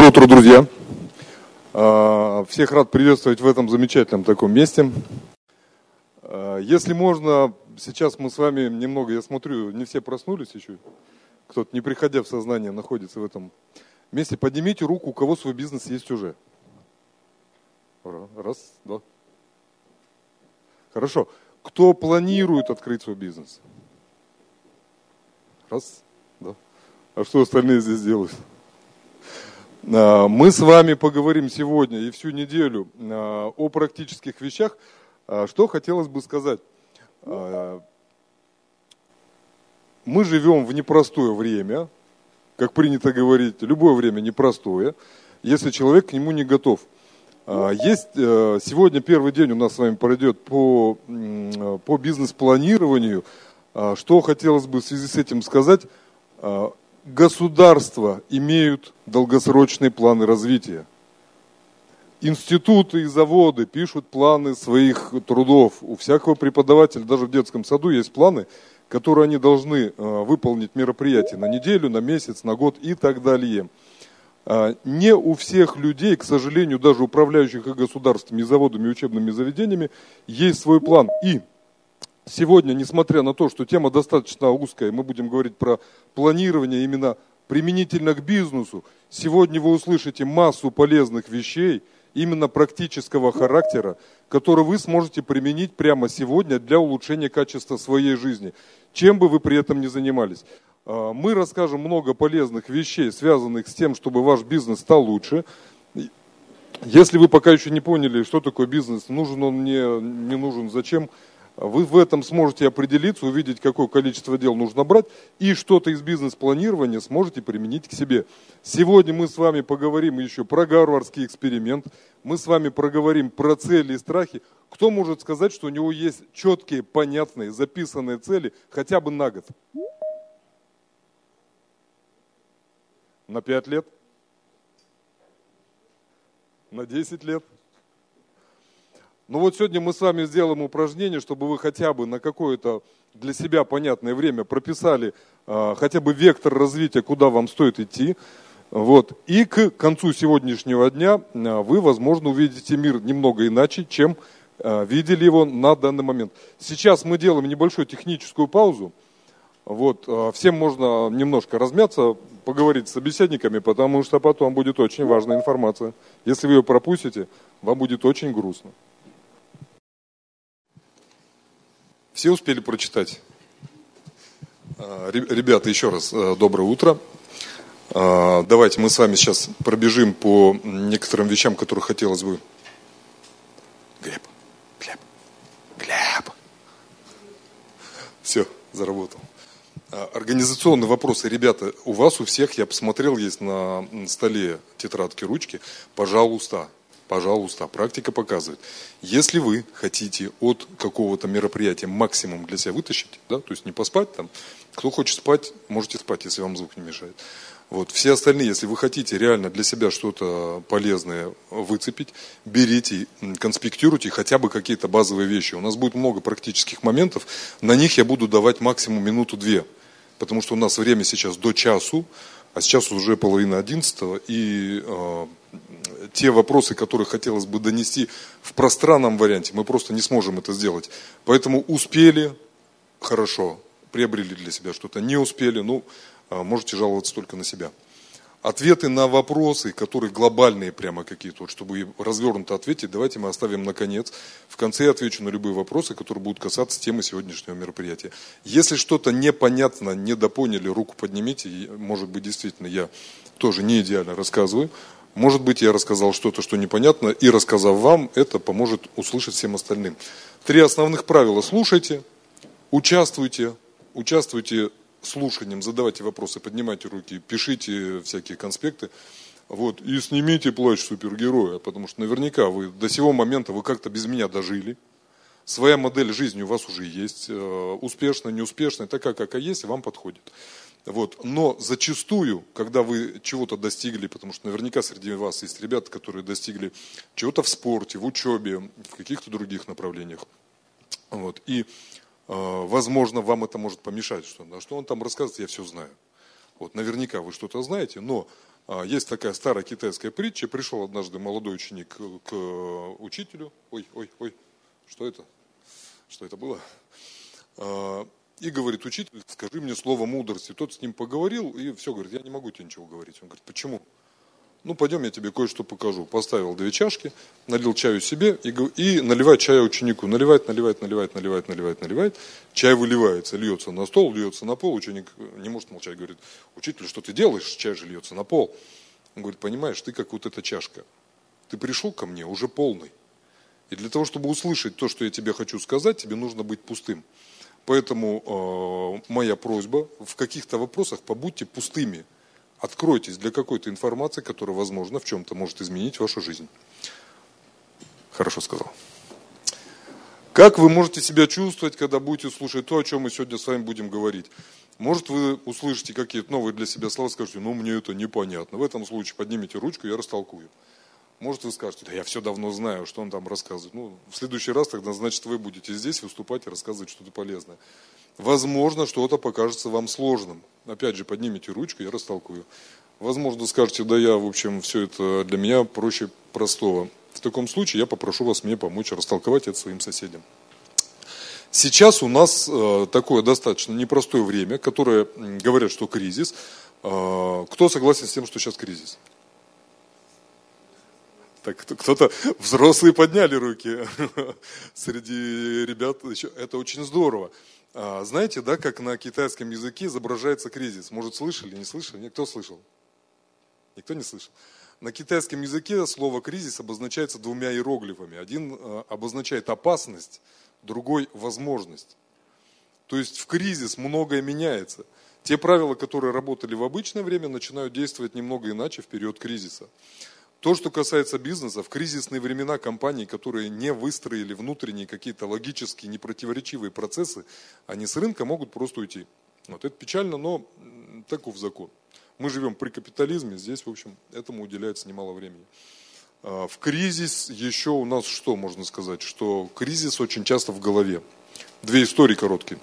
Доброе утро, друзья! Всех рад приветствовать в этом замечательном таком месте. Если можно, сейчас мы с вами немного, я смотрю, не все проснулись еще. Кто-то, не приходя в сознание, находится в этом месте. Поднимите руку, у кого свой бизнес есть уже. Раз, два. Хорошо. Кто планирует открыть свой бизнес? Раз, два. А что остальные здесь делают? Мы с вами поговорим сегодня и всю неделю о практических вещах. Что хотелось бы сказать? Мы живем в непростое время, как принято говорить, любое время непростое, если человек к нему не готов. Есть сегодня первый день у нас с вами пройдет по бизнес-планированию. Что хотелось бы в связи с этим сказать? Государства имеют долгосрочные планы развития. Институты и заводы пишут планы своих трудов. У всякого преподавателя, даже в детском саду, есть планы, которые они должны выполнить мероприятия на неделю, на месяц, на год и так далее. Не у всех людей, к сожалению, даже управляющих и государствами, и заводами, и учебными заведениями, есть свой план. И сегодня, несмотря на то, что тема достаточно узкая, мы будем говорить про планирование именно применительно к бизнесу, сегодня вы услышите массу полезных вещей, именно практического характера, которые вы сможете применить прямо сегодня для улучшения качества своей жизни, чем бы вы при этом ни занимались. Мы расскажем много полезных вещей, связанных с тем, чтобы ваш бизнес стал лучше. Если вы пока еще не поняли, что такое бизнес, нужен он мне, не нужен, зачем, вы в этом сможете определиться, увидеть, какое количество дел нужно брать, и что-то из бизнес-планирования сможете применить к себе. Сегодня мы с вами поговорим еще про гарвардский эксперимент, мы с вами проговорим про цели и страхи. Кто может сказать, что у него есть четкие, понятные, записанные цели хотя бы на год? На 5 лет? На 10 лет? Ну вот сегодня мы с вами сделаем упражнение, чтобы вы хотя бы на какое-то для себя понятное время прописали хотя бы вектор развития, куда вам стоит идти. Вот. И к концу сегодняшнего дня вы, возможно, увидите мир немного иначе, чем видели его на данный момент. Сейчас мы делаем небольшую техническую паузу. Вот. Всем можно немножко размяться, поговорить с собеседниками, потому что потом будет очень важная информация. Если вы ее пропустите, вам будет очень грустно. Все успели прочитать? Ребята, еще раз доброе утро. Давайте мы с вами сейчас пробежим по некоторым вещам, которые хотелось бы. Глеб. Все, заработал. Организационные вопросы, ребята, у вас у всех, я посмотрел, есть на столе тетрадки, ручки. Пожалуйста, практика показывает. Если вы хотите от какого-то мероприятия максимум для себя вытащить, да, то есть не поспать там, кто хочет спать, можете спать, если вам звук не мешает. Вот. Все остальные, если вы хотите реально для себя что-то полезное выцепить, берите, конспектируйте хотя бы какие-то базовые вещи. У нас будет много практических моментов, на них я буду давать максимум минуту-две, потому что у нас время сейчас до часу, а сейчас уже 10:30, и те вопросы, которые хотелось бы донести в пространном варианте, мы просто не сможем это сделать. Поэтому успели, хорошо, приобрели для себя что-то, не успели, можете жаловаться только на себя. Ответы на вопросы, которые глобальные прямо какие-то, вот, чтобы развернуто ответить, давайте мы оставим на конец. В конце я отвечу на любые вопросы, которые будут касаться темы сегодняшнего мероприятия. Если что-то непонятно, недопоняли, руку поднимите. Может быть, действительно, я тоже не идеально рассказываю. Может быть, я рассказал что-то, что непонятно, и рассказав вам, это поможет услышать всем остальным. 3 основных правила. Слушайте, участвуйте слушанием, задавайте вопросы, поднимайте руки, пишите всякие конспекты. Вот, и снимите плащ супергероя, потому что наверняка вы до сего момента вы как-то без меня дожили. Своя модель жизни у вас уже есть, успешная, неуспешная, такая, какая есть, вам подходит. Вот. Но зачастую, когда вы чего-то достигли, потому что наверняка среди вас есть ребята, которые достигли чего-то в спорте, в учебе, в каких-то других направлениях. Вот. И возможно, вам это может помешать, что он там рассказывает, я все знаю. Вот, наверняка вы что-то знаете, но Есть такая старая китайская притча. Пришел однажды молодой ученик к учителю. Ой, что это? Что это было? И говорит: учитель, скажи мне слово мудрости. Тот с ним поговорил и все, говорит: я не могу тебе ничего говорить. Он говорит: почему? Ну, пойдем, я тебе кое-что покажу. Поставил 2 чашки, налил чаю себе и наливает чая ученику. Наливает. Чай выливается, льется на стол, льется на пол. Ученик не может молчать, говорит: учитель, что ты делаешь? Чай же льется на пол. Он говорит: понимаешь, ты как вот эта чашка. Ты пришел ко мне уже полный. И для того, чтобы услышать то, что я тебе хочу сказать, тебе нужно быть пустым. Поэтому моя просьба: в каких-то вопросах побудьте пустыми. Откройтесь для какой-то информации, которая, возможно, в чем-то может изменить вашу жизнь. Хорошо сказал. Как вы можете себя чувствовать, когда будете слушать то, о чем мы сегодня с вами будем говорить? Может, вы услышите какие-то новые для себя слова, скажете: ну, мне это непонятно. В этом случае поднимите ручку, я растолкую. Может, вы скажете: да я все давно знаю, что он там рассказывает. Ну, в следующий раз тогда, значит, вы будете здесь выступать и рассказывать что-то полезное. Возможно, что-то покажется вам сложным. Опять же, поднимите ручку, я растолкую. Возможно, скажете: да я, в общем, все это для меня проще простого. В таком случае я попрошу вас мне помочь растолковать это своим соседям. Сейчас у нас такое достаточно непростое время, которое говорят, что кризис. Кто согласен с тем, что сейчас кризис? Так, кто-то, взрослые подняли руки среди ребят. Это очень здорово. Знаете, да, как на китайском языке изображается кризис? Может, слышали, не слышали? Кто слышал? Никто не слышал? На китайском языке слово «кризис» обозначается 2 иероглифами. Один обозначает опасность, другой – возможность. То есть в кризис многое меняется. Те правила, которые работали в обычное время, начинают действовать немного иначе в период кризиса. То, что касается бизнеса, в кризисные времена компании, которые не выстроили внутренние какие-то логические, непротиворечивые процессы, они с рынка могут просто уйти. Вот это печально, но таков закон. Мы живем при капитализме, здесь, в общем, этому уделяется немало времени. В кризис еще у нас что можно сказать? Что кризис очень часто в голове. 2 истории короткие.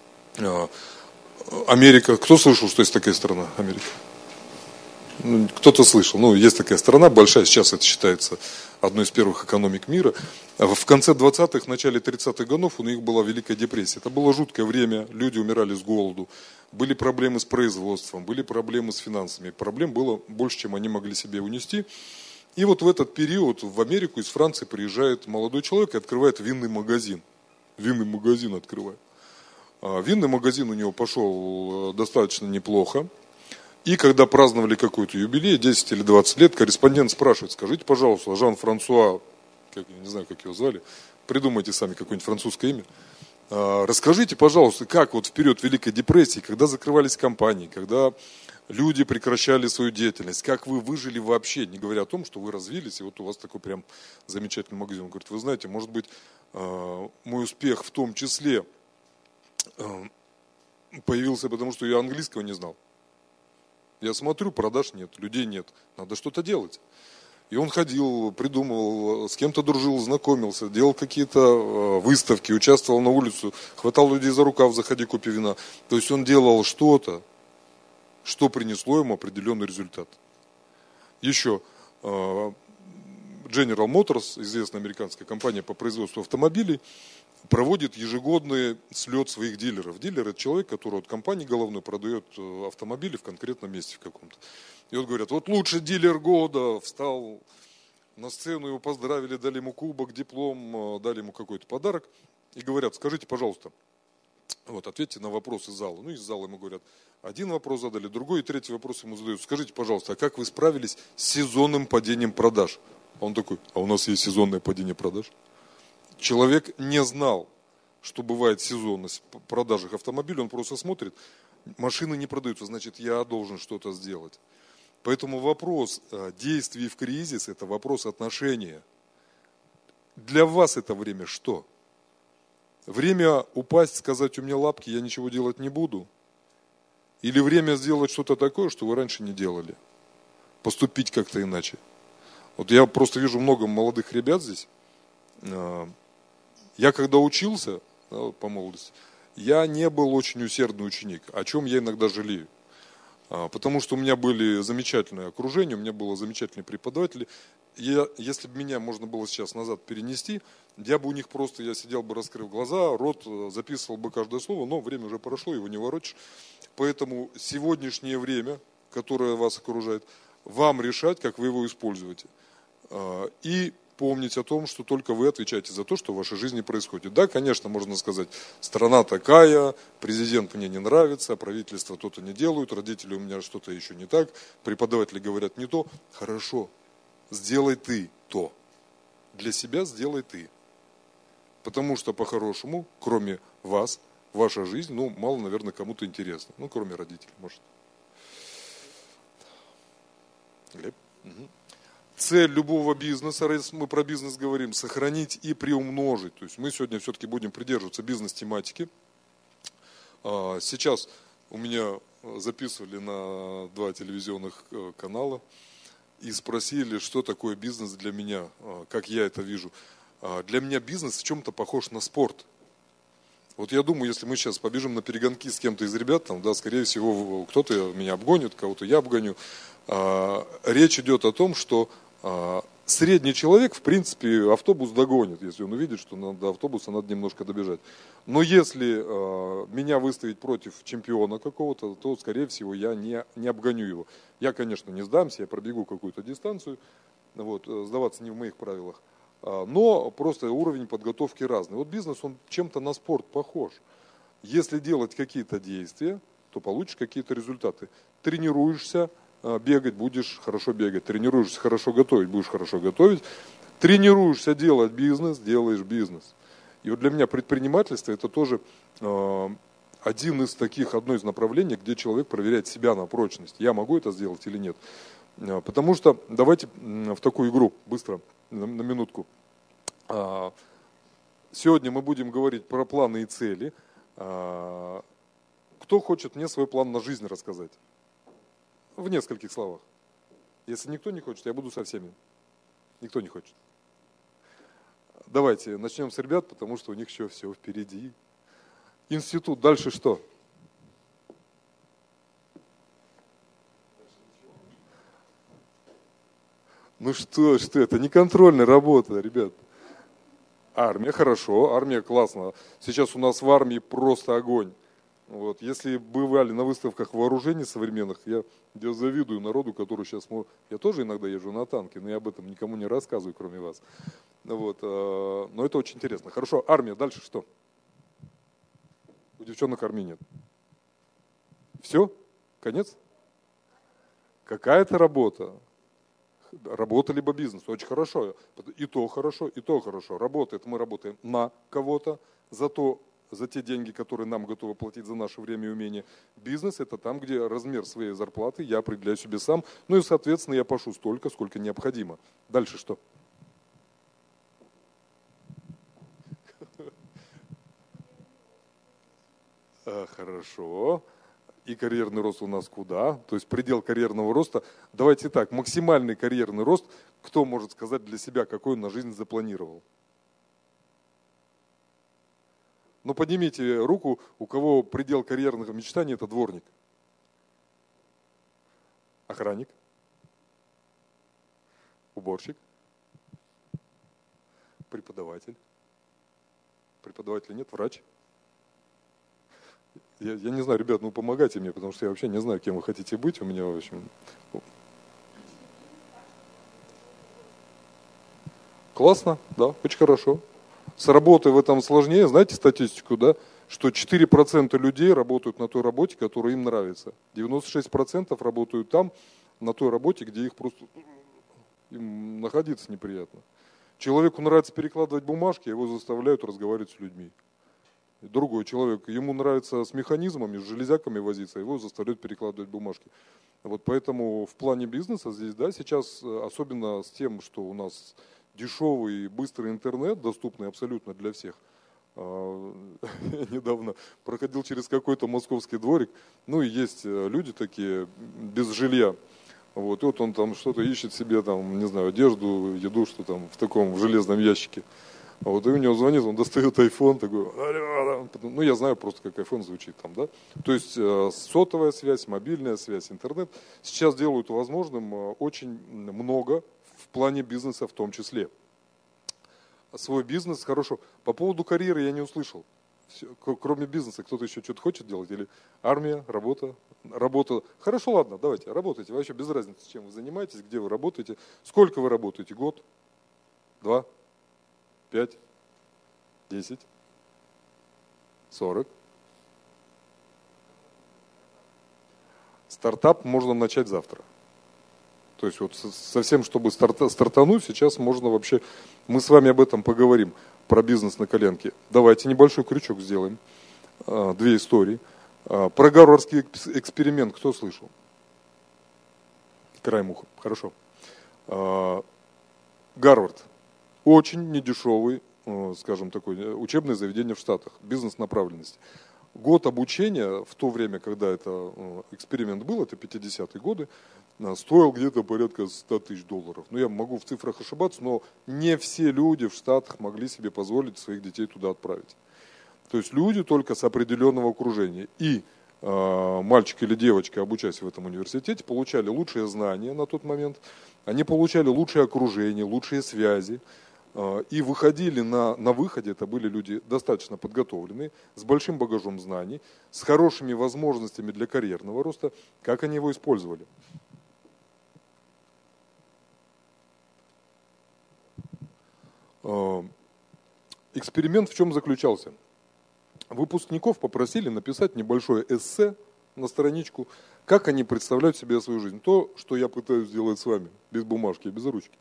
Америка. Кто слышал, что есть такая страна? Америка. Кто-то слышал. Ну, есть такая страна большая, сейчас это считается одной из первых экономик мира. В конце 20-х, начале 30-х годов у них была Великая депрессия. Это было жуткое время, люди умирали с голоду, были проблемы с производством, были проблемы с финансами. Проблем было больше, чем они могли себе унести. И вот в этот период в Америку из Франции приезжает молодой человек и открывает винный магазин. Винный магазин открывает. Винный магазин у него пошел достаточно неплохо. И когда праздновали какой-то юбилей, 10 или 20 лет, корреспондент спрашивает: скажите, пожалуйста, Жан-Франсуа, я не знаю, как его звали, придумайте сами какое-нибудь французское имя, расскажите, пожалуйста, как вот в период Великой депрессии, когда закрывались компании, когда люди прекращали свою деятельность, как вы выжили вообще, не говоря о том, что вы развились, и вот у вас такой прям замечательный магазин. Он говорит: вы знаете, может быть, мой успех в том числе появился потому, что я английского не знал. Я смотрю, продаж нет, людей нет, надо что-то делать. И он ходил, придумывал, с кем-то дружил, знакомился, делал какие-то выставки, участвовал на улицу, хватал людей за рукав: заходи, купи вина. То есть он делал что-то, что принесло ему определенный результат. Еще General Motors, известная американская компания по производству автомобилей, проводит ежегодный слет своих дилеров. Дилер – это человек, который от компании головной продает автомобили в конкретном месте в каком-то. И вот говорят: вот лучший дилер года, встал на сцену, его поздравили, дали ему кубок, диплом, дали ему какой-то подарок. И говорят: скажите, пожалуйста, вот, ответьте на вопросы зала. Ну, из зала ему говорят: один вопрос задали, другой и третий вопрос ему задают. Скажите, пожалуйста, а как вы справились с сезонным падением продаж? А он такой: а у нас есть сезонное падение продаж? Человек не знал, что бывает сезонность в продажах автомобилей, он просто смотрит, машины не продаются, значит, я должен что-то сделать. Поэтому вопрос действий в кризис – это вопрос отношения. Для вас это время что? Время упасть, сказать: у меня лапки, я ничего делать не буду? Или время сделать что-то такое, что вы раньше не делали? Поступить как-то иначе? Вот я просто вижу много молодых ребят здесь. Я когда учился, по молодости, я не был очень усердный ученик, о чем я иногда жалею. Потому что у меня были замечательные окружения, у меня было замечательные преподаватели. Если бы меня можно было сейчас назад перенести, я бы у них просто, я сидел бы, раскрыв глаза, рот, записывал бы каждое слово, но время уже прошло, его не воротишь. Поэтому сегодняшнее время, которое вас окружает, вам решать, как вы его используете. И помнить о том, что только вы отвечаете за то, что в вашей жизни происходит. Да, конечно, можно сказать, страна такая, президент мне не нравится, правительство то-то не делают, родители у меня что-то еще не так, преподаватели говорят не то. Хорошо, сделай ты то. Для себя сделай ты. Потому что по-хорошему, кроме вас, ваша жизнь, мало, наверное, кому-то интересна. Кроме родителей, может. Глеб? Угу. Цель любого бизнеса, раз мы про бизнес говорим, сохранить и приумножить. То есть мы сегодня все-таки будем придерживаться бизнес-тематики. Сейчас у меня записывали на 2 телевизионных канала и спросили, что такое бизнес для меня, как я это вижу. Для меня бизнес в чем-то похож на спорт. Вот я думаю, если мы сейчас побежим на перегонки с кем-то из ребят, скорее всего, кто-то меня обгонит, кого-то я обгоню. Речь идет о том, что средний человек, в принципе, автобус догонит, если он увидит, что до автобуса надо немножко добежать. Но если меня выставить против чемпиона какого-то, то, скорее всего, я не обгоню его. Я, конечно, не сдамся, я пробегу какую-то дистанцию, сдаваться не в моих правилах. Но просто уровень подготовки разный. Вот бизнес, он чем-то на спорт похож. Если делать какие-то действия, то получишь какие-то результаты. Тренируешься, бегать, будешь хорошо бегать. Тренируешься хорошо готовить, будешь хорошо готовить. Тренируешься делать бизнес, делаешь бизнес. И вот для меня предпринимательство это тоже одно из направлений, где человек проверяет себя на прочность. Я могу это сделать или нет. Потому что давайте в такую игру быстро, на минутку. Сегодня мы будем говорить про планы и цели. Кто хочет мне свой план на жизнь рассказать? В нескольких словах. Если никто не хочет, я буду со всеми. Никто не хочет. Давайте начнем с ребят, потому что у них еще все впереди. Институт, дальше что? Что, это не контрольная работа, ребят. Армия, хорошо, армия классно. Сейчас у нас в армии просто огонь. Если бывали на выставках вооружений современных, я завидую народу, который сейчас... Я тоже иногда езжу на танке, но я об этом никому не рассказываю, кроме вас. Но это очень интересно. Хорошо, армия, дальше что? У девчонок армии нет. Все? Конец? Какая-то работа. Работа либо бизнес. Очень хорошо. И то хорошо, и то хорошо. Работает, мы работаем на кого-то, за те деньги, которые нам готовы платить за наше время и умение. Бизнес – это там, где размер своей зарплаты я определяю себе сам. И, соответственно, я пошу столько, сколько необходимо. Дальше что? Хорошо. И карьерный рост у нас куда? То есть предел карьерного роста. Давайте так, максимальный карьерный рост, кто может сказать для себя, какой он на жизнь запланировал? Поднимите руку, у кого предел карьерных мечтаний – это дворник. Охранник. Уборщик. Преподаватель. Преподавателя нет, врач. Я не знаю, ребят, помогайте мне, потому что я вообще не знаю, кем вы хотите быть. У меня, в общем... Классно, да, очень хорошо. С работой в этом сложнее. Знаете статистику, да? Что 4% людей работают на той работе, которая им нравится. 96% работают там, на той работе, где их просто... им находиться неприятно. Человеку нравится перекладывать бумажки, его заставляют разговаривать с людьми. Другой человек, ему нравится с механизмами, с железяками возиться, его заставляют перекладывать бумажки. Поэтому в плане бизнеса здесь, да, сейчас, особенно с тем, что у нас дешевый и быстрый интернет, доступный абсолютно для всех. Я недавно проходил через какой-то московский дворик, и есть люди такие без жилья. И он там что-то ищет себе, не знаю, одежду, еду, что там в таком в железном ящике. А вот и у него звонит, он достает iPhone, такой, алло. Ну, я знаю просто, как iPhone звучит там, да. То есть сотовая связь, мобильная связь, интернет сейчас делают возможным очень много в плане бизнеса в том числе. Свой бизнес хорошо. По поводу карьеры я не услышал. Все, кроме бизнеса, кто-то еще что-то хочет делать? Или армия, работа? Работа. Хорошо, ладно, давайте, работайте. Вообще без разницы, чем вы занимаетесь, где вы работаете. Сколько вы работаете? Год? 2? 5? 10? 40? Стартап можно начать завтра. То есть вот совсем, чтобы стартануть, сейчас можно вообще... Мы с вами об этом поговорим, про бизнес на коленке. Давайте небольшой крючок сделаем. 2 истории. Про гарвардский эксперимент кто слышал? Краем уха. Хорошо. Гарвард. Очень недешевый, скажем, такое учебное заведение в Штатах. Бизнес-направленности. Год обучения, в то время, когда это эксперимент был, это 50-е годы, стоил где-то порядка $100 000. Ну, я могу в цифрах ошибаться, но не все люди в Штатах могли себе позволить своих детей туда отправить. То есть люди только с определенного окружения. И мальчик или девочка, обучаясь в этом университете, получали лучшие знания на тот момент, они получали лучшее окружение, лучшие связи. И выходили на выходе, это были люди достаточно подготовленные, с большим багажом знаний, с хорошими возможностями для карьерного роста. Как они его использовали? Эксперимент в чем заключался? Выпускников попросили написать небольшое эссе на страничку, как они представляют себе свою жизнь. То, что я пытаюсь сделать с вами, без бумажки и без ручки.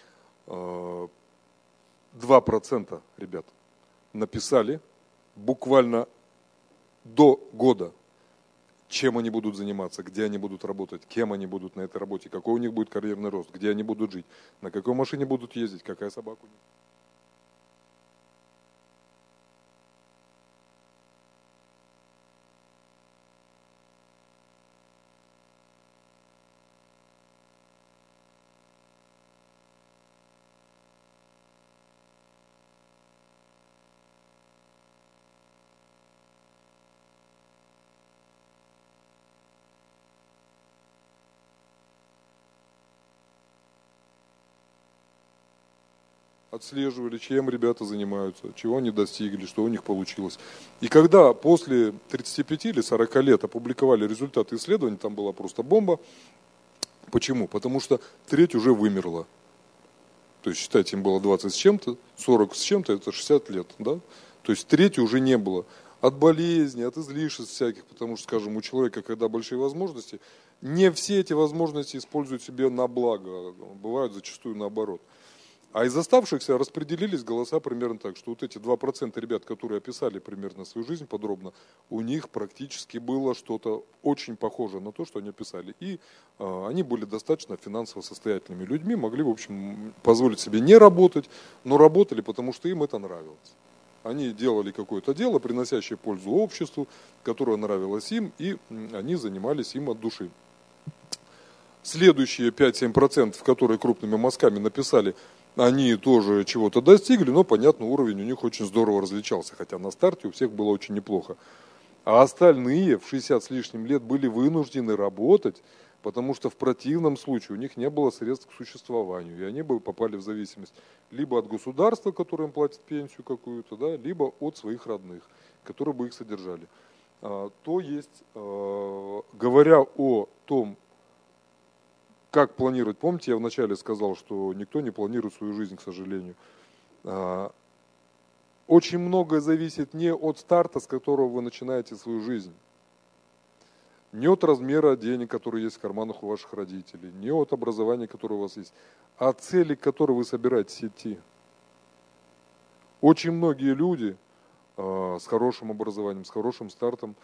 2% ребят написали буквально до года, чем они будут заниматься, где они будут работать, кем они будут на этой работе, какой у них будет карьерный рост, где они будут жить, на какой машине будут ездить, какая собака у них. Отслеживали, чем ребята занимаются, чего они достигли, что у них получилось. И когда после 35 или 40 лет опубликовали результаты исследований, там была просто бомба. Почему? Потому что треть уже вымерла. То есть, считайте, им было 20 с чем-то, 40 с чем-то, это 60 лет. Да? То есть, трети уже не было. От болезней, от излишеств всяких, потому что, скажем, у человека, когда большие возможности, не все эти возможности используют себе на благо, бывают зачастую наоборот. А из оставшихся распределились голоса примерно так, что вот эти 2% ребят, которые описали примерно свою жизнь подробно, у них практически было что-то очень похожее на то, что они описали. И они были достаточно финансово состоятельными людьми, могли, в общем, позволить себе не работать, но работали, потому что им это нравилось. Они делали какое-то дело, приносящее пользу обществу, которое нравилось им, и они занимались им от души. Следующие 5-7%, которые крупными мазками написали, они тоже чего-то достигли, но, понятно, уровень у них очень здорово различался, хотя на старте у всех было очень неплохо. А остальные в 60 с лишним лет были вынуждены работать, потому что в противном случае у них не было средств к существованию, и они бы попали в зависимость либо от государства, которое им платит пенсию какую-то, да, либо от своих родных, которые бы их содержали. То есть, говоря о том, как планировать? Помните, я вначале сказал, что никто не планирует свою жизнь, к сожалению. Очень многое зависит не от старта, с которого вы начинаете свою жизнь, не от размера денег, которые есть в карманах у ваших родителей, не от образования, которое у вас есть, а от цели, к которой вы собираетесь идти. Очень многие люди с хорошим образованием, с хорошим стартом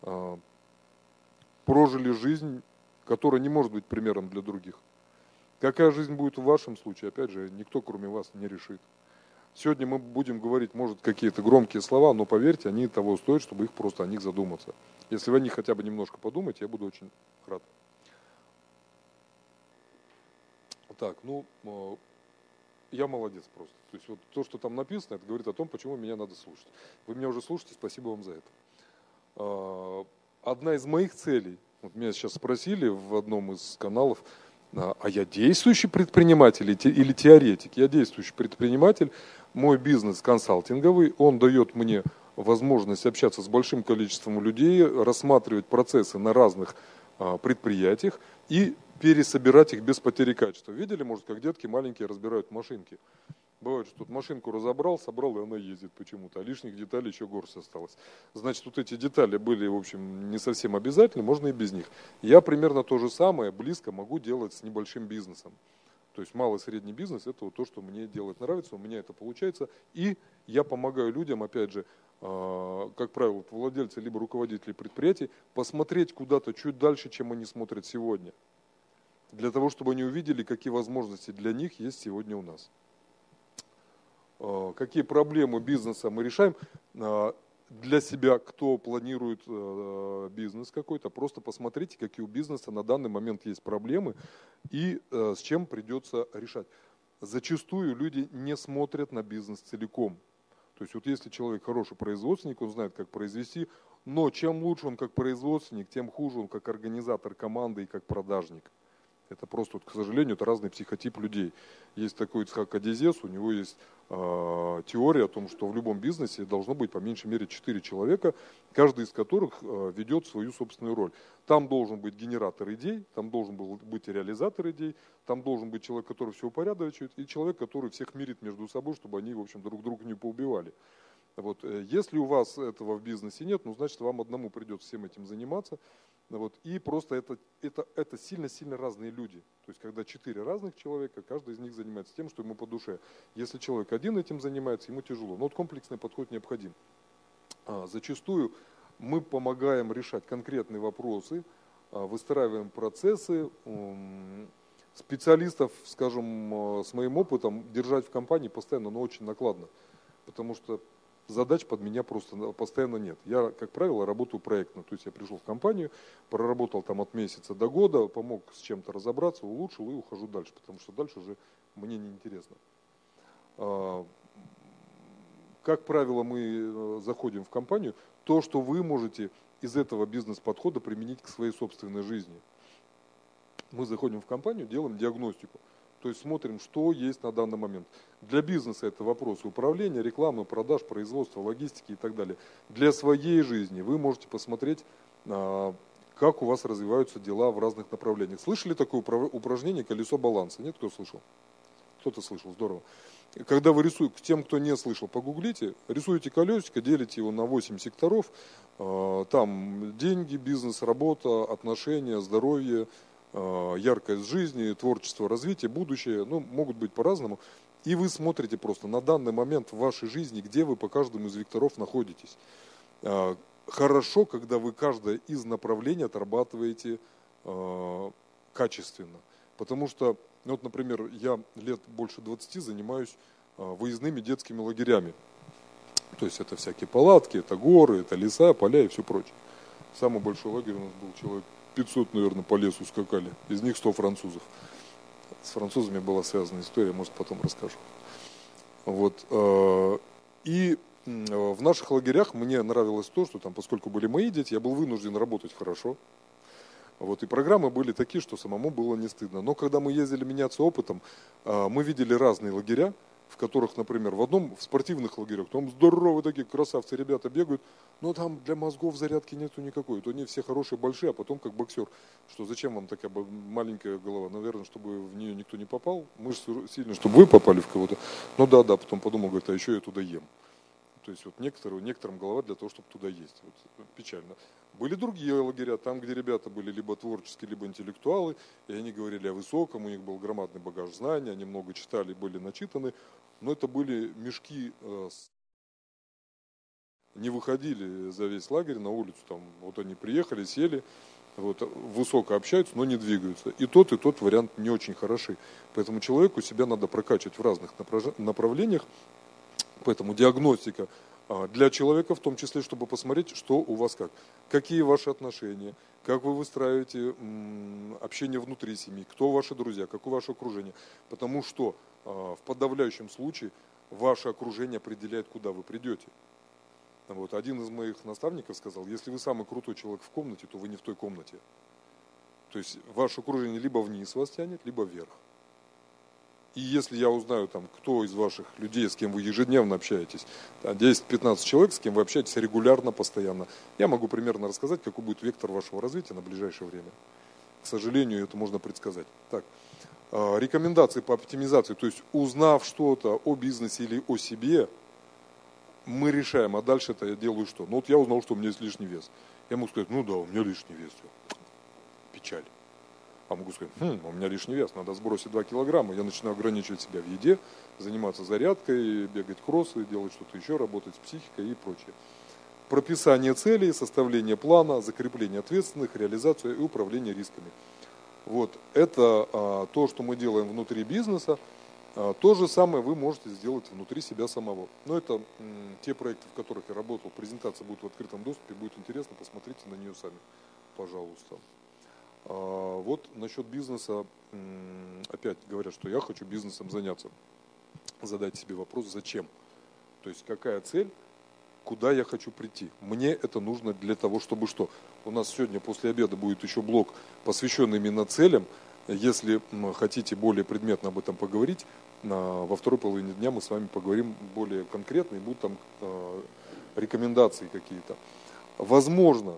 прожили жизнь, которая не может быть примером для других. Какая жизнь будет в вашем случае, опять же, никто кроме вас не решит. Сегодня мы будем говорить, может, какие-то громкие слова, но поверьте, они того стоят, чтобы их просто о них задуматься. Если вы о них хотя бы немножко подумаете, я буду очень рад. Так, я молодец просто. То есть вот то, что там написано, это говорит о том, почему меня надо слушать. Вы меня уже слушаете, спасибо вам за это. Одна из моих целей, вот меня сейчас спросили в одном из каналов, а я действующий предприниматель или теоретик? Я действующий предприниматель, мой бизнес консалтинговый, он дает мне возможность общаться с большим количеством людей, рассматривать процессы на разных предприятиях и пересобирать их без потери качества. Видели, может, как детки маленькие разбирают машинки? Бывает, что тут машинку разобрал, собрал, и она ездит почему-то, а лишних деталей еще горсть осталось. Значит, вот эти детали были, в общем, не совсем обязательны, можно и без них. Я примерно то же самое, близко могу делать с небольшим бизнесом. То есть малый и средний бизнес – это вот то, что мне делать нравится, у меня это получается. И я помогаю людям, опять же, как правило, владельцы либо руководители предприятий, посмотреть куда-то чуть дальше, чем они смотрят сегодня. Для того, чтобы они увидели, какие возможности для них есть сегодня у нас. Какие проблемы бизнеса мы решаем. Для себя, кто планирует бизнес какой-то, просто посмотрите, какие у бизнеса на данный момент есть проблемы и с чем придется решать. Зачастую люди не смотрят на бизнес целиком. То есть вот если человек хороший производственник, он знает, как произвести, но чем лучше он как производственник, тем хуже он как организатор команды и как продажник. Это просто, вот, к сожалению, это разный психотип людей. Есть такой Ицхак Адизес, у него есть теория о том, что в любом бизнесе должно быть по меньшей мере 4 человека, каждый из которых ведет свою собственную роль. Там должен быть генератор идей, там должен быть реализатор идей, там должен быть человек, который все упорядочивает, и человек, который всех мирит между собой, чтобы они, в общем, друг друга не поубивали. Вот. Если у вас этого в бизнесе нет, ну, значит, вам одному придется всем этим заниматься. Вот. И просто это сильно-сильно разные люди. То есть, когда 4 разных человека, каждый из них занимается тем, что ему по душе. Если человек один этим занимается, ему тяжело. Но вот комплексный подход необходим. Зачастую мы помогаем решать конкретные вопросы, выстраиваем процессы. Специалистов, скажем, с моим опытом держать в компании постоянно, но очень накладно. Потому что задач под меня просто постоянно нет. Я, как правило, работаю проектно. То есть я пришел в компанию, проработал там от месяца до года, помог с чем-то разобраться, улучшил и ухожу дальше, потому что дальше уже мне неинтересно. Как правило, мы заходим в компанию, то, что вы можете из этого бизнес-подхода применить к своей собственной жизни. Мы заходим в компанию, делаем диагностику. То есть смотрим, что есть на данный момент. Для бизнеса это вопросы управления, рекламы, продаж, производства, логистики и так далее. Для своей жизни вы можете посмотреть, как у вас развиваются дела в разных направлениях. Слышали такое упражнение «Колесо баланса»? Нет, кто слышал? Кто-то слышал, здорово. Когда вы рисуете, тем, кто не слышал, погуглите, рисуете колесико, делите его на 8 секторов. Там деньги, бизнес, работа, отношения, здоровье, яркость жизни, творчество, развитие, будущее, ну, могут быть по-разному. И вы смотрите просто на данный момент в вашей жизни, где вы по каждому из векторов находитесь. Хорошо, когда вы каждое из направлений отрабатываете качественно. Потому что, вот, например, я лет больше 20 занимаюсь выездными детскими лагерями. То есть это всякие палатки, это горы, это леса, поля и все прочее. Самый большой лагерь у нас был человек 500, наверное, по лесу скакали. Из них 100 французов. С французами была связана история, может, потом расскажу. Вот. И в наших лагерях мне нравилось то, что там, поскольку были мои дети, я был вынужден работать хорошо. Вот. И программы были такие, что самому было не стыдно. Но когда мы ездили меняться опытом, мы видели разные лагеря, в которых, например, в спортивных лагерях, там здоровые такие красавцы ребята бегают, но там для мозгов зарядки нету никакой. То они все хорошие, большие, а потом как боксер. Что зачем вам такая маленькая голова? Наверное, чтобы в нее никто не попал. Мышцы сильно, чтобы вы попали в кого-то. Ну да, потом подумал, говорит, а еще я туда ем. То есть вот некоторым голова для того, чтобы туда есть. Вот, печально. Были другие лагеря, там, где ребята были либо творческие, либо интеллектуалы, и они говорили о высоком, у них был громадный багаж знаний, они много читали, были начитаны, но это были мешки, не выходили за весь лагерь на улицу, там, вот они приехали, сели, вот, высоко общаются, но не двигаются. И тот вариант не очень хороши. Поэтому человеку себя надо прокачивать в разных направлениях. Поэтому диагностика для человека, в том числе, чтобы посмотреть, что у вас как. Какие ваши отношения, как вы выстраиваете общение внутри семьи, кто ваши друзья, какое ваше окружение. Потому что в подавляющем случае ваше окружение определяет, куда вы придете. Вот. Один из моих наставников сказал, если вы самый крутой человек в комнате, то вы не в той комнате. То есть ваше окружение либо вниз вас тянет, либо вверх. И если я узнаю, там, кто из ваших людей, с кем вы ежедневно общаетесь, 10-15 человек, с кем вы общаетесь регулярно, постоянно, я могу примерно рассказать, какой будет вектор вашего развития на ближайшее время. К сожалению, это можно предсказать. Так, рекомендации по оптимизации, то есть узнав что-то о бизнесе или о себе, мы решаем, а дальше это я делаю что? Ну вот я узнал, что у меня есть лишний вес. Я могу сказать, ну да, у меня лишний вес. Печаль. А могу сказать, у меня лишний вес, надо сбросить 2 килограмма. Я начинаю ограничивать себя в еде, заниматься зарядкой, бегать кроссы, делать что-то еще, работать с психикой и прочее. Прописание целей, составление плана, закрепление ответственных, реализация и управление рисками. Вот это то, что мы делаем внутри бизнеса. То же самое вы можете сделать внутри себя самого. Но это те проекты, в которых я работал. Презентация будет в открытом доступе, будет интересно, посмотрите на нее сами, пожалуйста. Вот насчет бизнеса, опять говорят, что я хочу бизнесом заняться. Задайте себе вопрос, зачем? То есть какая цель, куда я хочу прийти? Мне это нужно для того, чтобы что? У нас сегодня после обеда будет еще блок, посвященный именно целям. Если хотите более предметно об этом поговорить, во второй половине дня мы с вами поговорим более конкретно, и будут там рекомендации какие-то. Возможно.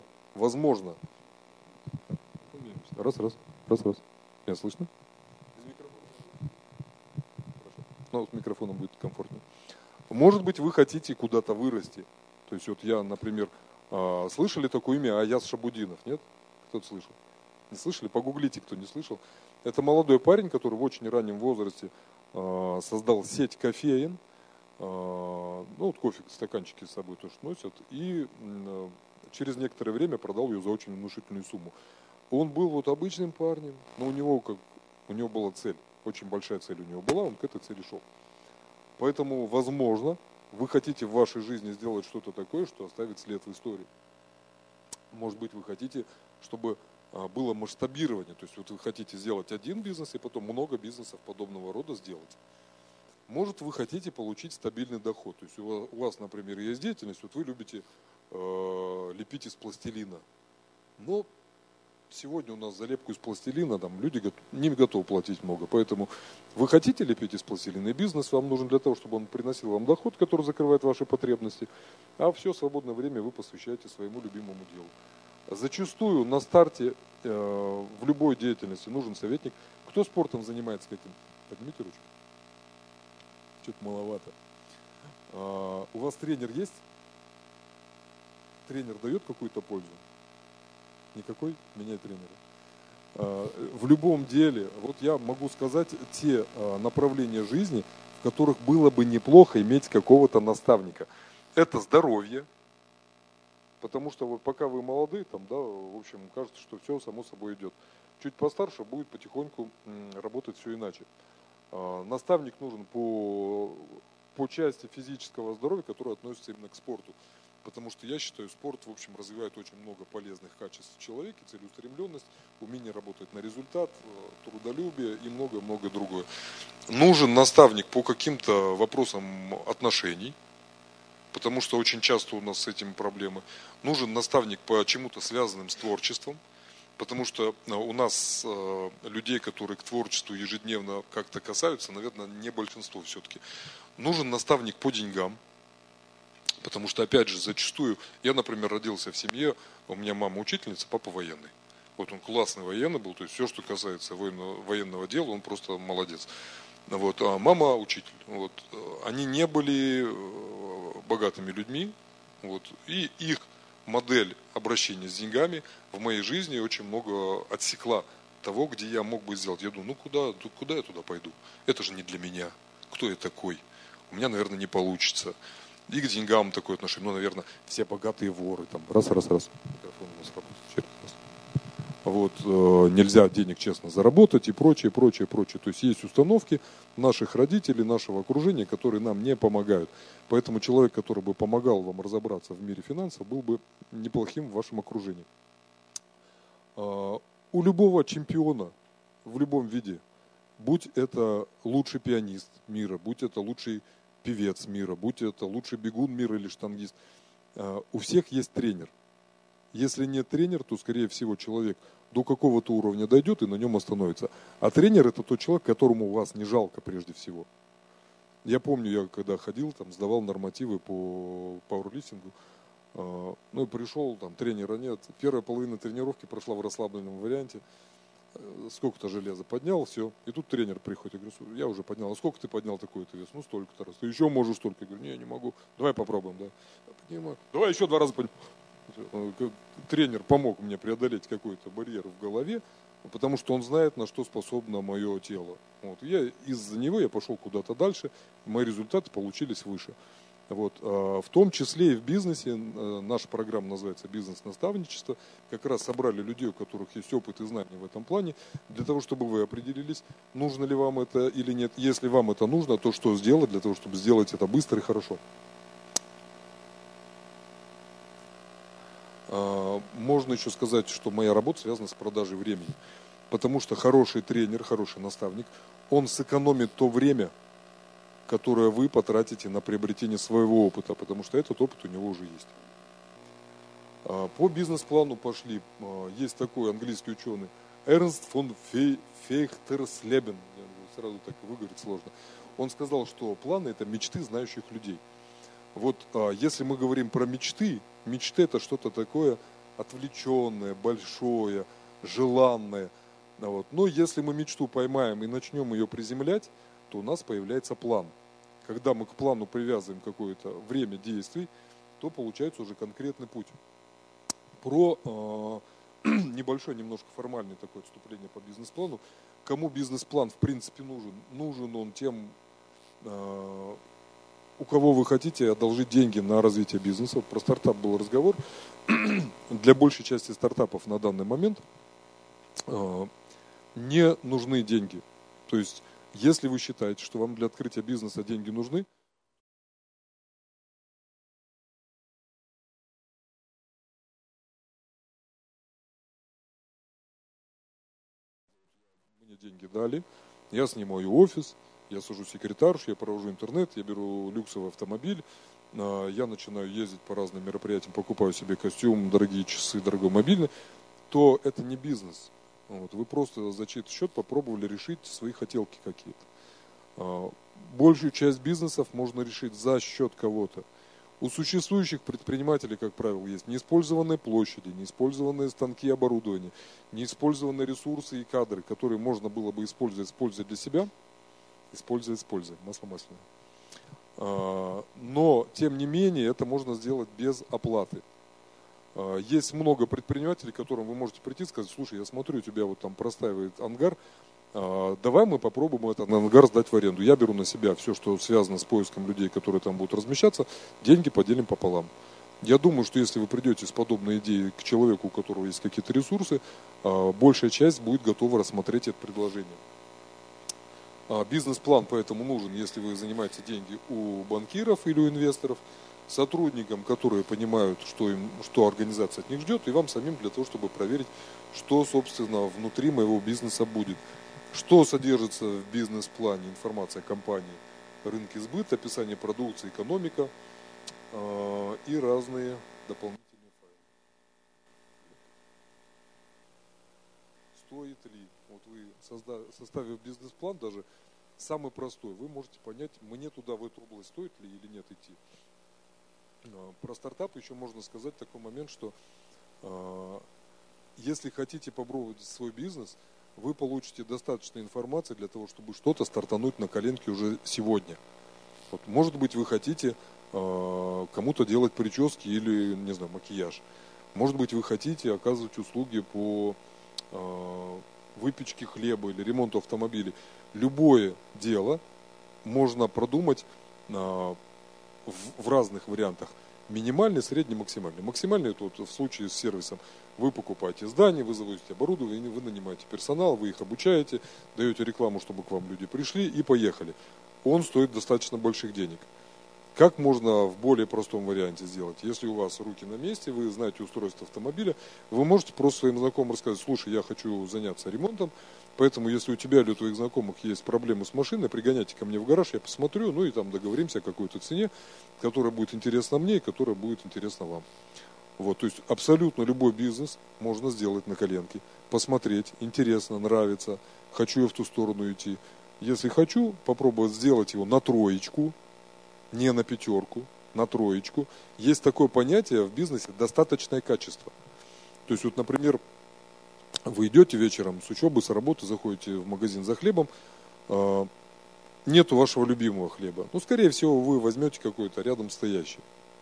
Раз. Меня слышно? Без микрофона. Хорошо. Ну, с микрофоном будет комфортнее. Может быть, вы хотите куда-то вырасти. То есть, вот я, например, слышали такое имя Аяз Шабудинов, нет? Кто-то слышал? Не слышали? Погуглите, кто не слышал. Это молодой парень, который в очень раннем возрасте создал сеть кофеен. Ну, вот кофе, стаканчики с собой тоже носят. И через некоторое время продал ее за очень внушительную сумму. Он был вот обычным парнем, но у него была цель, очень большая цель у него была, он к этой цели шел. Поэтому, возможно, вы хотите в вашей жизни сделать что-то такое, что оставит след в истории. Может быть, вы хотите, чтобы было масштабирование, то есть вот вы хотите сделать один бизнес и потом много бизнесов подобного рода сделать. Может, вы хотите получить стабильный доход, то есть у вас, например, есть деятельность, вот вы любите лепить из пластилина, но сегодня у нас залепку из пластилина, там люди не готовы платить много, поэтому вы хотите лепить из пластилина, и бизнес вам нужен для того, чтобы он приносил вам доход, который закрывает ваши потребности, а все свободное время вы посвящаете своему любимому делу. Зачастую на старте в любой деятельности нужен советник. Кто спортом занимается каким? Поднимите ручку. Что-то маловато. У вас тренер есть? Тренер дает какую-то пользу? Никакой? Меняй тренера. В любом деле, вот я могу сказать те направления жизни, в которых было бы неплохо иметь какого-то наставника. Это здоровье, потому что вот пока вы молоды, там, да, в общем, кажется, что все само собой идет. Чуть постарше будет потихоньку работать все иначе. Наставник нужен по части физического здоровья, которая относится именно к спорту. Потому что я считаю, спорт, в общем, развивает очень много полезных качеств в человеке, целеустремленность, умение работать на результат, трудолюбие и многое-многое другое. Нужен наставник по каким-то вопросам отношений, потому что очень часто у нас с этим проблемы. Нужен наставник по чему-то связанным с творчеством, потому что у нас людей, которые к творчеству ежедневно как-то касаются, наверное, не большинство все-таки. Нужен наставник по деньгам. Потому что, опять же, зачастую, я, например, родился в семье, у меня мама учительница, папа военный. Вот он классный военный был, то есть все, что касается военного дела, он просто молодец. Вот, а мама учитель. Вот, они не были богатыми людьми, вот, и их модель обращения с деньгами в моей жизни очень много отсекла того, где я мог бы сделать. Я думаю, куда я туда пойду? Это же не для меня. Кто я такой? У меня, наверное, не получится. И к деньгам такое отношение. Ну, наверное, все богатые воры. Там, раз. Микрофон у нас работает. вот, нельзя денег честно заработать и прочее, прочее, прочее. То есть есть установки наших родителей, нашего окружения, которые нам не помогают. Поэтому человек, который бы помогал вам разобраться в мире финансов, был бы неплохим в вашем окружении. У любого чемпиона в любом виде, будь это лучший пианист мира, будь это лучший певец мира, будь это лучший бегун мира или штангист, у всех есть тренер. Если нет тренера, то, скорее всего, человек до какого-то уровня дойдет и на нем остановится. А тренер – это тот человек, которому вас не жалко прежде всего. Я помню, я когда ходил, там, сдавал нормативы по пауэрлифтингу, ну и пришел, там, тренера нет. Первая половина тренировки прошла в расслабленном варианте. Сколько-то железа поднял, все. И тут тренер приходит, я говорю, я уже поднял. А сколько ты поднял такой-то вес? Ну, столько-то раз. Ты еще можешь столько? Я говорю, не могу. Давай попробуем, да. Я поднимаю. Давай еще 2 раза подниму. Тренер помог мне преодолеть какой-то барьер в голове, потому что он знает, на что способно мое тело. Вот. Из-за него я пошел куда-то дальше, мои результаты получились выше. Вот. В том числе и в бизнесе, наша программа называется «Бизнес-наставничество», как раз собрали людей, у которых есть опыт и знания в этом плане, для того, чтобы вы определились, нужно ли вам это или нет. Если вам это нужно, то что сделать для того, чтобы сделать это быстро и хорошо. Можно еще сказать, что моя работа связана с продажей времени. Потому что хороший тренер, хороший наставник, он сэкономит то время, которое вы потратите на приобретение своего опыта, потому что этот опыт у него уже есть. По бизнес-плану пошли. Есть такой английский ученый Эрнст фон Фейхтерслебен. Сразу так выговорить сложно. Он сказал, что планы – это мечты знающих людей. Вот если мы говорим про мечты, мечты – это что-то такое отвлеченное, большое, желанное. Вот. Но если мы мечту поймаем и начнем ее приземлять, то у нас появляется план. Когда мы к плану привязываем какое-то время действий, то получается уже конкретный путь. Про небольшое, немножко формальное такое отступление по бизнес-плану. Кому бизнес-план в принципе нужен? Нужен он тем, у кого вы хотите одолжить деньги на развитие бизнеса. Про стартап был разговор. Для большей части стартапов на данный момент не нужны деньги. То есть, если вы считаете, что вам для открытия бизнеса деньги нужны, мне деньги дали, я снимаю офис, я сажу секретаршу, я провожу интернет, я беру люксовый автомобиль, я начинаю ездить по разным мероприятиям, покупаю себе костюм, дорогие часы, дорогой мобильный, то это не бизнес. Вот, вы просто за чей-то счет попробовали решить свои хотелки какие-то. Большую часть бизнесов можно решить за счет кого-то. У существующих предпринимателей, как правило, есть неиспользованные площади, неиспользованные станки и оборудование, неиспользованные ресурсы и кадры, которые можно было бы использовать для себя, используя, масло масляное. Но, тем не менее, это можно сделать без оплаты. Есть много предпринимателей, к которым вы можете прийти и сказать, слушай, я смотрю, у тебя вот там простаивает ангар, давай мы попробуем этот ангар сдать в аренду. Я беру на себя все, что связано с поиском людей, которые там будут размещаться, деньги поделим пополам. Я думаю, что если вы придете с подобной идеей к человеку, у которого есть какие-то ресурсы, большая часть будет готова рассмотреть это предложение. Бизнес-план поэтому нужен, если вы занимаете деньги у банкиров или у инвесторов, сотрудникам, которые понимают, что организация от них ждет, и вам самим для того, чтобы проверить, что, собственно, внутри моего бизнеса будет. Что содержится в бизнес-плане: информация о компании, рынке сбыта, описание продукции, экономика и разные дополнительные файлы. Стоит ли? Вот вы, составив бизнес-план, даже самый простой, вы можете понять, мне туда, в эту область, стоит ли или нет идти. Про стартап еще можно сказать такой момент, что если хотите попробовать свой бизнес, вы получите достаточно информации для того, чтобы что-то стартануть на коленке уже сегодня. Вот, может быть, вы хотите кому-то делать прически или, не знаю, макияж. Может быть, вы хотите оказывать услуги по выпечке хлеба или ремонту автомобилей. Любое дело можно продумать в разных вариантах. Минимальный, средний, максимальный. Максимальный это вот в случае с сервисом. Вы покупаете здание, вы завозите оборудование, вы нанимаете персонал, вы их обучаете, даете рекламу, чтобы к вам люди пришли и поехали. Он стоит достаточно больших денег. Как можно в более простом варианте сделать? Если у вас руки на месте, вы знаете устройство автомобиля, вы можете просто своим знакомым рассказать: слушай, я хочу заняться ремонтом, поэтому если у тебя или у твоих знакомых есть проблемы с машиной, пригоняйте ко мне в гараж, я посмотрю, ну и там договоримся о какой-то цене, которая будет интересна мне и которая будет интересна вам. Вот, то есть абсолютно любой бизнес можно сделать на коленке, посмотреть, интересно, нравится, хочу я в ту сторону идти. Если хочу, попробовать сделать его на троечку, не на пятерку, на троечку. Есть такое понятие в бизнесе — достаточное качество. То есть, вот, например, вы идете вечером с учебы, с работы, заходите в магазин за хлебом, нету вашего любимого хлеба. Ну, скорее всего, вы возьмете какой-то рядом стоящий.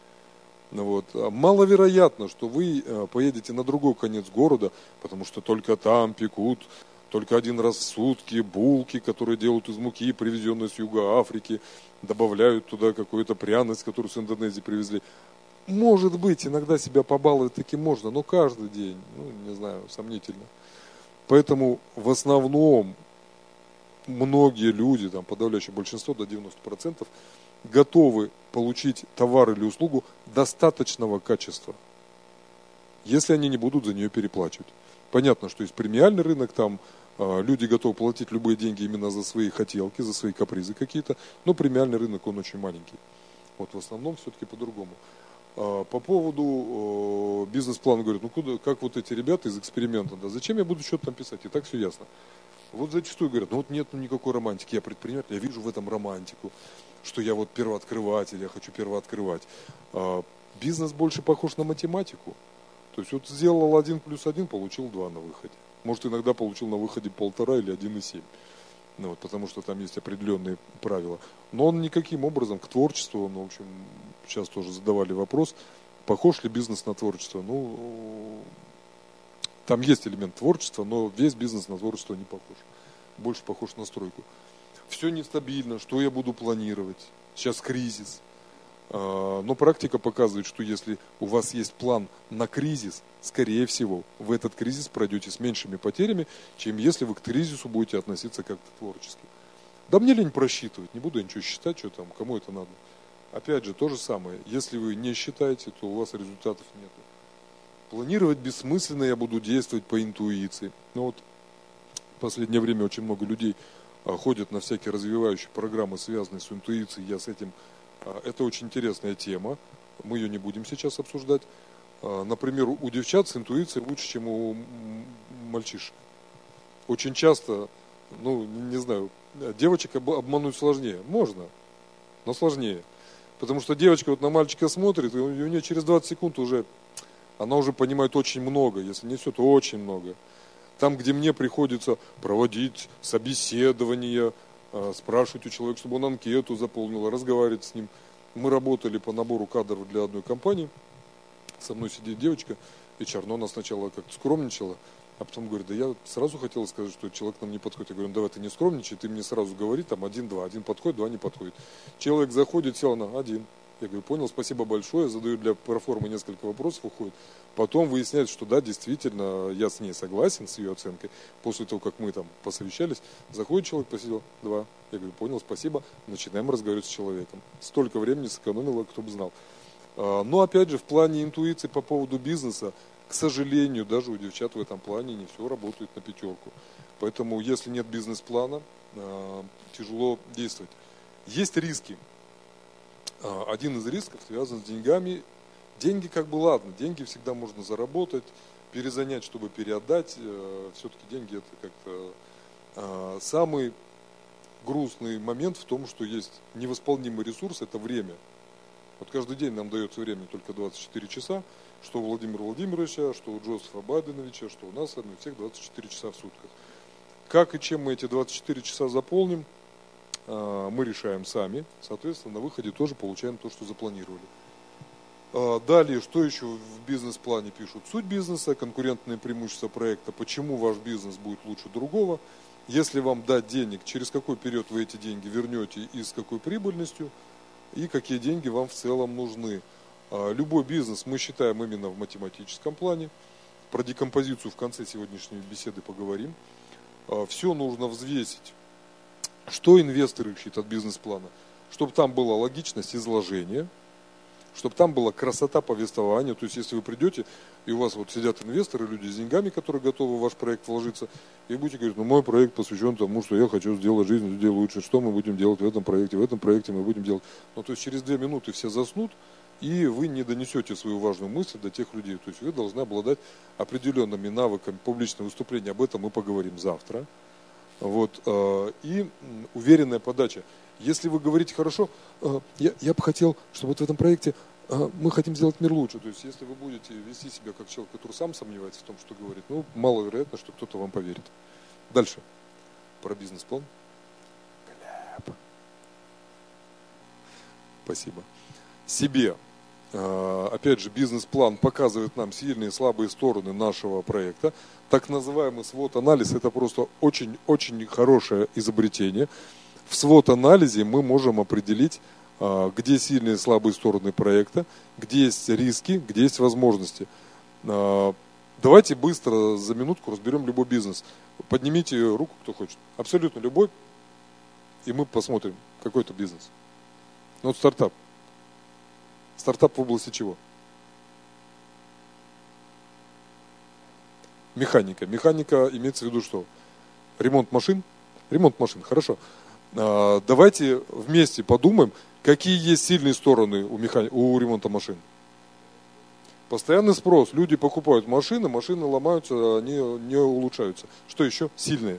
Вот. Маловероятно, что вы поедете на другой конец города, потому что только там пекут, только один раз в сутки булки, которые делают из муки, привезенной с юга Африки, добавляют туда какую-то пряность, которую с Индонезии привезли. Может быть, иногда себя побаловать таки можно, но каждый день, ну, не знаю, сомнительно. Поэтому в основном многие люди, там, подавляющее большинство, до 90%, готовы получить товар или услугу достаточного качества, если они не будут за нее переплачивать. Понятно, что есть премиальный рынок, там люди готовы платить любые деньги именно за свои хотелки, за свои капризы какие-то, но премиальный рынок, он очень маленький. Вот в основном все-таки по-другому. По поводу бизнес-плана говорят: ну куда, как вот эти ребята из эксперимента, да, зачем я буду что-то там писать, и так все ясно. Вот зачастую говорят: ну вот нет никакой романтики, я предприниматель, я вижу в этом романтику, что я вот первооткрыватель, я хочу первооткрывать. Бизнес больше похож на математику. То есть вот сделал 1 + 1, получил 2 на выходе. Может, иногда получил на выходе 1,5 или 1,7. Ну, вот, потому что там есть определенные правила. Но он никаким образом к творчеству, в общем, сейчас тоже задавали вопрос, похож ли бизнес на творчество. Ну, там есть элемент творчества, но весь бизнес на творчество не похож. Больше похож на стройку. Все нестабильно, что я буду планировать? Сейчас кризис. Но практика показывает, что если у вас есть план на кризис, скорее всего, в этот кризис пройдете с меньшими потерями, чем если вы к кризису будете относиться как-то творчески. Да мне лень просчитывать, не буду я ничего считать, что там, кому это надо. Опять же, то же самое. Если вы не считаете, то у вас результатов нет. Планировать бессмысленно, я буду действовать по интуиции. Но вот в последнее время очень много людей ходят на всякие развивающие программы, связанные с интуицией. Я с этим... Это очень интересная тема. Мы ее не будем сейчас обсуждать. Например, у девчат с интуицией лучше, чем у мальчишек. Очень часто, ну, не знаю, девочек обмануть сложнее. Можно, но сложнее. Потому что девочка вот на мальчика смотрит, и у нее через 20 секунд уже, она уже понимает очень много. Если не все, то очень много. Там, где мне приходится проводить собеседование, спрашивать у человека, чтобы он анкету заполнил, разговаривать с ним. Мы работали по набору кадров для одной компании. Со мной сидит девочка, HR, но она сначала как-то скромничала, а потом говорит: да я сразу хотела сказать, что человек нам не подходит. Я говорю: ну давай ты не скромничай, ты мне сразу говори, там 1-2, 1 подходит, 2 не подходит. Человек заходит, сел на 1. Я говорю: понял, спасибо большое, задаю для проформы несколько вопросов, уходит. Потом выясняется, что да, действительно, я с ней согласен, с ее оценкой. После того, как мы там посовещались, заходит человек, посидел 2. Я говорю: понял, спасибо, начинаем разговаривать с человеком. Столько времени сэкономило, кто бы знал. Но опять же, в плане интуиции по поводу бизнеса, к сожалению, даже у девчат в этом плане не все работает на пятерку. Поэтому, если нет бизнес-плана, тяжело действовать. Есть риски. Один из рисков связан с деньгами. Деньги как бы ладно, деньги всегда можно заработать, перезанять, чтобы переотдать. Все-таки деньги это как-то самый грустный момент в том, что есть невосполнимый ресурс, это время. Вот каждый день нам дается время только 24 часа, что у Владимира Владимировича, что у Джозефа Байденовича, что у нас, у всех 24 часа в сутках. Как и чем мы эти 24 часа заполним, мы решаем сами. Соответственно, на выходе тоже получаем то, что запланировали. Далее, что еще в бизнес-плане пишут? Суть бизнеса, конкурентные преимущества проекта, почему ваш бизнес будет лучше другого. Если вам дать денег, через какой период вы эти деньги вернете и с какой прибыльностью, и какие деньги вам в целом нужны. Любой бизнес мы считаем именно в математическом плане. Про декомпозицию в конце сегодняшней беседы поговорим. Все нужно взвесить. Что инвестор ищет от бизнес-плана? Чтобы там была логичность изложения, чтобы там была красота повествования. То есть, если вы придете, и у вас вот сидят инвесторы, люди с деньгами, которые готовы в ваш проект вложиться, и будете говорить, мой проект посвящен тому, что я хочу сделать жизнь людей лучше, что мы будем делать в этом проекте мы будем делать. То есть, через 2 минуты все заснут, и вы не донесете свою важную мысль до тех людей. То есть, вы должны обладать определенными навыками публичного выступления. Об этом мы поговорим завтра. И уверенная подача. Если вы говорите хорошо, я бы хотел, чтобы вот в этом проекте мы хотим сделать мир лучше. То есть, если вы будете вести себя как человек, который сам сомневается в том, что говорит, маловероятно, что кто-то вам поверит. Дальше. Про бизнес-план. Спасибо. Себе. Опять же, бизнес-план показывает нам сильные и слабые стороны нашего проекта. Так называемый свод-анализ – это просто очень-очень хорошее изобретение. В свод-анализе мы можем определить, где сильные и слабые стороны проекта, где есть риски, где есть возможности. Давайте быстро за минутку разберем любой бизнес. Поднимите руку, кто хочет. Абсолютно любой. И мы посмотрим, какой это бизнес. Стартап. Стартап в области чего? Механика. Механика имеется в виду что? Ремонт машин? Ремонт машин, хорошо. Давайте вместе подумаем, какие есть сильные стороны у ремонта машин. Постоянный спрос. Люди покупают машины ломаются, они не улучшаются. Что еще? Сильные.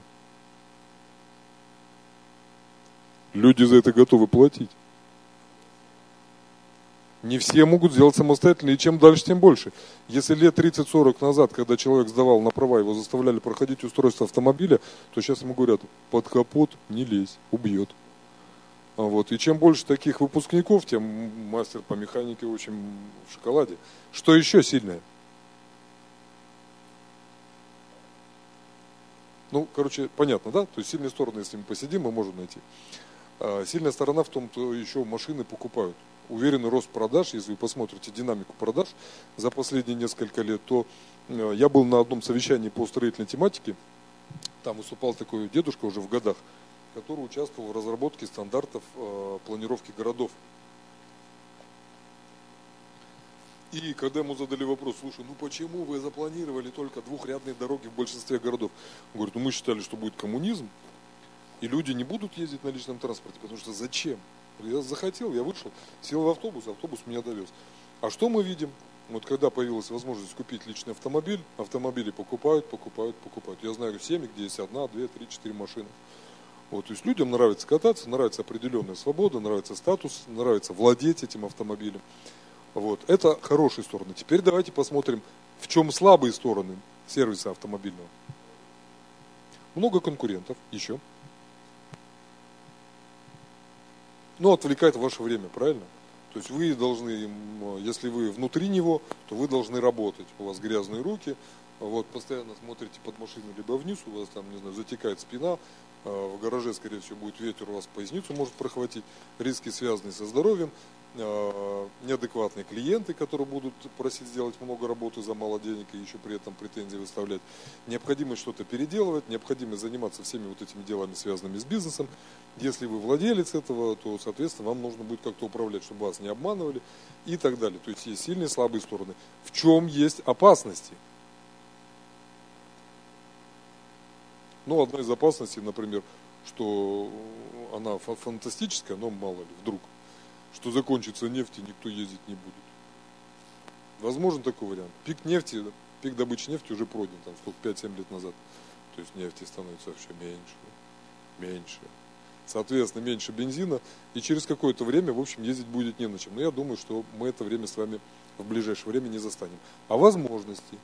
Люди за это готовы платить. Не все могут сделать самостоятельно, и чем дальше, тем больше. Если лет 30-40 назад, когда человек сдавал на права, его заставляли проходить устройство автомобиля, то сейчас ему говорят, под капот не лезь, убьет. И чем больше таких выпускников, тем мастер по механике очень в шоколаде. Что еще сильное? Понятно, да? То есть сильные стороны, если мы посидим, мы можем найти. Сильная сторона в том, что еще машины покупают. Уверенный рост продаж, если вы посмотрите динамику продаж за последние несколько лет, то я был на одном совещании по строительной тематике, там выступал такой дедушка уже в годах, который участвовал в разработке стандартов планировки городов. И когда ему задали вопрос, слушай, почему вы запланировали только двухрядные дороги в большинстве городов? Он говорит, мы считали, что будет коммунизм, и люди не будут ездить на личном транспорте, потому что зачем? Я захотел, я вышел, сел в автобус меня довез. А что мы видим? Когда появилась возможность купить личный автомобиль, автомобили покупают. Я знаю семьи, где есть 1, 2, 3, 4 машины. То есть людям нравится кататься, нравится определенная свобода, нравится статус, нравится владеть этим автомобилем. Это хорошие стороны. Теперь давайте посмотрим, в чем слабые стороны сервиса автомобильного. Много конкурентов, еще. Отвлекает ваше время, правильно? То есть вы должны, если вы внутри него, то вы должны работать. У вас грязные руки, постоянно смотрите под машину либо вниз, у вас там, затекает спина, в гараже, скорее всего, будет ветер, у вас поясницу может прохватить, риски, связанные со здоровьем, неадекватные клиенты, которые будут просить сделать много работы за мало денег и еще при этом претензии выставлять, необходимость что-то переделывать, необходимость заниматься всеми этими делами, связанными с бизнесом. Если вы владелец этого, то, соответственно, вам нужно будет как-то управлять, чтобы вас не обманывали и так далее. То есть есть сильные и слабые стороны. В чем есть опасности? Одна из опасностей, например, что она фантастическая, но мало ли, вдруг, что закончится нефть и никто ездить не будет. Возможен такой вариант. Пик добычи нефти уже пройден, 5-7 лет назад. То есть нефти становится все меньше. Соответственно, меньше бензина, и через какое-то время, ездить будет не на чем. Но я думаю, что мы это время с вами в ближайшее время не застанем. А возможности?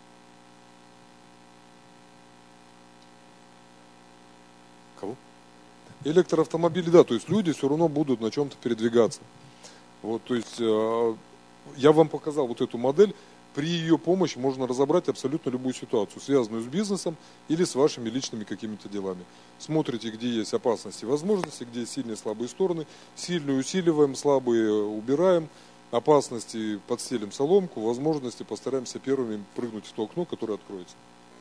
Кого? Электроавтомобили, да, то есть люди все равно будут на чем-то передвигаться. То есть я вам показал эту модель, при ее помощи можно разобрать абсолютно любую ситуацию, связанную с бизнесом или с вашими личными какими-то делами. Смотрите, где есть опасности и возможности, где есть сильные и слабые стороны, сильные усиливаем, слабые убираем, опасности подстелим соломку, возможности постараемся первыми прыгнуть в то окно, которое откроется.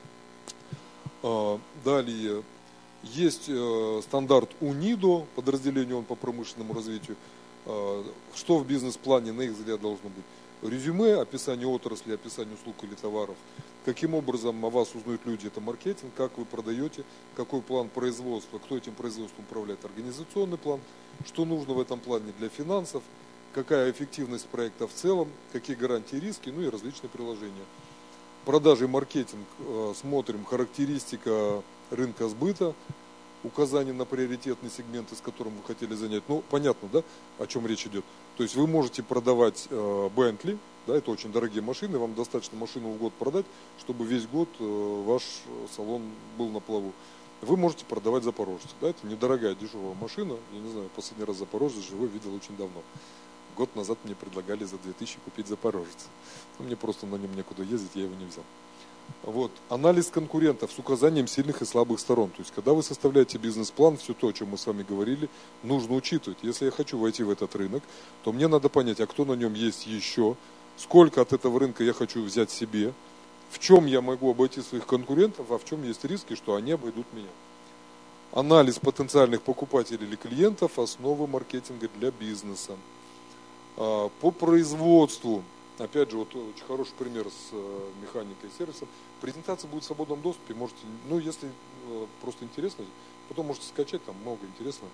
Далее, есть стандарт УНИДО, подразделение по промышленному развитию. Что в бизнес-плане, на их взгляд, должно быть? Резюме, описание отрасли, описание услуг или товаров. Каким образом о вас узнают люди, это маркетинг, как вы продаете, какой план производства, кто этим производством управляет, организационный план, что нужно в этом плане для финансов, какая эффективность проекта в целом, какие гарантии и риски, ну и различные приложения. Продажи и маркетинг смотрим, характеристика рынка сбыта, указание на приоритетные сегменты, с которым вы хотели занять. Ну, понятно, да, о чем речь идет. То есть вы можете продавать Bentley, да, это очень дорогие машины, вам достаточно машину в год продать, чтобы весь год ваш салон был на плаву. Вы можете продавать Запорожец, да, это недорогая дешевая машина, я не знаю, последний раз Запорожец живой видел очень давно. Год назад мне предлагали за 2000 купить Запорожец. Но мне просто на нем некуда ездить, я его не взял. Вот. Анализ конкурентов с указанием сильных и слабых сторон. То есть, когда вы составляете бизнес-план, все то, о чем мы с вами говорили, нужно учитывать. Если я хочу войти в этот рынок, то мне надо понять, а кто на нем есть еще, сколько от этого рынка я хочу взять себе, в чем я могу обойти своих конкурентов, а в чем есть риски, что они обойдут меня. Анализ потенциальных покупателей или клиентов – основы маркетинга для бизнеса. По производству. Опять же, вот очень хороший пример с механикой и сервисом. Презентация будет в свободном доступе. Можете, ну, если просто интересно, потом можете скачать, там много интересного.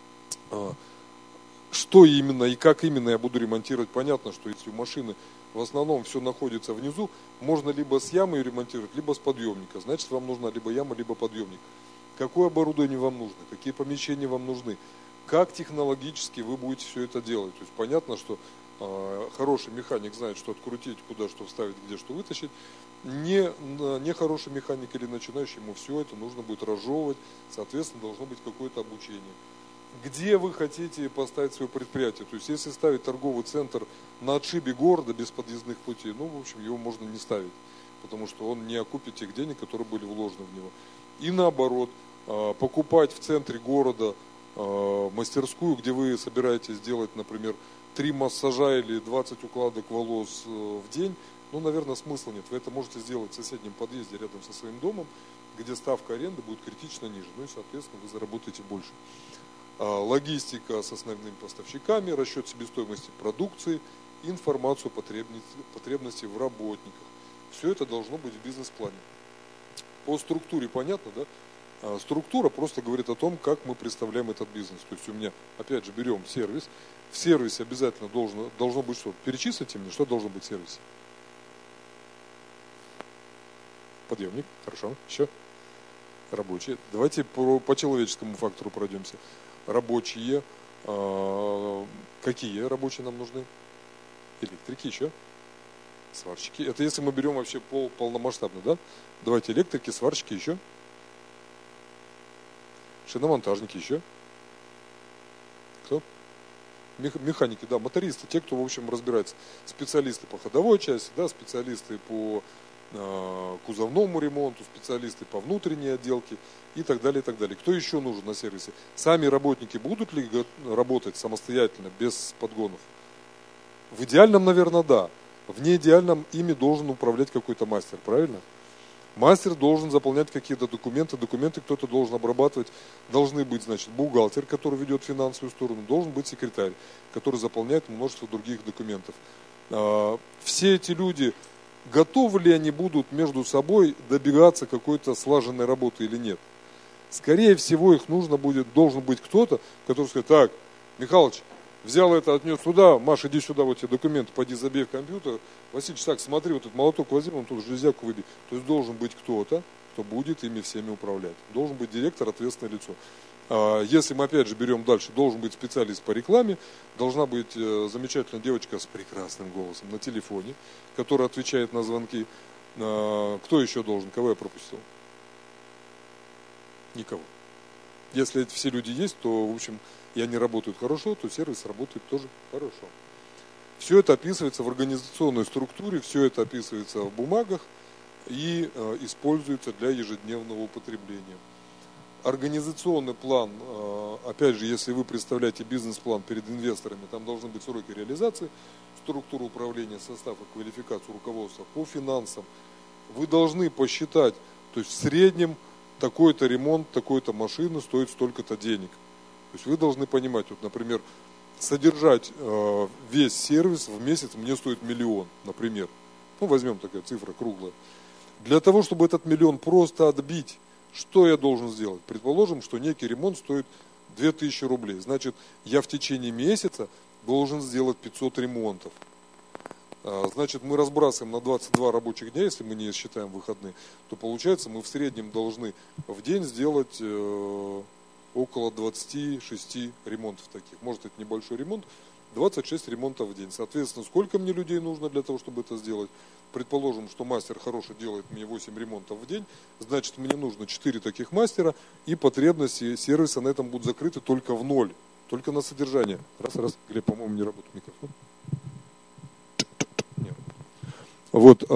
Что именно и как именно я буду ремонтировать, понятно, что если у машины в основном все находится внизу, можно либо с ямы ее ремонтировать, либо с подъемника. Значит, вам нужна либо яма, либо подъемник. Какое оборудование вам нужно, какие помещения вам нужны, как технологически вы будете все это делать. То есть понятно, что хороший механик знает, что открутить, куда что вставить, где что вытащить. Не хороший механик или начинающий, ему все это нужно будет разжевывать, соответственно, должно быть какое-то обучение. Где вы хотите поставить свое предприятие? То есть, если ставить торговый центр на отшибе города без подъездных путей, ну, в общем, его можно не ставить, потому что он не окупит тех денег, которые были вложены в него. И наоборот, покупать в центре города мастерскую, где вы собираетесь сделать, например, 3 массажа или 20 укладок волос в день, ну, наверное, смысла нет. Вы это можете сделать в соседнем подъезде рядом со своим домом, где ставка аренды будет критично ниже. Ну и, соответственно, вы заработаете больше. Логистика с основными поставщиками, расчет себестоимости продукции, информацию о потребности в работниках. Все это должно быть в бизнес-плане. По структуре понятно, да? Структура просто говорит о том, как мы представляем этот бизнес. То есть у меня, опять же, берем сервис. В сервисе обязательно должно быть что? Перечислите мне, что должно быть в сервисе. Подъемник, хорошо. Еще. Рабочие. Давайте по человеческому фактору пройдемся. Рабочие. Какие рабочие нам нужны? Электрики еще. Сварщики. Это если мы берем вообще полномасштабно, да? Давайте электрики, сварщики еще. Шиномонтажники еще. Кто? Механики, да, мотористы, те, кто, в общем, разбирается. Специалисты по ходовой части, да, специалисты по кузовному ремонту, специалисты по внутренней отделке и так далее, и так далее. Кто еще нужен на сервисе? Сами работники будут ли работать самостоятельно, без подгонов? В идеальном, наверное, да. В неидеальном ими должен управлять какой-то мастер, правильно? Мастер должен заполнять какие-то документы кто-то должен обрабатывать. Должны быть, значит, бухгалтер, который ведет финансовую сторону, должен быть секретарь, который заполняет множество других документов. Все эти люди, готовы ли они будут между собой добиваться какой-то слаженной работы или нет? Скорее всего, должен быть кто-то, который скажет: так, Михалыч, взял это, отнес сюда, Маша, иди сюда, вот тебе документы, пойди забей в компьютер. Васильевич, так, смотри, вот этот молоток возьми, вон тут железяку выбей. То есть должен быть кто-то, кто будет ими всеми управлять. Должен быть директор, ответственное лицо. Если мы опять же берем дальше, должен быть специалист по рекламе, должна быть замечательная девочка с прекрасным голосом на телефоне, которая отвечает на звонки. Кто еще должен? Кого я пропустил? Никого. Если эти все люди есть, то, в общем, и они работают хорошо, то сервис работает тоже хорошо. Все это описывается в организационной структуре, все это описывается в бумагах и используется для ежедневного употребления. Организационный план, опять же, если вы представляете бизнес-план перед инвесторами, там должны быть сроки реализации, структура управления, состав и квалификацию руководства по финансам. Вы должны посчитать, то есть в среднем такой-то ремонт, такой-то машины стоит столько-то денег. То есть вы должны понимать, вот, например, содержать весь сервис в месяц мне стоит 1 миллион, например. Ну, возьмем такая цифра круглая. Для того, чтобы этот 1 миллион просто отбить, что я должен сделать? Предположим, что некий ремонт стоит 2000 рублей. Значит, я в течение месяца должен сделать 500 ремонтов. Значит, мы разбрасываем на 22 рабочих дня, если мы не считаем выходные, то получается, мы в среднем должны в день сделать около 26 ремонтов таких. Может, это небольшой ремонт, 26 ремонтов в день. Соответственно, сколько мне людей нужно для того, чтобы это сделать? Предположим, что мастер хороший делает мне 8 ремонтов в день, значит, мне нужно 4 таких мастера, и потребности сервиса на этом будут закрыты только в ноль, только на содержание. Раз, Глеб, по-моему, не работает микрофон. Нет. Вот,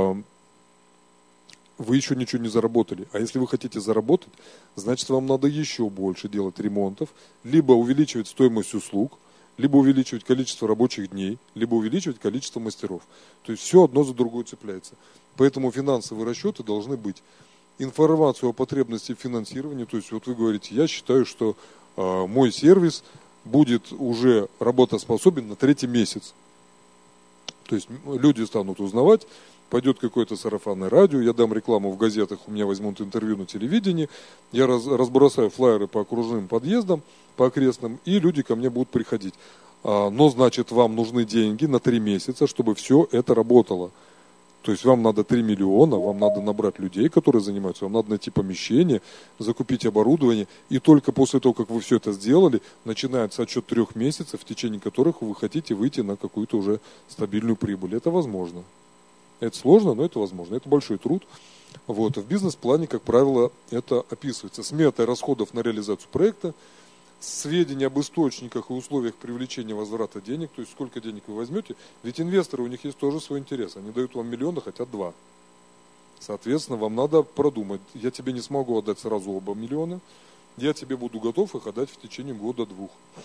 вы еще ничего не заработали. А если вы хотите заработать, значит, вам надо еще больше делать ремонтов, либо увеличивать стоимость услуг, либо увеличивать количество рабочих дней, либо увеличивать количество мастеров. То есть все одно за другое цепляется. Поэтому финансовые расчеты должны быть. Информацию о потребности финансирования, то есть вот вы говорите, я считаю, что мой сервис будет уже работоспособен на 3-й месяц. То есть люди станут узнавать, пойдет какое-то сарафанное радио, я дам рекламу в газетах, у меня возьмут интервью на телевидении, я разбросаю флаеры по окружным подъездам, по окрестным, и люди ко мне будут приходить. Но, значит, вам нужны деньги на 3 месяца, чтобы все это работало. То есть вам надо 3 миллиона, вам надо набрать людей, которые занимаются, вам надо найти помещение, закупить оборудование, и только после того, как вы все это сделали, начинается отсчет 3 месяцев, в течение которых вы хотите выйти на какую-то уже стабильную прибыль. Это возможно. Это сложно, но это возможно. Это большой труд. Вот. В бизнес-плане, как правило, это описывается. Смета расходов на реализацию проекта, сведения об источниках и условиях привлечения возврата денег, то есть сколько денег вы возьмете. Ведь инвесторы, у них есть тоже свой интерес. Они дают вам миллион, хотят 2. Соответственно, вам надо продумать. Я тебе не смогу отдать сразу оба миллиона. Я тебе буду готов их отдать в течение года-2.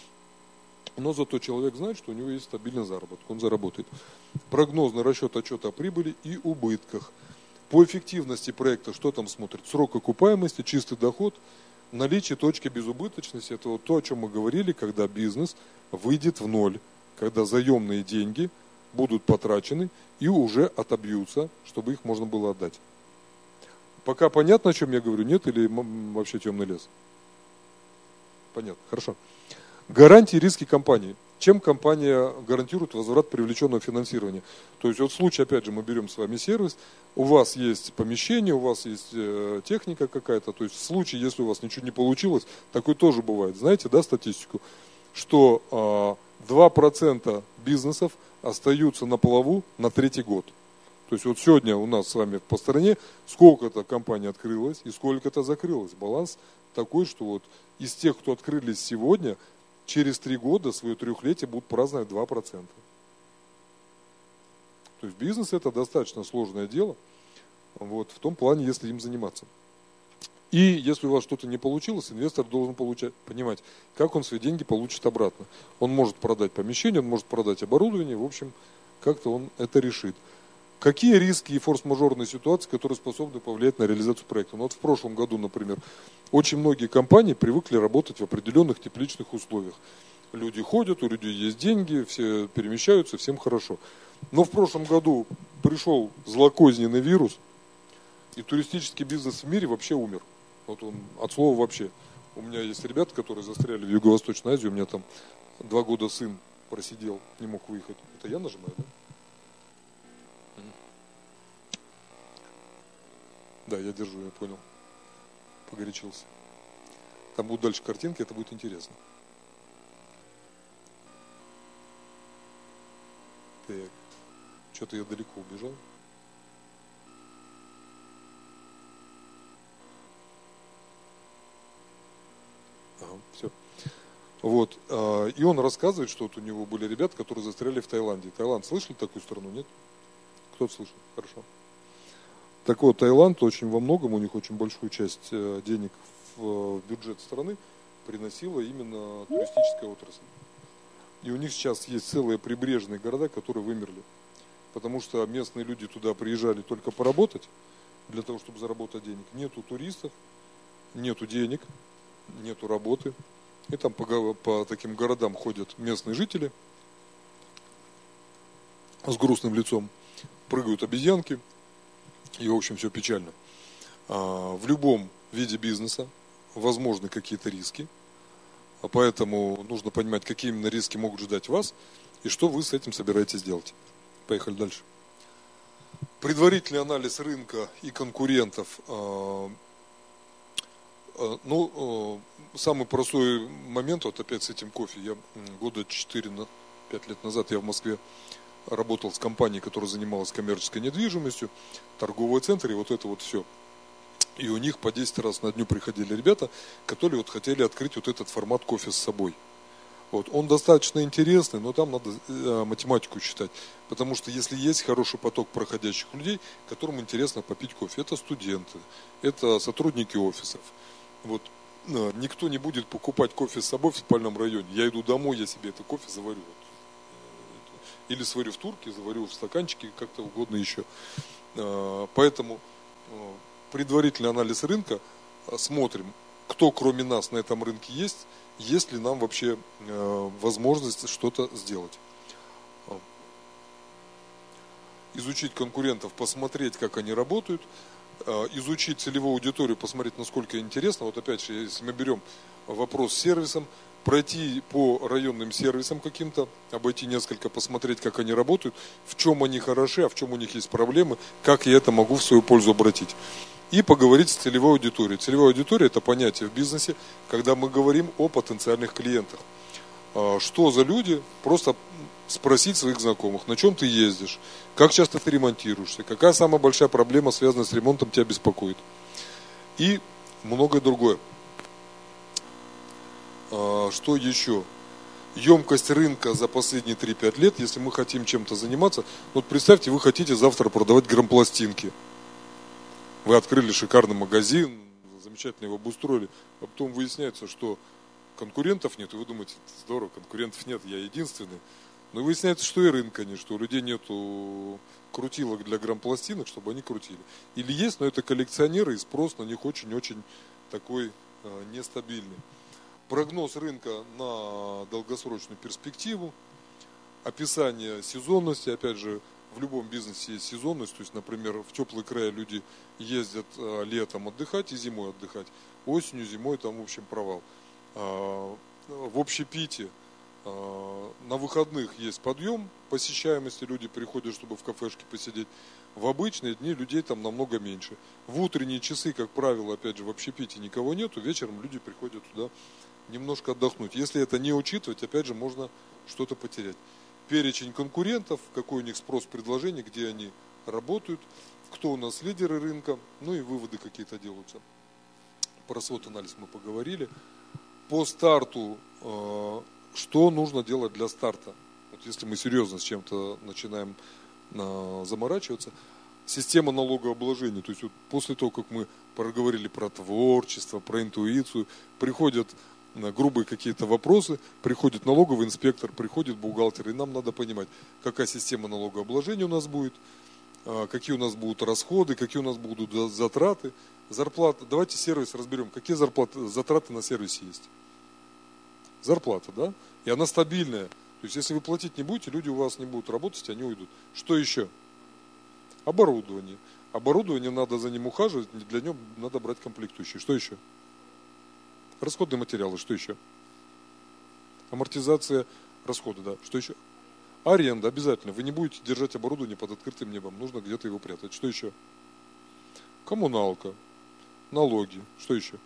Но зато человек знает, что у него есть стабильный заработок, он заработает. Прогнозный расчет отчета о прибыли и убытках. По эффективности проекта что там смотрит? Срок окупаемости, чистый доход, наличие точки безубыточности. Это вот то, о чем мы говорили, когда бизнес выйдет в ноль, когда заемные деньги будут потрачены и уже отобьются, чтобы их можно было отдать. Пока понятно, о чем я говорю, нет, или вообще темный лес? Понятно, хорошо. Гарантии и риски компании. Чем компания гарантирует возврат привлеченного финансирования? То есть вот в случае, опять же, мы берем с вами сервис, у вас есть помещение, у вас есть техника какая-то, то есть в случае, если у вас ничего не получилось, такое тоже бывает. Знаете, да, статистику, что 2% бизнесов остаются на плаву на 3-й год. То есть вот сегодня у нас с вами по стране сколько-то компаний открылось и сколько-то закрылось. Баланс такой, что вот из тех, кто открылись сегодня, через 3 года свое 3-летие будут праздновать 2%. То есть бизнес это достаточно сложное дело, вот, в том плане, если им заниматься. И если у вас что-то не получилось, инвестор должен понимать, как он свои деньги получит обратно. Он может продать помещение, он может продать оборудование, в общем, как-то он это решит. Какие риски и форс-мажорные ситуации, которые способны повлиять на реализацию проекта? Ну, вот в прошлом году, например, очень многие компании привыкли работать в определенных тепличных условиях. Люди ходят, у людей есть деньги, все перемещаются, всем хорошо. Но в прошлом году пришел злокозненный вирус, и туристический бизнес в мире вообще умер. Вот он от слова вообще. У меня есть ребята, которые застряли в Юго-Восточной Азии, у меня там 2 года сын просидел, не мог выехать. Это я нажимаю, да? Да, я держу, я понял. Погорячился. Там будут дальше картинки, это будет интересно. Так. Что-то я далеко убежал. Ага, все. Вот. И он рассказывает, что вот у него были ребята, которые застряли в Таиланде. Таиланд, слышали такую страну, нет? Кто-то слышал? Хорошо. Так вот, Таиланд очень во многом, у них очень большую часть денег в бюджет страны приносила именно туристическая отрасль. И у них сейчас есть целые прибрежные города, которые вымерли. Потому что местные люди туда приезжали только поработать, для того, чтобы заработать денег. Нету туристов, нету денег, нету работы. И там по таким городам ходят местные жители с грустным лицом. Прыгают обезьянки. И, в общем, все печально. В любом виде бизнеса возможны какие-то риски. Поэтому нужно понимать, какие именно риски могут ждать вас и что вы с этим собираетесь делать. Поехали дальше. Предварительный анализ рынка и конкурентов. Самый простой момент, вот опять с этим кофе. Я года 4-5 лет назад я в Москве работал с компанией, которая занималась коммерческой недвижимостью, торговый центр и вот это вот все. И у них по 10 раз на дню приходили ребята, которые вот хотели открыть вот этот формат кофе с собой. Вот. Он достаточно интересный, но там надо математику считать. Потому что если есть хороший поток проходящих людей, которым интересно попить кофе, это студенты, это сотрудники офисов. Вот. Никто не будет покупать кофе с собой в спальном районе. Я иду домой, я себе это кофе заварю. Или сварю в турке, заварю в стаканчике, как-то угодно еще. Поэтому предварительный анализ рынка, смотрим, кто кроме нас на этом рынке есть ли нам вообще возможность что-то сделать. Изучить конкурентов, посмотреть, как они работают, изучить целевую аудиторию, посмотреть, насколько интересно. Вот опять же, если мы берем вопрос с сервисом, пройти по районным сервисам каким-то, обойти несколько, посмотреть, как они работают, в чем они хороши, а в чем у них есть проблемы, как я это могу в свою пользу обратить. И поговорить с целевой аудиторией. Целевая аудитория – это понятие в бизнесе, когда мы говорим о потенциальных клиентах. Что за люди? Просто спросить своих знакомых, на чем ты ездишь, как часто ты ремонтируешься, какая самая большая проблема, связанная с ремонтом, тебя беспокоит. И многое другое. Что еще? Емкость рынка за последние 3-5 лет, если мы хотим чем-то заниматься. Вот представьте, вы хотите завтра продавать грампластинки. Вы открыли шикарный магазин, замечательно его обустроили, а потом выясняется, что конкурентов нет, и вы думаете, здорово, конкурентов нет, я единственный. Но выясняется, что и рынка нет, что у людей нету крутилок для грампластинок, чтобы они крутили. Или есть, но это коллекционеры, и спрос на них очень-очень такой нестабильный. Прогноз рынка на долгосрочную перспективу, описание сезонности, опять же, в любом бизнесе есть сезонность, то есть, например, в теплые края люди ездят летом отдыхать и зимой отдыхать, осенью, зимой там, в общем, провал. В общепите на выходных есть подъем посещаемости, люди приходят, чтобы в кафешке посидеть. В обычные дни людей там намного меньше. В утренние часы, как правило, опять же, в общепите никого нету, вечером люди приходят туда немножко отдохнуть. Если это не учитывать, опять же, можно что-то потерять. Перечень конкурентов, какой у них спрос, предложение, где они работают, кто у нас лидеры рынка, ну и выводы какие-то делаются. Про свот-анализ мы поговорили. По старту, что нужно делать для старта? Вот если мы серьезно с чем-то начинаем заморачиваться, система налогообложения. То есть вот после того, как мы проговорили про творчество, про интуицию, приходят грубые какие-то вопросы, приходит налоговый инспектор, приходит бухгалтер, и нам надо понимать, какая система налогообложения у нас будет, какие у нас будут расходы, какие у нас будут затраты, зарплата. Давайте сервис разберем, какие затраты на сервисе есть. Зарплата, да? И она стабильная. То есть, если вы платить не будете, люди у вас не будут работать, они уйдут. Что еще? Оборудование. Оборудование, надо за ним ухаживать, для него надо брать комплектующие. Что еще? Расходные материалы, что еще? Амортизация расхода, да. Что еще? Аренда, обязательно. Вы не будете держать оборудование под открытым небом. Нужно где-то его прятать. Что еще? Коммуналка, налоги. Что еще?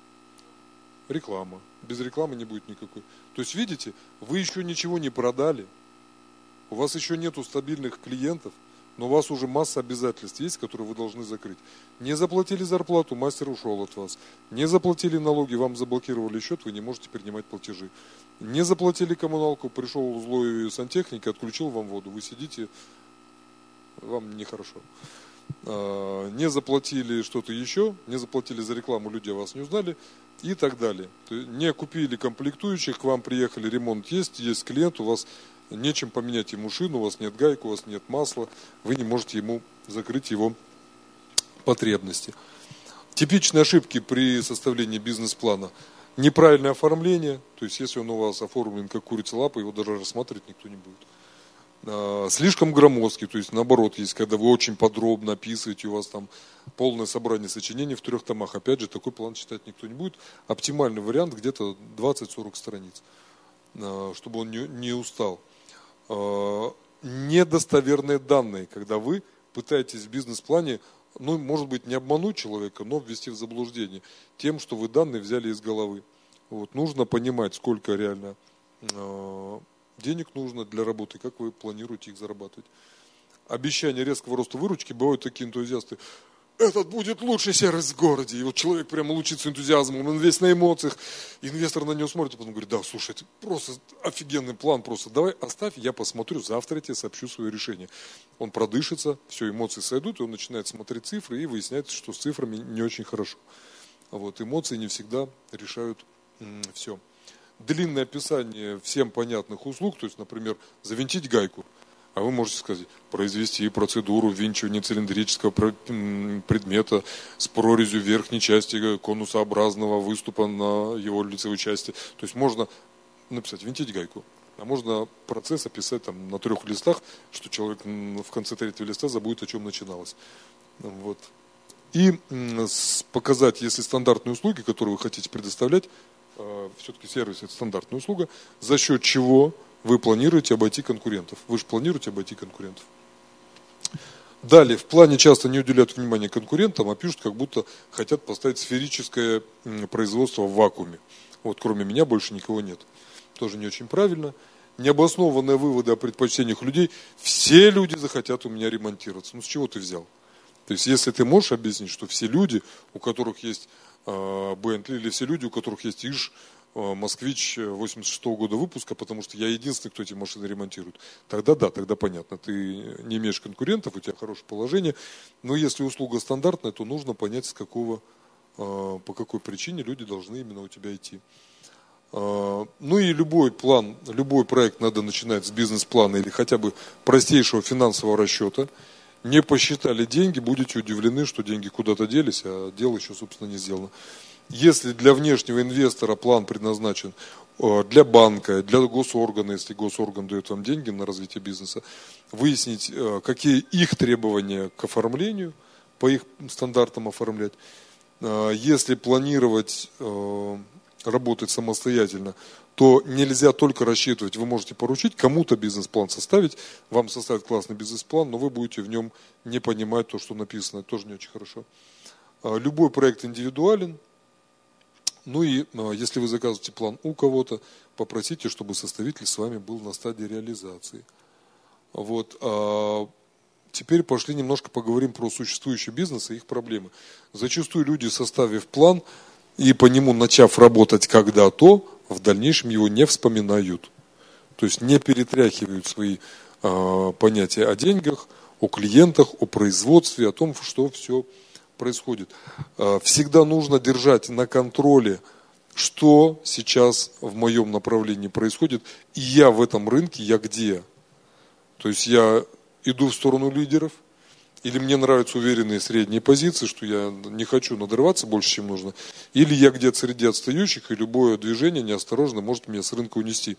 Реклама. Без рекламы не будет никакой. То есть, видите, вы еще ничего не продали. У вас еще нету стабильных клиентов. Но у вас уже масса обязательств есть, которые вы должны закрыть. Не заплатили зарплату, мастер ушел от вас. Не заплатили налоги, вам заблокировали счет, вы не можете принимать платежи. Не заплатили коммуналку, пришел злой сантехник, отключил вам воду. Вы сидите, вам нехорошо. Не заплатили что-то еще, не заплатили за рекламу, люди о вас не узнали. и так далее. То есть не купили комплектующих, к вам приехали, ремонт есть клиент, у вас нечем поменять ему шину, у вас нет гайки, у вас нет масла, вы не можете ему закрыть его потребности. Типичные ошибки при составлении бизнес-плана. Неправильное оформление, то есть если он у вас оформлен как курица лапа, его даже рассматривать никто не будет. Слишком громоздкий, то есть наоборот, есть, когда вы очень подробно описываете, у вас там полное собрание сочинений в 3 томах, опять же, такой план читать никто не будет. Оптимальный вариант где-то 20-40 страниц, чтобы он не устал. Недостоверные данные, когда вы пытаетесь в бизнес-плане, ну, может быть, не обмануть человека, но ввести в заблуждение тем, что вы данные взяли из головы. Вот. Нужно понимать, сколько реально денег нужно для работы, как вы планируете их зарабатывать. Обещание резкого роста выручки, бывают такие энтузиасты: этот будет лучший сервис в городе. И вот человек прямо лучится энтузиазмом, он весь на эмоциях. Инвестор на него смотрит, а потом говорит: да, слушай, это просто офигенный план, просто давай оставь, я посмотрю, завтра я тебе сообщу свое решение. Он продышится, все, эмоции сойдут, и он начинает смотреть цифры, и выясняется, что с цифрами не очень хорошо. Вот, эмоции не всегда решают все. Длинное описание всем понятных услуг, то есть, например, завинтить гайку. А вы можете сказать: произвести процедуру ввинчивания цилиндрического предмета с прорезью верхней части конусообразного выступа на его лицевой части. То есть можно написать винтить гайку, а можно процесс описать там на 3 листах, что человек в конце 3-го листа забудет, о чем начиналось. Вот. И показать, если стандартные услуги, которые вы хотите предоставлять, все-таки сервис — это стандартная услуга, за счет чего вы планируете обойти конкурентов. Вы же планируете обойти конкурентов. Далее, в плане часто не уделяют внимания конкурентам, а пишут, как будто хотят поставить сферическое производство в вакууме. Вот кроме меня больше никого нет. Тоже не очень правильно. Необоснованные выводы о предпочтениях людей. Все люди захотят у меня ремонтироваться. Ну с чего ты взял? То есть если ты можешь объяснить, что все люди, у которых есть Бентли, или все люди, у которых есть Иж, Москвич 86-го года выпуска, потому что я единственный, кто эти машины ремонтирует. Тогда да, тогда понятно. Ты не имеешь конкурентов, у тебя хорошее положение. Но если услуга стандартная, то нужно понять, по какой причине люди должны именно у тебя идти. Ну и любой план, любой проект надо начинать с бизнес-плана или хотя бы простейшего финансового расчета. Не посчитали деньги, будете удивлены, что деньги куда-то делись, а дело еще, собственно, не сделано. Если для внешнего инвестора план предназначен для банка, для госоргана, если госорган дает вам деньги на развитие бизнеса, выяснить, какие их требования к оформлению, по их стандартам оформлять. Если планировать работать самостоятельно, то нельзя только рассчитывать, вы можете поручить кому-то бизнес-план составить, вам составят классный бизнес-план, но вы будете в нем не понимать то, что написано, это тоже не очень хорошо. Любой проект индивидуален. Ну и если вы заказываете план у кого-то, попросите, чтобы составитель с вами был на стадии реализации. Вот. Теперь пошли немножко поговорим про существующий бизнес и их проблемы. Зачастую люди, составив план и по нему начав работать когда-то, в дальнейшем его не вспоминают. То есть не перетряхивают свои понятия о деньгах, о клиентах, о производстве, о том, что все происходит. Всегда нужно держать на контроле, что сейчас в моем направлении происходит, и я в этом рынке, я где? То есть я иду в сторону лидеров, или мне нравятся уверенные средние позиции, что я не хочу надрываться больше, чем нужно, или я где-то среди отстающих, и любое движение неосторожно может меня с рынка унести.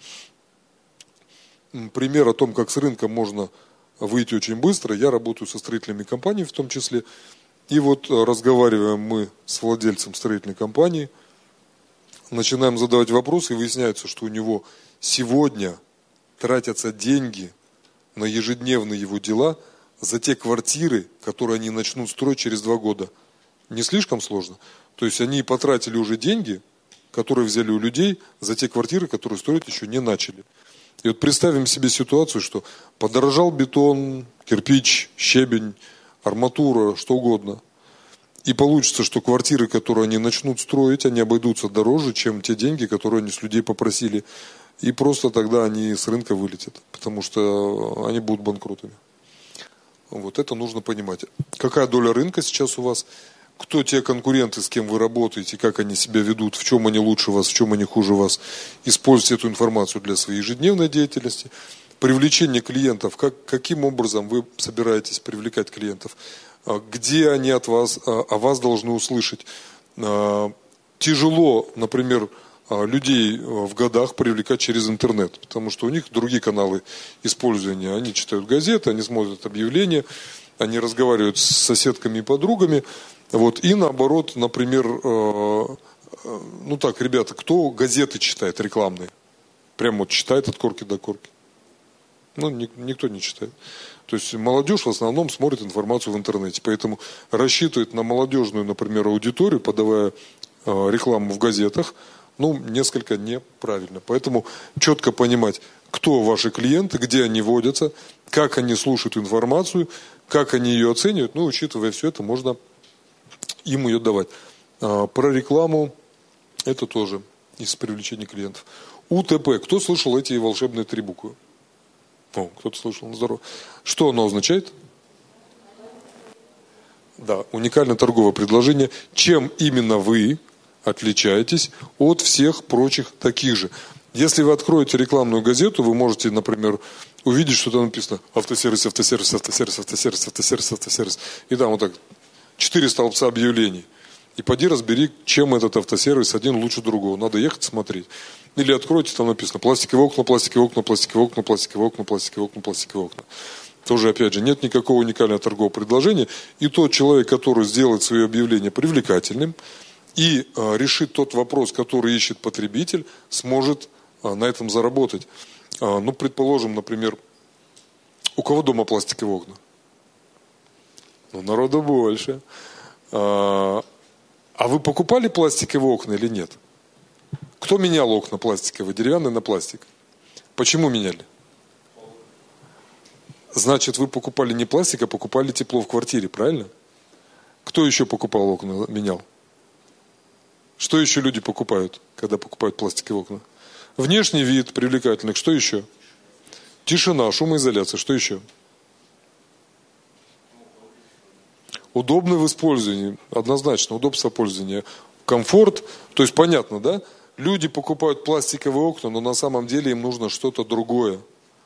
Пример о том, как с рынка можно выйти очень быстро. Я работаю со строительными компаниями в том числе. И вот разговариваем мы с владельцем строительной компании, начинаем задавать вопросы, и выясняется, что у него сегодня тратятся деньги на ежедневные его дела за те квартиры, которые они начнут строить через 2 года. Не слишком сложно? То есть они потратили уже деньги, которые взяли у людей, за те квартиры, которые строить еще не начали. И вот представим себе ситуацию, что подорожал бетон, кирпич, щебень, арматура, что угодно. И получится, что квартиры, которые они начнут строить, они обойдутся дороже, чем те деньги, которые они с людей попросили. И просто тогда они с рынка вылетят, потому что они будут банкротами. Вот это нужно понимать. Какая доля рынка сейчас у вас? кто те конкуренты, с кем вы работаете, как они себя ведут, в чем они лучше вас, в чем они хуже вас. Используйте эту информацию для своей ежедневной деятельности. Привлечение клиентов, каким образом вы собираетесь привлекать клиентов, где они от вас, о вас должны услышать. Тяжело, например, людей в годах привлекать через интернет, потому что у них другие каналы использования. Они читают газеты, они смотрят объявления, они разговаривают с соседками и подругами. Вот. И наоборот, например, ребята, кто газеты читает рекламные? Прямо вот читает от корки до корки. Никто не читает. То есть молодежь в основном смотрит информацию в интернете. Поэтому рассчитывает на молодежную, например, аудиторию, подавая рекламу в газетах, несколько неправильно. Поэтому четко понимать, кто ваши клиенты, где они водятся, как они слушают информацию, как они ее оценивают. Учитывая все это, можно им ее давать. Про рекламу это тоже из привлечения клиентов. УТП. Кто слышал эти волшебные 3 буквы? Кто-то слышал. Здорово. Что оно означает? Да, уникальное торговое предложение. Чем именно вы отличаетесь от всех прочих таких же? Если вы откроете рекламную газету, вы можете, например, увидеть, что там написано автосервис, автосервис, автосервис, автосервис, автосервис, автосервис. И там вот так 4 столбца объявлений. И поди разбери, чем этот автосервис один лучше другого. Надо ехать смотреть. Или откройте, там написано пластиковые окна, пластиковые окна, пластиковые окна, пластиковые окна, пластиковые окна, пластиковые окна. Тоже, опять же, нет никакого уникального торгового предложения. И тот человек, который сделает свое объявление привлекательным и решит тот вопрос, который ищет потребитель, сможет на этом заработать. Предположим, например, у кого дома пластиковые окна? Народу больше. А вы покупали пластиковые окна или нет? Кто менял окна пластиковые, деревянные на пластик? Почему меняли? Значит, вы покупали не пластик, а покупали тепло в квартире, правильно? Кто еще покупал окна, менял? Что еще люди покупают, когда покупают пластиковые окна? Внешний вид привлекательных. Что еще? Тишина, шумоизоляция. Что еще? Удобно в использовании. Однозначно, удобство пользования. Комфорт. То есть понятно, да? Люди покупают пластиковые окна, но на самом деле им нужно что-то другое.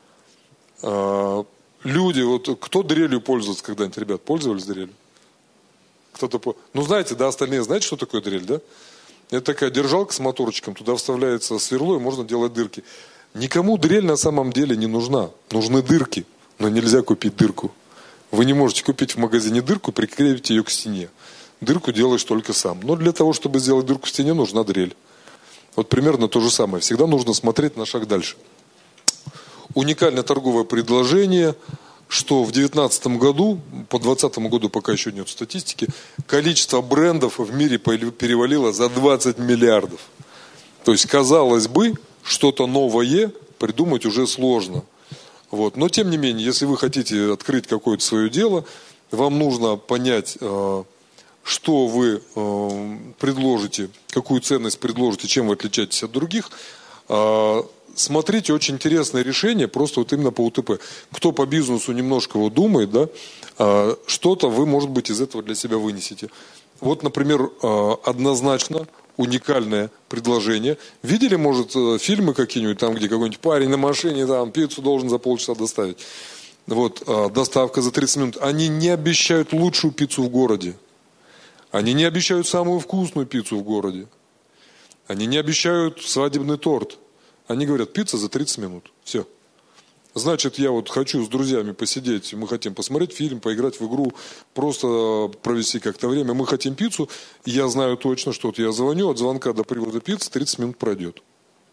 Люди, кто дрелью пользуется когда-нибудь, ребят, пользовались дрелью? Кто-то, знаете, да, остальные знаете, что такое дрель, да? Это такая держалка с моторчиком, туда вставляется сверло и можно делать дырки. Никому дрель на самом деле не нужна. Нужны дырки, но нельзя купить дырку. Вы не можете купить в магазине дырку, прикрепить ее к стене. Дырку делаешь только сам. Но для того, чтобы сделать дырку в стене, нужна дрель. Вот примерно то же самое. Всегда нужно смотреть на шаг дальше. Уникальное торговое предложение, что в 2019 году, по 2020 году пока еще нет статистики, количество брендов в мире перевалило за 20 миллиардов. То есть, казалось бы, что-то новое придумать уже сложно. Но тем не менее, если вы хотите открыть какое-то свое дело, вам нужно понять, что вы предложите, какую ценность предложите, чем вы отличаетесь от других. Смотрите, очень интересное решение, просто именно по УТП. Кто по бизнесу немножко думает, да, что-то вы, может быть, из этого для себя вынесете. Например, однозначно уникальное предложение. Видели, может, фильмы какие-нибудь, там, где какой-нибудь парень на машине там пиццу должен за полчаса доставить. Доставка за 30 минут. Они не обещают лучшую пиццу в городе. Они не обещают самую вкусную пиццу в городе. Они не обещают свадебный торт. Они говорят, пицца за 30 минут. Все. Значит, я хочу с друзьями посидеть, мы хотим посмотреть фильм, поиграть в игру, просто провести как-то время. Мы хотим пиццу, и я знаю точно, что я звоню, от звонка до привода пиццы 30 минут пройдет.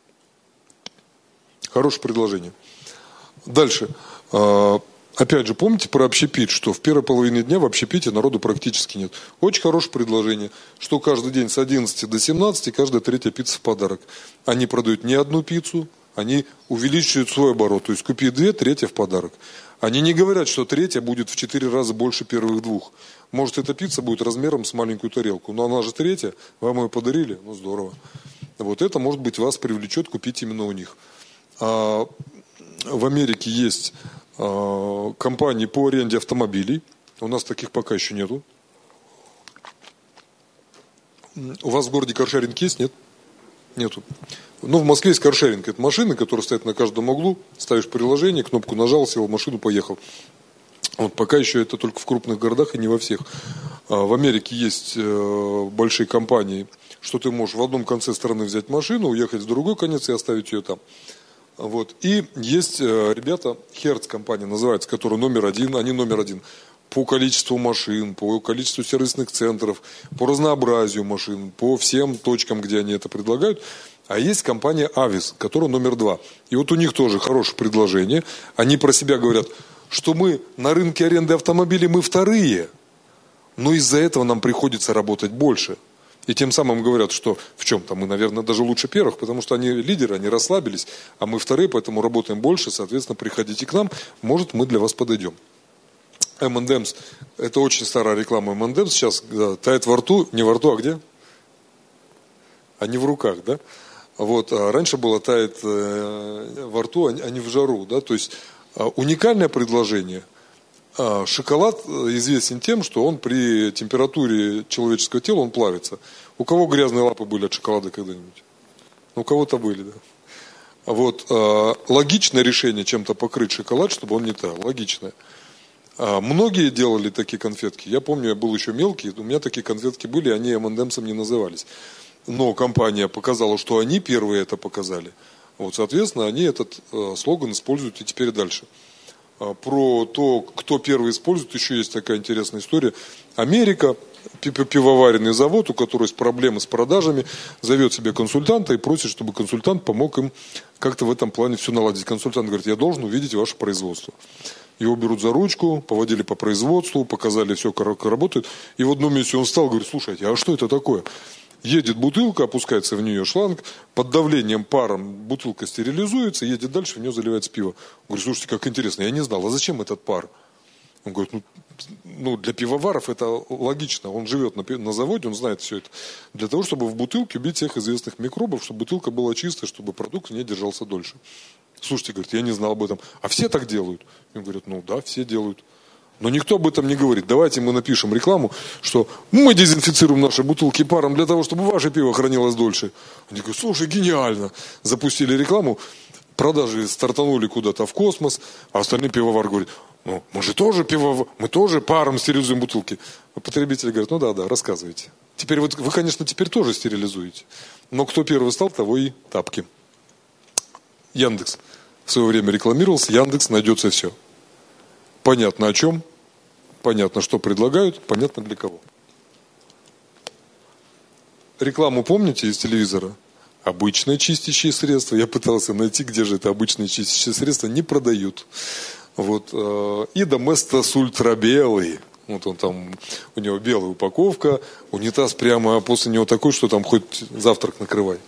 Хорошее предложение. Дальше. Опять же, помните про общепит, что в первой половине дня в общепите народу практически нет. Очень хорошее предложение, что каждый день с 11 до 17 каждая 3-я пицца в подарок. Они продают не одну пиццу, они увеличивают свой оборот. То есть купи 2, 3-я в подарок. Они не говорят, что 3-я будет в 4 раза больше первых 2. Может, эта пицца будет размером с маленькую тарелку. Но она же 3-я, вам ее подарили, здорово. Это, может быть, вас привлечет купить именно у них. В Америке есть компании по аренде автомобилей. У нас таких пока еще нету. У вас в городе каршеринг есть, нет? Нету. Ну, в Москве есть каршеринг. Это машины, которые стоят на каждом углу. Ставишь приложение, кнопку нажал, сел в машину, поехал. Вот пока еще это только в крупных городах и не во всех. В Америке есть большие компании, что ты можешь в одном конце страны взять машину, уехать в другой конец и оставить ее там. Вот. И есть ребята, Hertz компания называется, которая номер один, они номер один по количеству машин, по количеству сервисных центров, по разнообразию машин, по всем точкам, где они это предлагают. А есть компания Avis, которая номер два. И вот у них тоже хорошее предложение. Они про себя говорят, что мы на рынке аренды автомобилей мы вторые, но из-за этого нам приходится работать больше. И тем самым говорят, что в чем-то мы, наверное, даже лучше первых, потому что они лидеры, они расслабились, а мы вторые, поэтому работаем больше, соответственно, приходите к нам, может, мы для вас подойдем. M&M's, это очень старая реклама M&M's, сейчас тает во рту, не во рту, а где? А не в руках, да? Вот, а раньше было тает во рту, а не в жару, да, то есть уникальное предложение. Шоколад известен тем, что он при температуре человеческого тела, он плавится. У кого грязные лапы были от шоколада когда-нибудь? У кого-то были, да. Вот, логичное решение чем-то покрыть шоколад, чтобы он не таял, логичное. Многие делали такие конфетки. Я помню, я был еще мелкий, у меня такие конфетки были, они M&M'сом не назывались. Но компания показала, что они первые это показали. Вот, соответственно, они этот слоган используют и теперь дальше. Про то, кто первый использует, еще есть такая интересная история. Америка, пивоваренный завод, у которого есть проблемы с продажами, зовет себе консультанта и просит, чтобы консультант помог им как-то в этом плане все наладить. Консультант говорит, я должен увидеть ваше производство. Его берут за ручку, поводили по производству, показали все, как работает. И в одном месте он встал и говорит, слушайте, а что это такое? Едет бутылка, опускается в нее шланг, под давлением паром бутылка стерилизуется, едет дальше, в нее заливается пиво. Он говорит, слушайте, как интересно, я не знал, а зачем этот пар? Он говорит, ну для пивоваров это логично, он живет на заводе, он знает все это. Для того, чтобы в бутылке убить всех известных микробов, чтобы бутылка была чистая, чтобы продукт в ней держался дольше. Слушайте, говорит, я не знал об этом. А все так делают? Он говорит, ну да, все делают. Но никто об этом не говорит. Давайте мы напишем рекламу, что мы дезинфицируем наши бутылки паром для того, чтобы ваше пиво хранилось дольше. Они говорят, слушай, гениально. Запустили рекламу, продажи стартанули куда-то в космос, а остальные пивовар говорят, ну мы же тоже мы тоже паром стерилизуем бутылки. А потребители говорят, ну да, рассказывайте. Теперь вы, конечно, теперь тоже стерилизуете. Но кто первый стал, того и тапки. Яндекс в свое время рекламировался, Яндекс найдется все. Понятно о чем, понятно, что предлагают, понятно для кого. Рекламу помните из телевизора? Обычное чистящее средство. Я пытался найти, где же это обычное чистящее средство. Не продают. Вот. И Доместос Ультра белый. Вот он там, у него белая упаковка, унитаз прямо после него такой, что там хоть завтрак накрывай.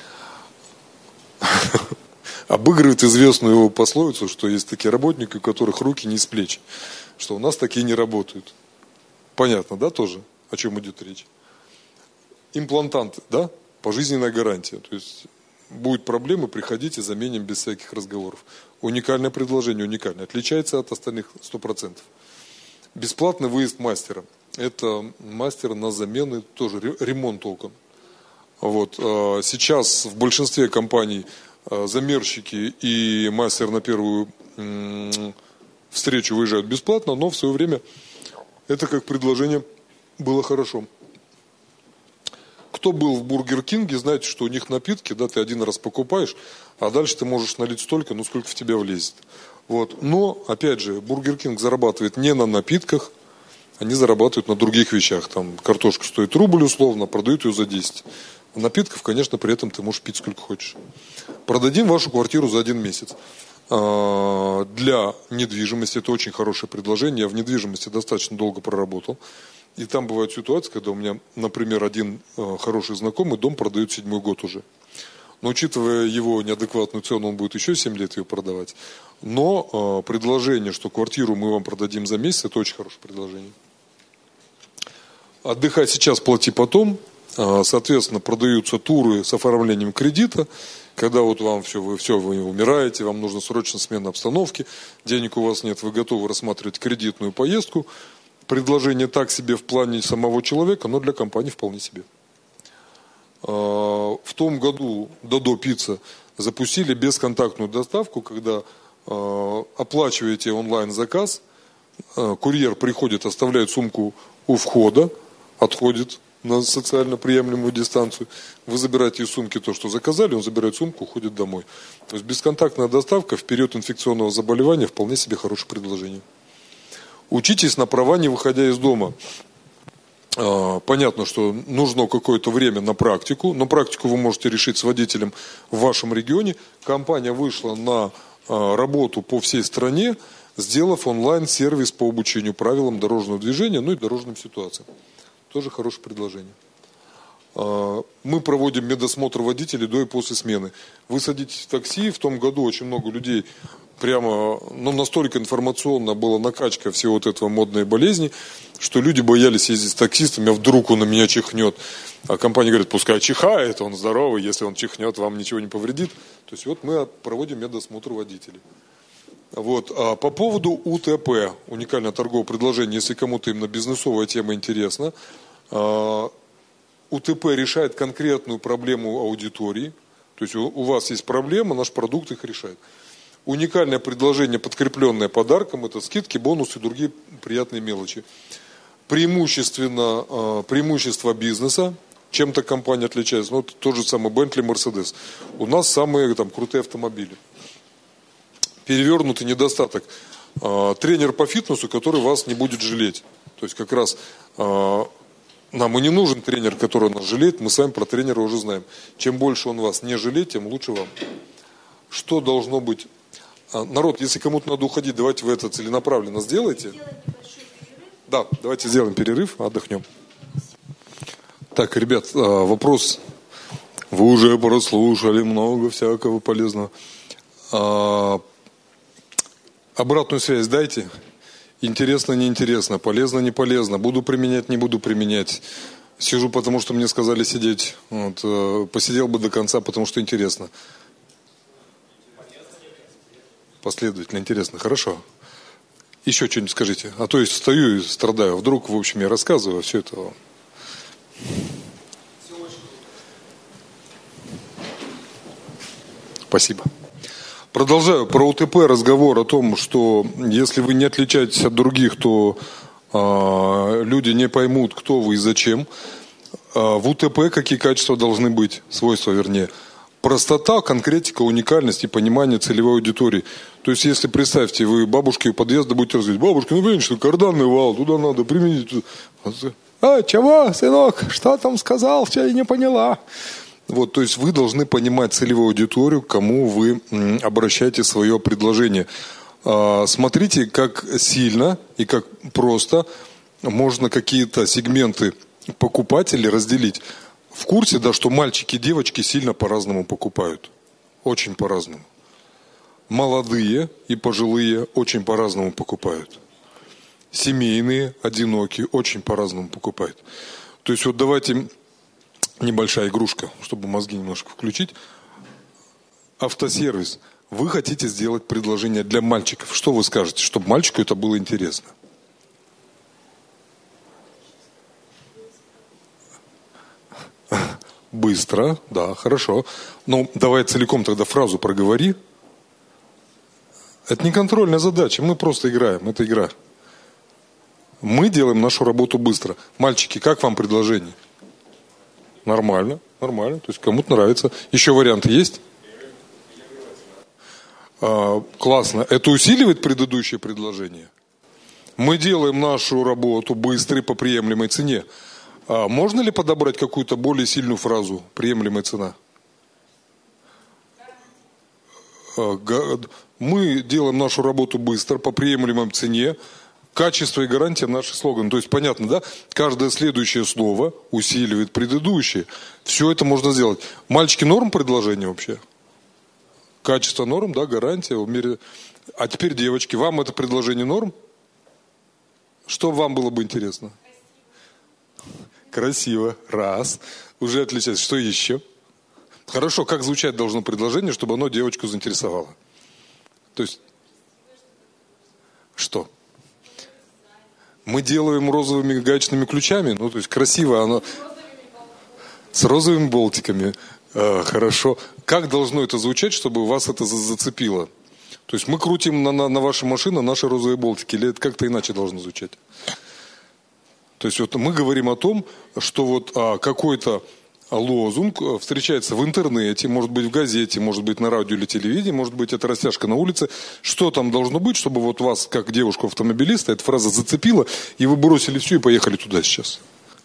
Обыгрывает известную его пословицу, что есть такие работники, у которых руки не с плеч. Что у нас такие не работают. Понятно, да, тоже, о чем идет речь? Имплантанты, да, пожизненная гарантия. То есть, будет проблема, приходите, заменим без всяких разговоров. Уникальное предложение, уникальное. Отличается от остальных 100%. Бесплатный выезд мастера. Это мастер на замены, тоже ремонт окон. Вот. Сейчас в большинстве компаний замерщики и мастер на первую встречу выезжают бесплатно, но в свое время это как предложение было хорошо. Кто был в Бургер Кинге, знаете, что у них напитки, да, ты один раз покупаешь, а дальше ты можешь налить столько, сколько в тебя влезет. Вот. Но, опять же, Бургер Кинг зарабатывает не на напитках, они зарабатывают на других вещах. Там картошка стоит рубль условно, продают ее за 10. А напитков, конечно, при этом ты можешь пить сколько хочешь. Продадим вашу квартиру за 1 месяц. Для недвижимости это очень хорошее предложение. Я в недвижимости достаточно долго проработал. И там бывают ситуации, когда у меня, например, один хороший знакомый дом продает 7-й год уже. Но учитывая его неадекватную цену, он будет еще 7 лет ее продавать. Но предложение, что квартиру мы вам продадим за месяц, это очень хорошее предложение. Отдыхай сейчас, плати потом. Соответственно, продаются туры с оформлением кредита. Когда вот вам вы умираете, вам нужно срочно смена обстановки, денег у вас нет, вы готовы рассматривать кредитную поездку. Предложение так себе в плане самого человека, но для компании вполне себе. В том году Додо Пицца запустили бесконтактную доставку, когда оплачиваете онлайн-заказ, курьер приходит, оставляет сумку у входа, отходит на социально приемлемую дистанцию. Вы забираете из сумки то, что заказали, он забирает сумку, уходит домой. То есть бесконтактная доставка в период инфекционного заболевания вполне себе хорошее предложение. Учитесь на права, не выходя из дома. Понятно, что нужно какое-то время на практику, но практику вы можете решить с водителем в вашем регионе. Компания вышла на работу по всей стране, сделав онлайн-сервис по обучению правилам дорожного движения, ну и дорожным ситуациям. Тоже хорошее предложение. Мы проводим медосмотр водителей до и после смены. Вы садитесь в такси, в том году очень много людей прямо, настолько информационно была накачка всего вот этого модной болезни, что люди боялись ездить с таксистами, а вдруг он на меня чихнет. А компания говорит, пускай чихает, он здоровый, если он чихнет, вам ничего не повредит. То есть вот мы проводим медосмотр водителей. Вот. А по поводу УТП, уникальное торговое предложение, если кому-то именно бизнесовая тема интересна, УТП решает конкретную проблему аудитории. То есть у вас есть проблема, наш продукт их решает. Уникальное предложение, подкрепленное подарком, это скидки, бонусы и другие приятные мелочи. Преимущество бизнеса. Чем-то компания отличается. Ну, тот же самый Bentley, Mercedes. У нас самые крутые автомобили. Перевернутый недостаток. Тренер по фитнесу, который вас не будет жалеть. То есть как раз нам и не нужен тренер, который нас жалеет. Мы с вами про тренера уже знаем. Чем больше он вас не жалеет, тем лучше вам. Что должно быть? Народ, если кому-то надо уходить, давайте вы это целенаправленно сделайте. Да, давайте сделаем перерыв, отдохнем. Так, ребят, вопрос. Вы уже прослушали много всякого полезного. Обратную связь дайте. Интересно, неинтересно, полезно, не полезно. Буду применять, не буду применять. Сижу, потому что мне сказали сидеть. Вот, посидел бы до конца, потому что интересно. Последовательно, интересно. Хорошо. Еще что-нибудь скажите. А то есть встаю и страдаю. Вдруг, в общем, я рассказываю все это. Спасибо. Продолжаю про УТП разговор о том, что если вы не отличаетесь от других, то люди не поймут, кто вы и зачем. В УТП какие качества должны быть, свойства вернее. Простота, конкретика, уникальность и понимание целевой аудитории. То есть, если, представьте, вы бабушке у подъезда будете рассказывать, бабушка, видишь, что карданный вал, туда надо применить. Чего, сынок, что там сказал, я не поняла. Вот, то есть, вы должны понимать целевую аудиторию, к кому вы обращаете свое предложение. Смотрите, как сильно и как просто можно какие-то сегменты покупателей разделить. В курсе, да, что мальчики и девочки сильно по-разному покупают. Очень по-разному. Молодые и пожилые очень по-разному покупают. Семейные, одинокие очень по-разному покупают. То есть вот давайте небольшая игрушка, чтобы мозги немножко включить. Автосервис. Вы хотите сделать предложение для мальчиков. Что вы скажете, чтобы мальчику это было интересно? Быстро, да, хорошо. Но давай целиком тогда фразу проговори. Это не контрольная задача, мы просто играем, это игра. Мы делаем нашу работу быстро. Мальчики, как вам предложение? Нормально, нормально, то есть кому-то нравится. Еще варианты есть? Классно. Это усиливает предыдущее предложение? Мы делаем нашу работу быстро и по приемлемой цене. Можно ли подобрать какую-то более сильную фразу? Приемлемая цена. Мы делаем нашу работу быстро, по приемлемой цене. Качество и гарантия наш слоган. То есть понятно, да? Каждое следующее слово усиливает предыдущее. Все это можно сделать. Мальчики, норм предложение вообще? Качество норм, да, гарантия. А теперь, девочки, вам это предложение норм? Что вам было бы интересно? Красиво. Раз. Уже отличается. Что еще? Хорошо, как звучать должно предложение, чтобы оно девочку заинтересовало? То есть, что? Мы делаем розовыми гаечными ключами, ну, то есть, красиво оно. С розовыми болтиками. Хорошо. Как должно это звучать, чтобы вас это зацепило? То есть мы крутим на вашей машине наши розовые болтики, или это как-то иначе должно звучать? То есть вот мы говорим о том, что вот какой-то лозунг встречается в интернете, может быть в газете, может быть на радио или телевидении, может быть это растяжка на улице. Что там должно быть, чтобы вот вас, как девушку-автомобилиста, эта фраза зацепила, и вы бросили все и поехали туда сейчас?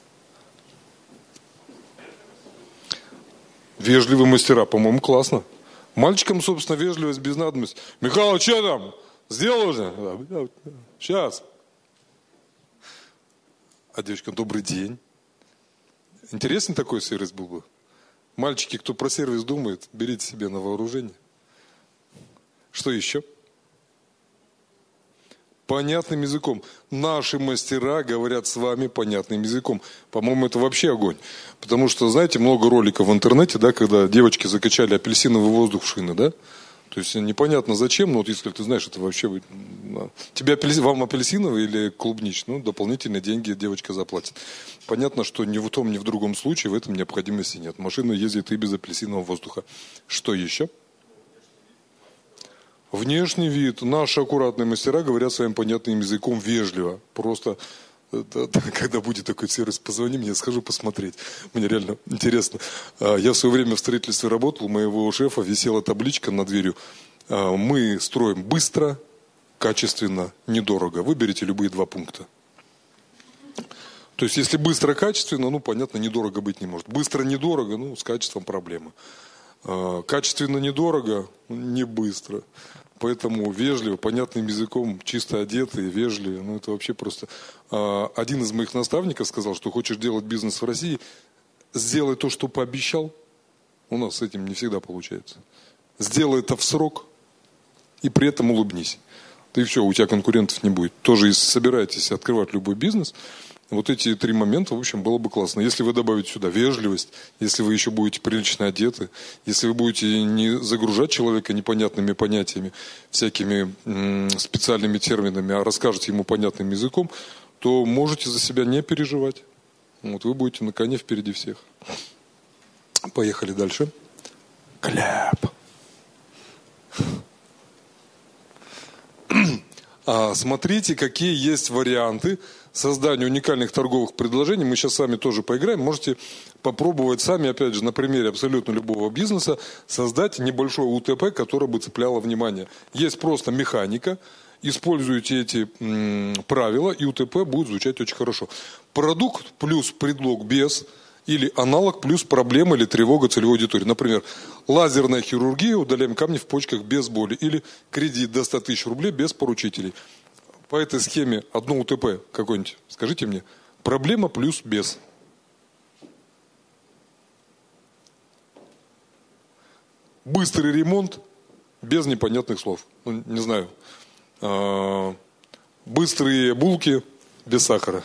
Вежливые мастера, по-моему, классно. Мальчикам, собственно, вежливость без надобности. Михаил, что там? Сделал уже? Сейчас. А девочкам добрый день. Интересный такой сервис был бы. Мальчики, кто про сервис думает, берите себе на вооружение. Что еще? Понятным языком. Наши мастера говорят с вами понятным языком. По-моему, это вообще огонь. Потому что, знаете, много роликов в интернете, да, когда девочки закачали апельсиновый воздух в шины, да? То есть непонятно зачем, но вот если ты знаешь, это вообще... Тебе вам апельсиновый или клубничный? Ну, дополнительные деньги девочка заплатит. Понятно, что ни в том, ни в другом случае в этом необходимости нет. Машина ездит и без апельсинового воздуха. Что еще? Внешний вид. Наши аккуратные мастера говорят своим понятным языком вежливо. Просто, когда будет такой сервис, позвони мне, схожу посмотреть. Мне реально интересно. Я в свое время в строительстве работал, у моего шефа висела табличка над дверью. Мы строим быстро, качественно, недорого. Выберите любые 2 пункта. То есть, если быстро, качественно, ну, понятно, недорого быть не может. Быстро, недорого, ну, с качеством проблема. Качественно, недорого, не быстро. Поэтому вежливо, понятным языком, чисто одетые, вежливые. Ну, это вообще просто... Один из моих наставников сказал, что хочешь делать бизнес в России, сделай то, что пообещал. У нас с этим не всегда получается. Сделай это в срок и при этом улыбнись. И все, у тебя конкурентов не будет. Тоже, если собираетесь открывать любой бизнес, вот эти 3 момента, в общем, было бы классно. Если вы добавите сюда вежливость, если вы еще будете прилично одеты, если вы будете не загружать человека непонятными понятиями, всякими специальными терминами, а расскажете ему понятным языком, то можете за себя не переживать. Вот вы будете на коне впереди всех. Поехали дальше. Кляп. Смотрите, какие есть варианты создания уникальных торговых предложений. Мы сейчас с вами тоже поиграем. Можете попробовать сами, опять же, на примере абсолютно любого бизнеса, создать небольшое УТП, которое бы цепляло внимание. Есть просто механика. Используйте эти правила, и УТП будет звучать очень хорошо. Продукт плюс предлог без, или аналог плюс проблема или тревога целевой аудитории. Например, лазерная хирургия, удаляем камни в почках без боли. Или кредит до 100 тысяч рублей без поручителей. По этой схеме одно УТП какой-нибудь, скажите мне, проблема плюс без. Быстрый ремонт без непонятных слов. Ну, не знаю. Быстрые булки без сахара.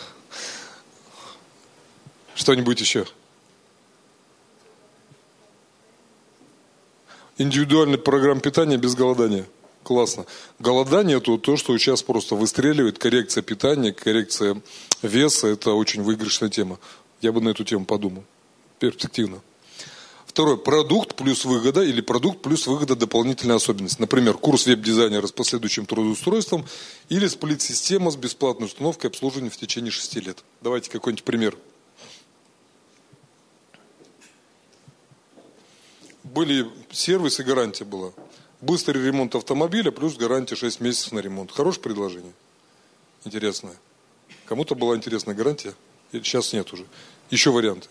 Что-нибудь еще? Индивидуальная программа питания без голодания. Классно. Голодание – это то, что сейчас просто выстреливает. Коррекция питания, коррекция веса – это очень выигрышная тема. Я бы на эту тему подумал. Перспективно. Второе. Продукт плюс выгода или продукт плюс выгода дополнительная особенность. Например, курс веб-дизайнера с последующим трудоустройством или сплит-система с бесплатной установкой обслуживания в течение 6 лет. Давайте какой-нибудь пример. Были сервисы, гарантия была. Быстрый ремонт автомобиля плюс гарантия 6 месяцев на ремонт. Хорошее предложение? Интересное. Кому-то была интересная гарантия? Или сейчас нет уже? Еще варианты?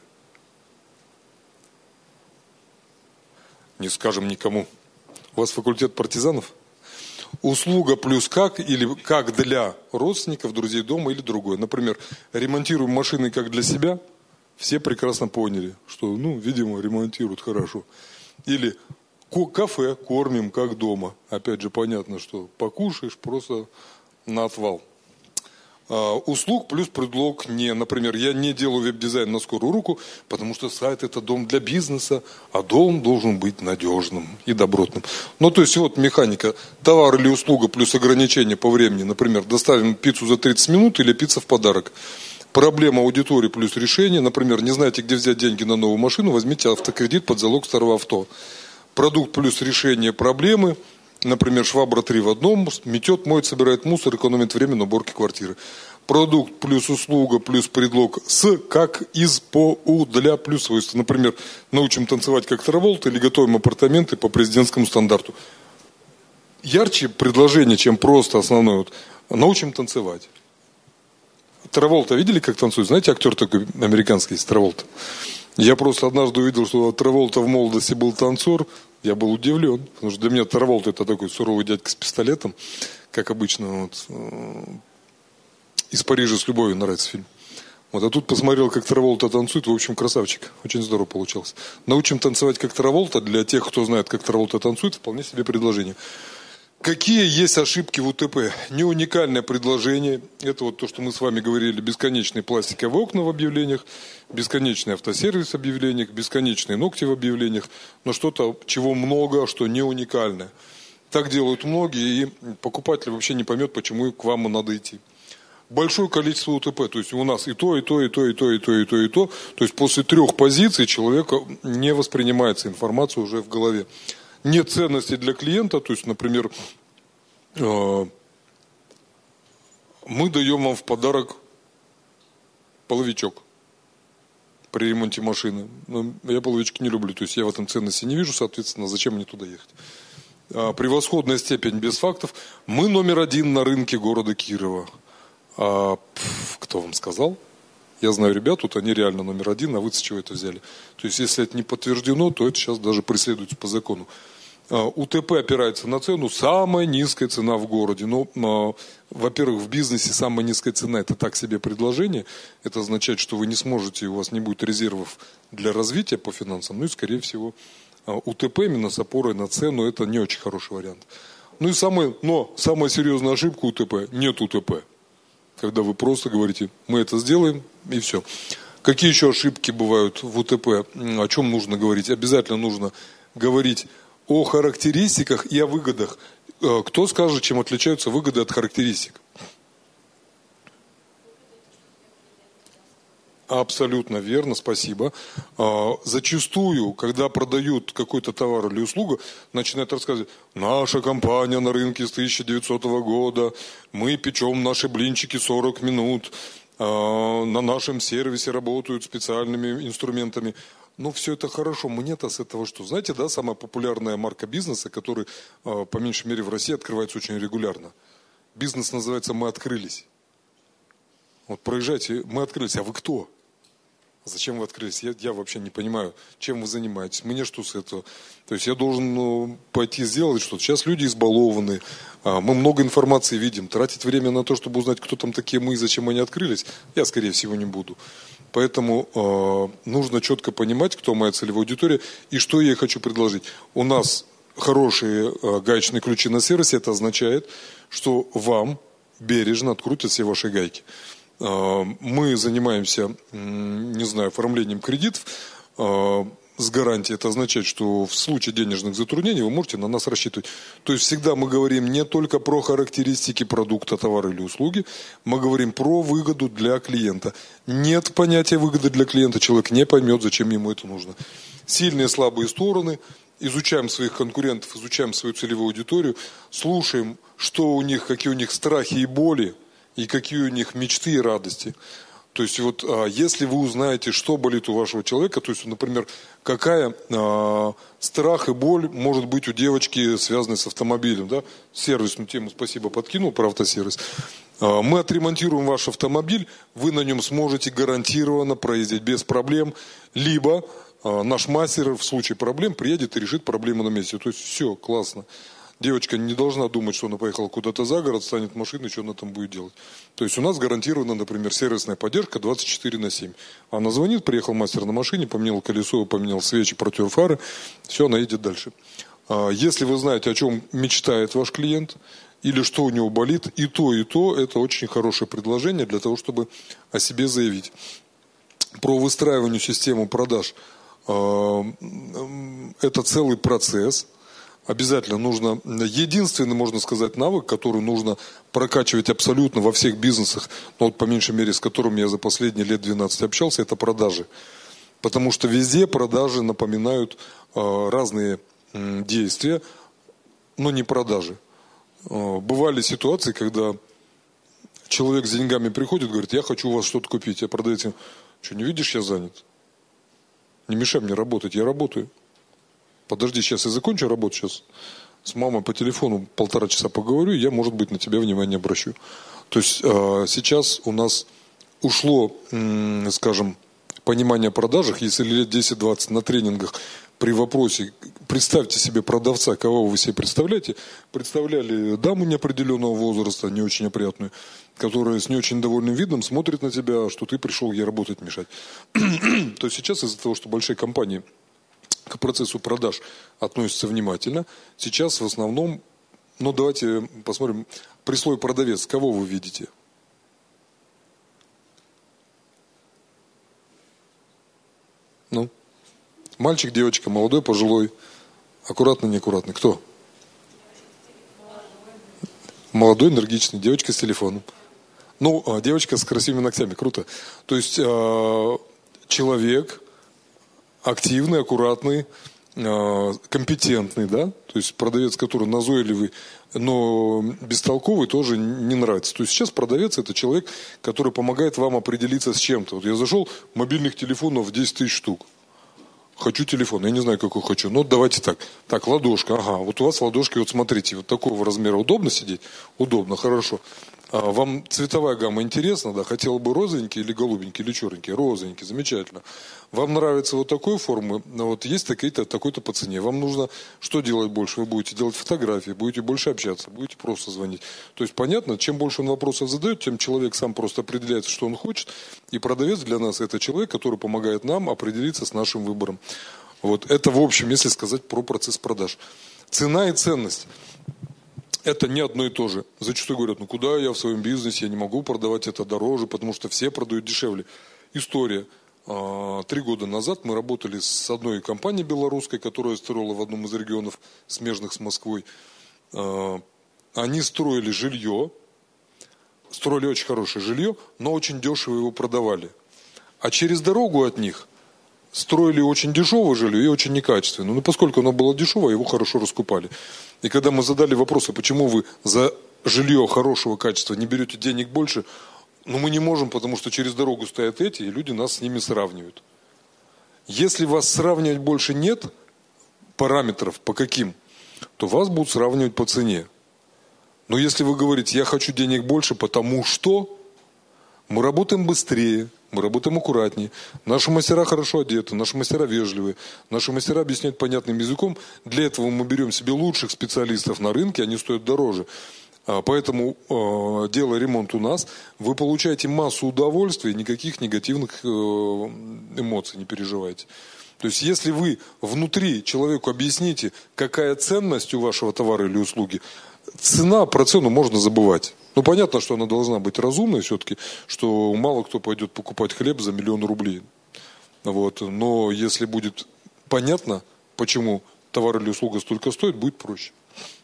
Не скажем никому. У вас факультет партизанов? Услуга плюс как или как для родственников, друзей дома или другое. Например, ремонтируем машины как для себя. Все прекрасно поняли, что, видимо, ремонтируют хорошо. Или кафе кормим как дома. Опять же, понятно, что покушаешь просто на отвал. Услуг плюс предлог не. Например, я не делаю веб-дизайн на скорую руку, потому что сайт – это дом для бизнеса, а дом должен быть надежным и добротным. То есть, вот механика. Товар или услуга плюс ограничение по времени. Например, доставим пиццу за 30 минут или пицца в подарок. Проблема аудитории плюс решение. Например, не знаете, где взять деньги на новую машину, возьмите автокредит под залог старого авто. Продукт плюс решение проблемы. Например, швабра 3 в одном, метет, моет, собирает мусор, экономит время на уборке квартиры. Продукт плюс услуга плюс предлог с, как, из, по, у, для плюс свойства. Например, научим танцевать как Траволта или готовим апартаменты по президентскому стандарту. Ярче предложение, чем просто основное. Вот, научим танцевать. Траволта видели, как танцует? Знаете, актер такой американский есть, Траволта? Я просто однажды увидел, что Траволта в молодости был танцор. Я был удивлен, потому что для меня Траволта это такой суровый дядька с пистолетом, как обычно. Вот, «Из Парижа с любовью» нравится фильм. Вот, а тут посмотрел, как Траволта танцует. В общем, красавчик. Очень здорово получилось. Научим танцевать как Траволта. Для тех, кто знает, как Траволта танцует, вполне себе предложение. Какие есть ошибки в УТП? Не уникальное предложение. Это вот то, что мы с вами говорили. Бесконечные пластиковые окна в объявлениях, бесконечный автосервис в объявлениях, бесконечные ногти в объявлениях. Но что-то, чего много, что не уникальное. Так делают многие, и покупатель вообще не поймет, почему к вам надо идти. Большое количество УТП. То есть у нас и то, и то, и то, и то, и то, и то, и то. То есть после 3 позиций человека не воспринимается информация уже в голове. Нет ценности для клиента, то есть, например, мы даем вам в подарок половичок при ремонте машины. Но я половички не люблю, то есть я в этом ценности не вижу, соответственно, зачем мне туда ехать. Превосходная степень без фактов. Мы номер 1 на рынке города Кирова. Кто вам сказал? Я знаю ребят, тут они реально номер 1, а вы с чего это взяли? То есть, если это не подтверждено, то это сейчас даже преследуется по закону. УТП опирается на цену, самая низкая цена в городе. Но, во-первых, в бизнесе самая низкая цена – это так себе предложение. Это означает, что вы не сможете, у вас не будет резервов для развития по финансам. Ну и, скорее всего, УТП именно с опорой на цену – это не очень хороший вариант. Ну и самая серьезная ошибка УТП – нет УТП. Когда вы просто говорите, мы это сделаем, и все. Какие еще ошибки бывают в УТП? О чем нужно говорить? Обязательно нужно говорить о характеристиках и о выгодах. Кто скажет, чем отличаются выгоды от характеристик? Абсолютно верно, спасибо. Зачастую, когда продают какой-то товар или услугу, начинают рассказывать, наша компания на рынке с 1900 года, мы печем наши блинчики 40 минут, на нашем сервисе работают специальными инструментами. Ну, все это хорошо. Мне-то с этого что? Знаете, да, самая популярная марка бизнеса, которая, по меньшей мере, в России открывается очень регулярно. Бизнес называется «Мы открылись». Вот проезжайте, мы открылись, а вы кто? Зачем вы открылись? Я вообще не понимаю, чем вы занимаетесь. Мне что с этого? То есть я должен пойти сделать что-то. Сейчас люди избалованы, мы много информации видим. Тратить время на то, чтобы узнать, кто там такие мы и зачем они открылись, я, скорее всего, не буду. Поэтому нужно четко понимать, кто моя целевая аудитория и что я ей хочу предложить. У нас хорошие гаечные ключи на сервисе. Это означает, что вам бережно открутят все ваши гайки. Мы занимаемся, не знаю, оформлением кредитов с гарантией. Это означает, что в случае денежных затруднений вы можете на нас рассчитывать. То есть всегда мы говорим не только про характеристики продукта, товара или услуги, мы говорим про выгоду для клиента. Нет понятия выгоды для клиента, человек не поймет, зачем ему это нужно. Сильные и слабые стороны, изучаем своих конкурентов, изучаем свою целевую аудиторию, слушаем, что у них, какие у них страхи и боли, и какие у них мечты и радости. То есть вот если вы узнаете, что болит у вашего человека, то есть, например, какая страх и боль может быть у девочки, связанной с автомобилем, да? Сервисную тему, спасибо, подкинул про автосервис. Мы отремонтируем ваш автомобиль, вы на нем сможете гарантированно проездить без проблем, либо наш мастер в случае проблем приедет и решит проблему на месте. То есть все, классно. Девочка не должна думать, что она поехала куда-то за город, станет машиной, что она там будет делать. То есть у нас гарантирована, например, сервисная поддержка 24/7. Она звонит, приехал мастер на машине, поменял колесо, поменял свечи, протер фары, все, она едет дальше. Если вы знаете, о чем мечтает ваш клиент, или что у него болит, и то, это очень хорошее предложение для того, чтобы о себе заявить. Про выстраивание системы продаж. Это целый процесс. Обязательно нужно, единственный, можно сказать, навык, который нужно прокачивать абсолютно во всех бизнесах, но вот по меньшей мере, с которым я за последние лет 12 общался, это продажи. Потому что везде продажи напоминают разные действия, но не продажи. Бывали ситуации, когда человек с деньгами приходит, говорит: я хочу у вас что-то купить. А продавец: что, не видишь, я занят? Не мешай мне работать, я работаю. Подожди, сейчас я закончу работу, сейчас с мамой по телефону 1,5 часа поговорю, я, может быть, на тебя внимание обращу. То есть сейчас у нас ушло, скажем, понимание о продажах, если лет 10-20 на тренингах при вопросе, представьте себе продавца, кого вы себе представляете, представляли даму неопределенного возраста, не очень опрятную, которая с не очень довольным видом смотрит на тебя, что ты пришел ей работать мешать. То есть сейчас из-за того, что большие компании к процессу продаж относятся внимательно, сейчас в основном, давайте посмотрим, прислой продавец, кого вы видите? Мальчик, девочка, молодой, пожилой, аккуратный, неаккуратный. Кто? Молодой, энергичный, девочка с телефоном. Девочка с красивыми ногтями, круто. То есть человек активный, аккуратный, компетентный, да? То есть продавец, который назойливый, но бестолковый, тоже не нравится. То есть сейчас продавец — это человек, который помогает вам определиться с чем-то. Вот я зашел, мобильных телефонов 10 тысяч штук. Хочу телефон, я не знаю, какой хочу. Давайте так. Так, ладошка, ага. Вот у вас ладошки, вот смотрите, вот такого размера. Удобно сидеть? Удобно, хорошо. Вам цветовая гамма интересна, да? Хотела бы розовенький или голубенький, или черненький? Розовенький, замечательно. Вам нравится вот такой формы? Вот есть такой-то по цене. Вам нужно что делать больше? Вы будете делать фотографии, будете больше общаться, будете просто звонить. То есть понятно, чем больше он вопросов задает, тем человек сам просто определяется, что он хочет. И продавец для нас — это человек, который помогает нам определиться с нашим выбором. Вот это в общем, если сказать про процесс продаж. Цена и ценность — это не одно и то же. Зачастую говорят: куда я в своем бизнесе, я не могу продавать это дороже, потому что все продают дешевле. История. 3 года назад мы работали с одной компанией белорусской, которая строила в одном из регионов, смежных с Москвой. Они строили жилье, строили очень хорошее жилье, но очень дешево его продавали. А через дорогу от них строили очень дешевое жилье и очень некачественное. Но поскольку оно было дешевое, его хорошо раскупали. И когда мы задали вопрос: почему вы за жилье хорошего качества не берете денег больше? Мы не можем, потому что через дорогу стоят эти, и люди нас с ними сравнивают. Если вас сравнивать больше нет параметров, по каким, то вас будут сравнивать по цене. Но если вы говорите: я хочу денег больше, потому что мы работаем быстрее, мы работаем аккуратнее, наши мастера хорошо одеты, наши мастера вежливые, наши мастера объясняют понятным языком. Для этого мы берем себе лучших специалистов на рынке, они стоят дороже. Поэтому, делая ремонт у нас, вы получаете массу удовольствия, никаких негативных эмоций, не переживайте. То есть, если вы внутри человеку объясните, какая ценность у вашего товара или услуги, про цену можно забывать. Понятно, что она должна быть разумной все-таки, что мало кто пойдет покупать хлеб за 1 000 000 рублей. Но если будет понятно, почему товар или услуга столько стоит, будет проще.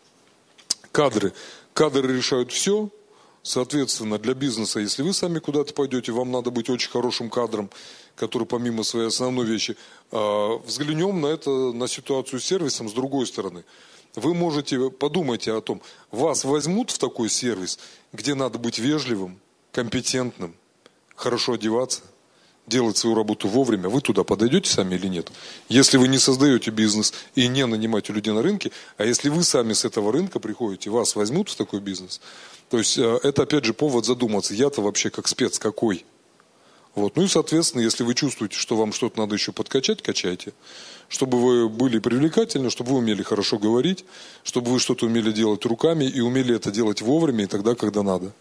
Кадры. Кадры решают все. Соответственно, для бизнеса, если вы сами куда-то пойдете, вам надо быть очень хорошим кадром, который помимо своей основной вещи. Взглянем на ситуацию с сервисом с другой стороны. Вы подумайте о том, вас возьмут в такой сервис, где надо быть вежливым, компетентным, хорошо одеваться, делать свою работу вовремя. Вы туда подойдете сами или нет? Если вы не создаете бизнес и не нанимаете людей на рынке, а если вы сами с этого рынка приходите, вас возьмут в такой бизнес. То есть это опять же повод задуматься, я-то вообще как спец какой? И соответственно, если вы чувствуете, что вам что-то надо еще подкачать, качайте. Чтобы вы были привлекательны, чтобы вы умели хорошо говорить, чтобы вы что-то умели делать руками и умели это делать вовремя и тогда, когда надо.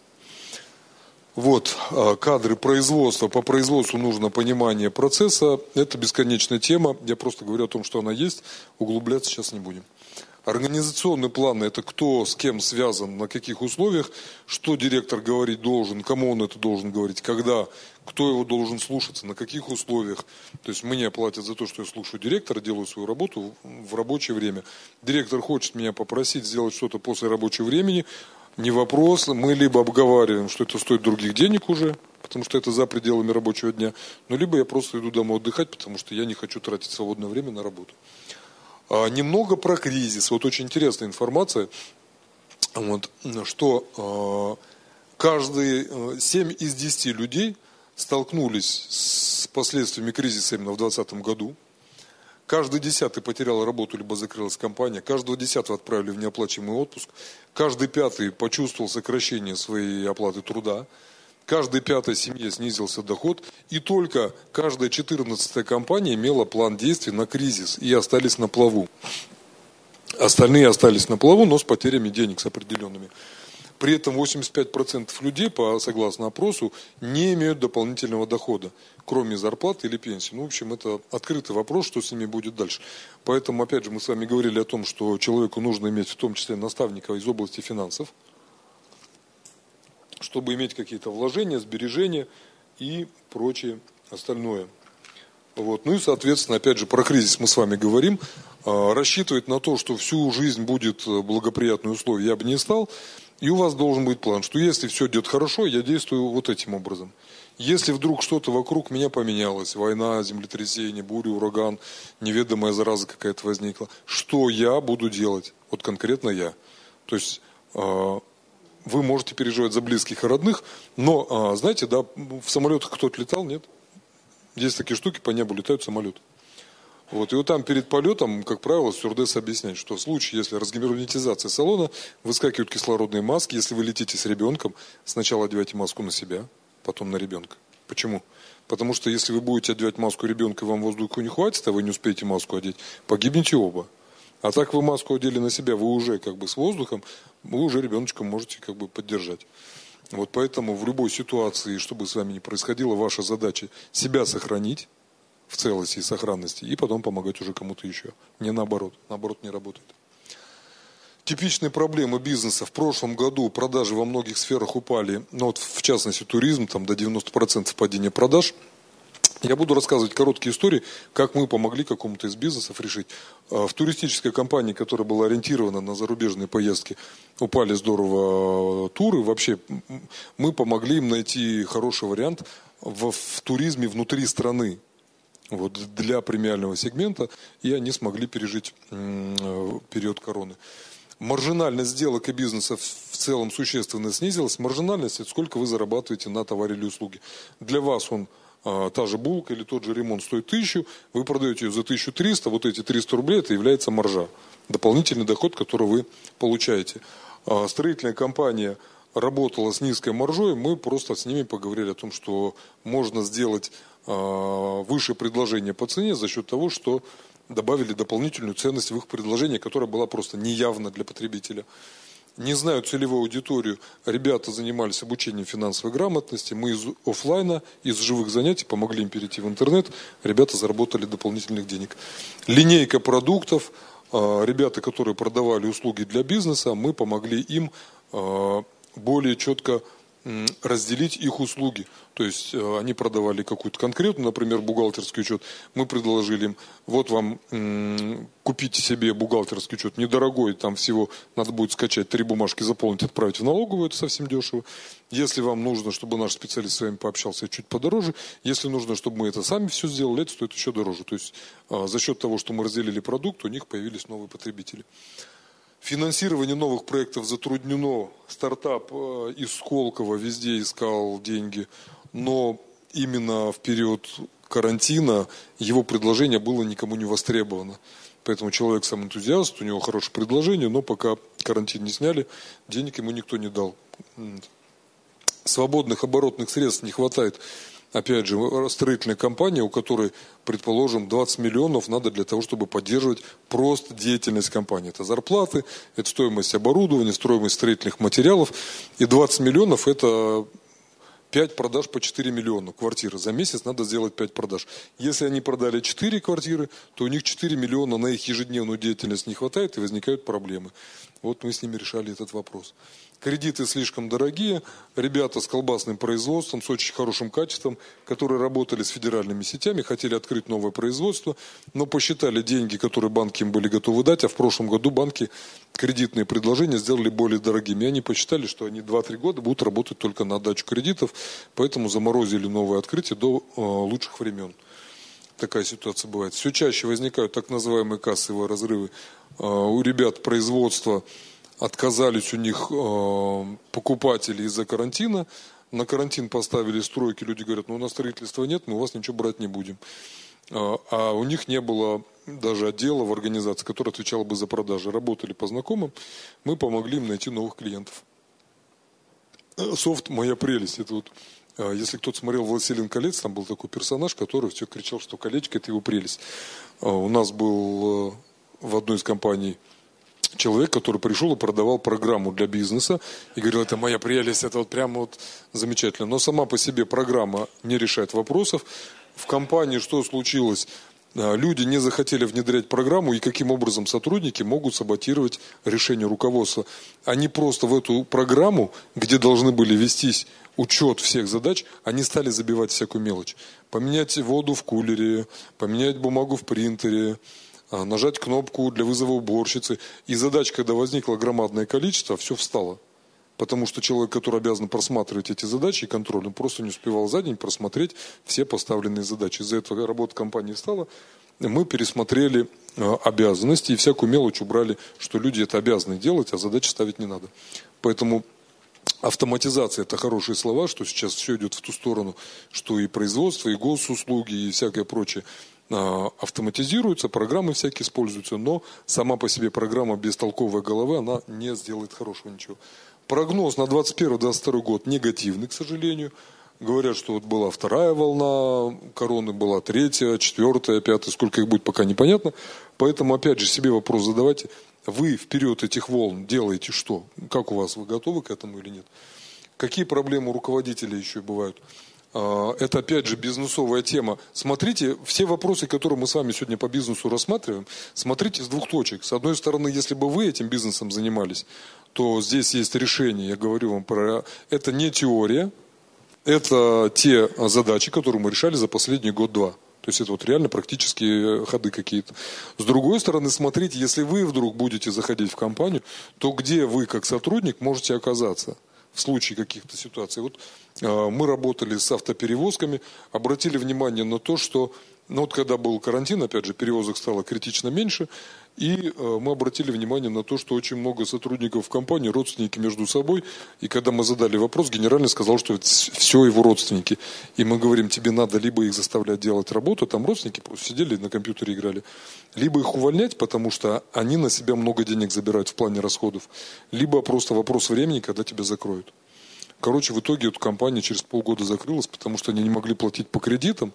Кадры производства. По производству нужно понимание процесса. Это бесконечная тема. Я просто говорю о том, что она есть. Углубляться сейчас не будем. Организационный план — это кто с кем связан, на каких условиях, что директор говорить должен, кому он это должен говорить, когда, кто его должен слушаться, на каких условиях. То есть мне платят за то, что я слушаю директора, делаю свою работу в рабочее время. Директор хочет меня попросить сделать что-то после рабочего времени, не вопрос. Мы либо обговариваем, что это стоит других денег уже, потому что это за пределами рабочего дня, но либо я просто иду домой отдыхать, потому что я не хочу тратить свободное время на работу. Немного про кризис. Вот очень интересная информация, вот, что каждые 7 из 10 людей столкнулись с последствиями кризиса именно в 2020 году. Каждый 10-й потерял работу, либо закрылась компания. Каждого 10-го отправили в неоплачиваемый отпуск. Каждый 5-й почувствовал сокращение своей оплаты труда. Каждой 5-й семье снизился доход. И только каждая 14-я компания имела план действий на кризис и остались на плаву. Остальные остались на плаву, но с потерями денег, с определенными. При этом 85% людей, согласно опросу, не имеют дополнительного дохода, кроме зарплаты или пенсии. Ну, в общем, это открытый вопрос, что с ними будет дальше. Поэтому, опять же, мы с вами говорили о том, что человеку нужно иметь в том числе наставника из области финансов, чтобы иметь какие-то вложения, сбережения и прочее остальное. Вот. Ну и, соответственно, опять же, про кризис мы с вами говорим. Рассчитывать на то, что всю жизнь будет благоприятные условия, я бы не стал. И у вас должен быть план, что если все идет хорошо, я действую вот этим образом. Если вдруг что-то вокруг меня поменялось, война, землетрясение, буря, ураган, неведомая зараза какая-то возникла, что я буду делать? Вот конкретно я. То есть вы можете переживать за близких и родных, но, знаете, да, в самолетах кто-то летал, нет? Есть такие штуки, по небу летают самолеты. Вот, и вот там перед полетом, как правило, стюардесса объясняет, что в случае, если разгерметизация салона, выскакивают кислородные маски. Если вы летите с ребенком, сначала одевайте маску на себя, потом на ребенка. Почему? Потому что если вы будете одевать маску ребенка, и вам воздуха не хватит, а вы не успеете маску одеть, погибнете оба. А так вы маску одели на себя, вы уже как бы с воздухом, вы уже ребеночка можете как бы поддержать. Вот поэтому в любой ситуации, что бы с вами ни происходило, ваша задача себя сохранить в целости и сохранности, и потом помогать уже кому-то еще. Не наоборот. Наоборот не работает. Типичные проблемы бизнеса. В прошлом году продажи во многих сферах упали, но вот в частности туризм, там до 90% падения продаж. Я буду рассказывать короткие истории, как мы помогли какому-то из бизнесов решить. В туристической компании, которая была ориентирована на зарубежные поездки, упали здорово туры. Вообще мы помогли им найти хороший вариант в туризме внутри страны. Вот, для премиального сегмента, и они смогли пережить период короны. Маржинальность сделок и бизнеса в целом существенно снизилась. Маржинальность – это сколько вы зарабатываете на товаре или услуге. Для вас та же булка или тот же ремонт стоит 1000, вы продаете ее за 1300, вот эти 300 рублей – это является маржа. Дополнительный доход, который вы получаете. Строительная компания работала с низкой маржой, мы просто с ними поговорили о том, что можно сделать выше предложение по цене за счет того, что добавили дополнительную ценность в их предложение, которая была просто неявна для потребителя. Не знаю целевую аудиторию. Ребята занимались обучением финансовой грамотности. Мы из офлайна, из живых занятий помогли им перейти в интернет. Ребята заработали дополнительных денег. Линейка продуктов. Ребята, которые продавали услуги для бизнеса, мы помогли им более четко разделить их услуги. То есть они продавали какую-то конкретную, например, бухгалтерский учет. Мы предложили им, вот вам купите себе бухгалтерский учет недорогой, там всего надо будет скачать 3 бумажки, заполнить, отправить в налоговую, это совсем дешево. Если вам нужно, чтобы наш специалист с вами пообщался, чуть подороже. Если нужно, чтобы мы это сами все сделали, это стоит еще дороже. То есть за счет того, что мы разделили продукт, у них появились новые потребители. Финансирование новых проектов затруднено. Стартап из Сколково везде искал деньги, но именно в период карантина его предложение было никому не востребовано. Поэтому человек сам энтузиаст, у него хорошее предложение, но пока карантин не сняли, денег ему никто не дал. Свободных оборотных средств не хватает. Опять же, строительная компания, у которой, предположим, 20 миллионов надо для того, чтобы поддерживать просто деятельность компании. Это зарплаты, это стоимость оборудования, стоимость строительных материалов. И 20 миллионов – это 5 продаж по 4 миллиона квартиры. За месяц надо сделать 5 продаж. Если они продали 4 квартиры, то у них 4 миллиона на их ежедневную деятельность не хватает и возникают проблемы. Вот мы с ними решали этот вопрос. Кредиты слишком дорогие. Ребята с колбасным производством, с очень хорошим качеством, которые работали с федеральными сетями, хотели открыть новое производство, но посчитали деньги, которые банки им были готовы дать, а в прошлом году банки кредитные предложения сделали более дорогими. И они посчитали, что они 2-3 года будут работать только на отдачу кредитов, поэтому заморозили новое открытие до лучших времен. Такая ситуация бывает. Все чаще возникают так называемые кассовые разрывы. У ребят производства отказались у них покупатели из-за карантина. На карантин поставили стройки. Люди говорят, ну у нас строительства нет, мы у вас ничего брать не будем. А у них не было даже отдела в организации, который отвечал бы за продажи. Работали по знакомым, мы помогли им найти новых клиентов. Софт «Моя прелесть». Это вот, если кто-то смотрел «Властелин колец», там был такой персонаж, который все кричал, что колечко – это его прелесть. У нас был в одной из компаний человек, который пришел и продавал программу для бизнеса и говорил, это моя прелесть, это вот прямо вот замечательно. Но сама по себе программа не решает вопросов. В компании что случилось? Люди не захотели внедрять программу, и каким образом сотрудники могут саботировать решение руководства. Они просто в эту программу, где должны были вестись учет всех задач, они стали забивать всякую мелочь. Поменять воду в кулере, поменять бумагу в принтере, нажать кнопку для вызова уборщицы. И задач, когда возникло громадное количество, все встало. Потому что человек, который обязан просматривать эти задачи и контроль, он просто не успевал за день просмотреть все поставленные задачи. Из-за этого работа компании стала. Мы пересмотрели обязанности и всякую мелочь убрали, что люди это обязаны делать, а задачи ставить не надо. Поэтому автоматизация – это хорошие слова, что сейчас все идет в ту сторону, что и производство, и госуслуги, и всякое прочее автоматизируется, программы всякие используются, но сама по себе программа без толковой головы, она не сделает хорошего ничего. Прогноз на 2021-2022 год негативный, к сожалению. Говорят, что вот была вторая волна короны, была третья, четвертая, пятая, сколько их будет, пока непонятно. Поэтому, опять же, себе вопрос задавайте. Вы в период этих волн делаете что? Как у вас? Вы готовы к этому или нет? Какие проблемы у руководителей еще бывают? Это, опять же, бизнесовая тема. Смотрите, все вопросы, которые мы с вами сегодня по бизнесу рассматриваем, смотрите с двух точек. С одной стороны, если бы вы этим бизнесом занимались, то здесь есть решение, я говорю вам про... Это не теория, это те задачи, которые мы решали за последний год-два. То есть это вот реально практические ходы какие-то. С другой стороны, смотрите, если вы вдруг будете заходить в компанию, то где вы как сотрудник можете оказаться в случае каких-то ситуаций. Вот мы работали с автоперевозками, обратили внимание на то, что ну вот когда был карантин, опять же, перевозок стало критично меньше, и мы обратили внимание на то, что очень много сотрудников в компании, родственники между собой, и когда мы задали вопрос, генеральный сказал, что это все его родственники. И мы говорим, тебе надо либо их заставлять делать работу, там родственники просто сидели на компьютере играли, либо их увольнять, потому что они на себя много денег забирают в плане расходов, либо просто вопрос времени, когда тебя закроют. Короче, в итоге эта компания через полгода закрылась, потому что они не могли платить по кредитам,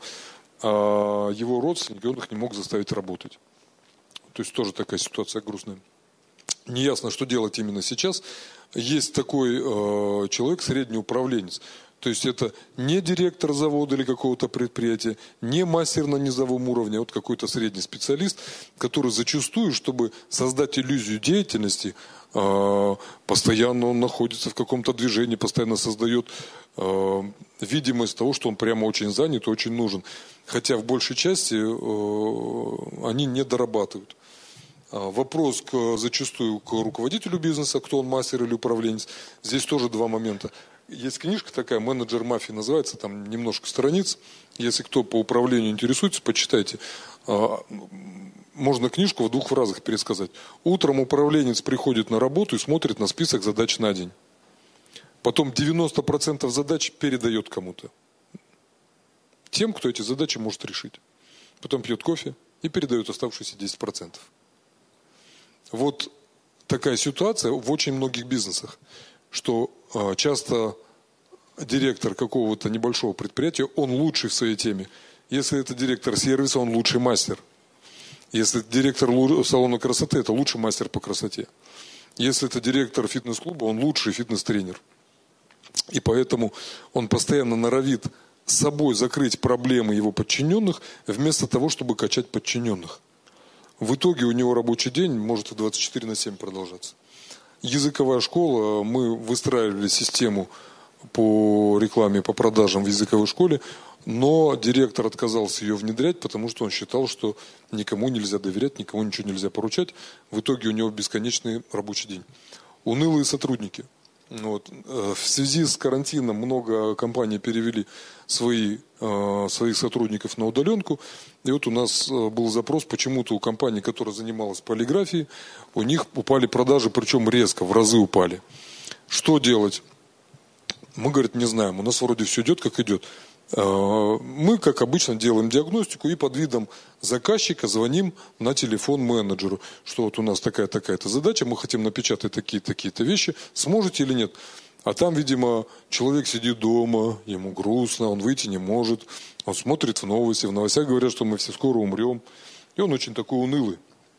а его родственники, он их не мог заставить работать. То есть тоже такая ситуация грустная. Неясно, что делать именно сейчас. Есть такой человек, средний управленец. То есть это не директор завода или какого-то предприятия, не мастер на низовом уровне, а вот какой-то средний специалист, который зачастую, чтобы создать иллюзию деятельности, постоянно он находится в каком-то движении, постоянно создает видимость того, что он прямо очень занят и очень нужен. Хотя в большей части они не дорабатывают. Вопрос зачастую к руководителю бизнеса, кто он, мастер или управленец. Здесь тоже два момента. Есть книжка такая, «Менеджер мафии» называется, там немножко страниц. Если кто по управлению интересуется, почитайте. Можно книжку в двух фразах пересказать. Утром управленец приходит на работу и смотрит на список задач на день. Потом 90% задач передает кому-то. Тем, кто эти задачи может решить. Потом пьет кофе и передает оставшиеся 10%. Вот такая ситуация в очень многих бизнесах, что часто директор какого-то небольшого предприятия, он лучший в своей теме. Если это директор сервиса, он лучший мастер. Если это директор салона красоты, это лучший мастер по красоте. Если это директор фитнес-клуба, он лучший фитнес-тренер. И поэтому он постоянно норовит с собой закрыть проблемы его подчиненных, вместо того, чтобы качать подчиненных. В итоге у него рабочий день может и 24/7 продолжаться. Языковая школа, мы выстраивали систему по рекламе, по продажам в языковой школе, но директор отказался ее внедрять, потому что он считал, что никому нельзя доверять, никому ничего нельзя поручать. В итоге у него бесконечный рабочий день. Унылые сотрудники. Вот. В связи с карантином много компаний перевели своих сотрудников на удаленку. И вот у нас был запрос, почему-то у компании, которая занималась полиграфией, у них упали продажи, причем резко, в разы упали. Что делать? Мы, говорит, не знаем, у нас вроде все идет, как идет. Мы, как обычно, делаем диагностику и под видом заказчика звоним на телефон менеджеру, что вот у нас такая-такая-то задача, мы хотим напечатать такие-такие-то вещи, сможете или нет? А там, видимо, человек сидит дома, ему грустно, он выйти не может, он смотрит в новости, в новостях говорят, что мы все скоро умрем, и он очень такой унылый.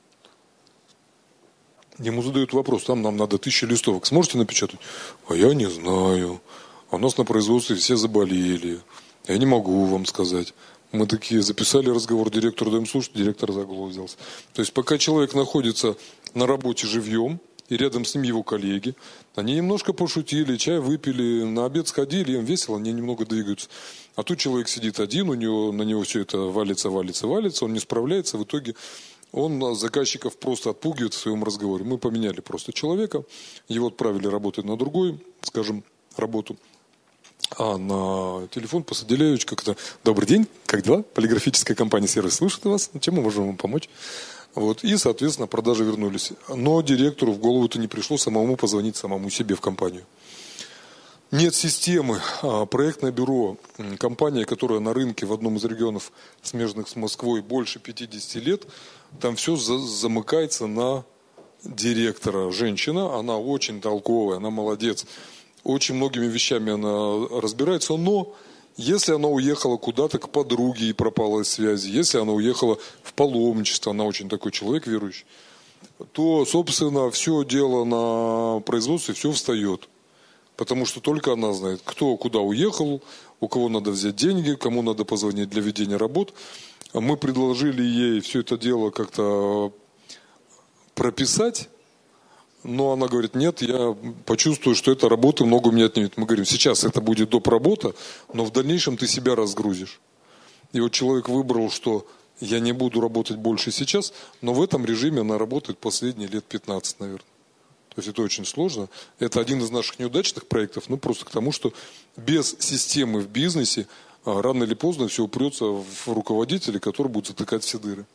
Ему задают вопрос, там нам надо 1000 листовок, сможете напечатать? А я не знаю, а у нас на производстве все заболели. Я не могу вам сказать. Мы такие записали разговор директору, даем слушать, директор за голову взялся. То есть пока человек находится на работе живьем, и рядом с ним его коллеги, они немножко пошутили, чай выпили, на обед сходили, им весело, они немного двигаются. А тут человек сидит один, на него все это валится, он не справляется, в итоге он заказчиков просто отпугивает в своем разговоре. Мы поменяли просто человека, его отправили работать на другую, скажем, работу. А на телефон посадили как-то: добрый день, как дела? Полиграфическая компания «Сервис» слушает вас, чем мы можем вам помочь? Вот. И, соответственно, продажи вернулись. Но директору в голову-то не пришло самому позвонить самому себе в компанию. Нет системы. Проектное бюро, компания, которая на рынке в одном из регионов, смежных с Москвой, больше 50 лет, там все замыкается на директора. Женщина, она очень толковая, она молодец. Очень многими вещами она разбирается, но если она уехала куда-то к подруге и пропала из связи, если она уехала в паломничество, она очень такой человек верующий, то, собственно, все дело на производстве, все встает. Потому что только она знает, кто куда уехал, у кого надо взять деньги, кому надо позвонить для ведения работ. Мы предложили ей все это дело как-то прописать. Но она говорит: нет, я почувствую, что эта работа много у меня отнимет. Мы говорим: сейчас это будет доп. Работа, но в дальнейшем ты себя разгрузишь. И вот человек выбрал, что я не буду работать больше сейчас, но в этом режиме она работает последние лет 15, наверное. То есть это очень сложно. Это один из наших неудачных проектов, просто к тому, что без системы в бизнесе рано или поздно все упрется в руководителя, который будет затыкать все дыры.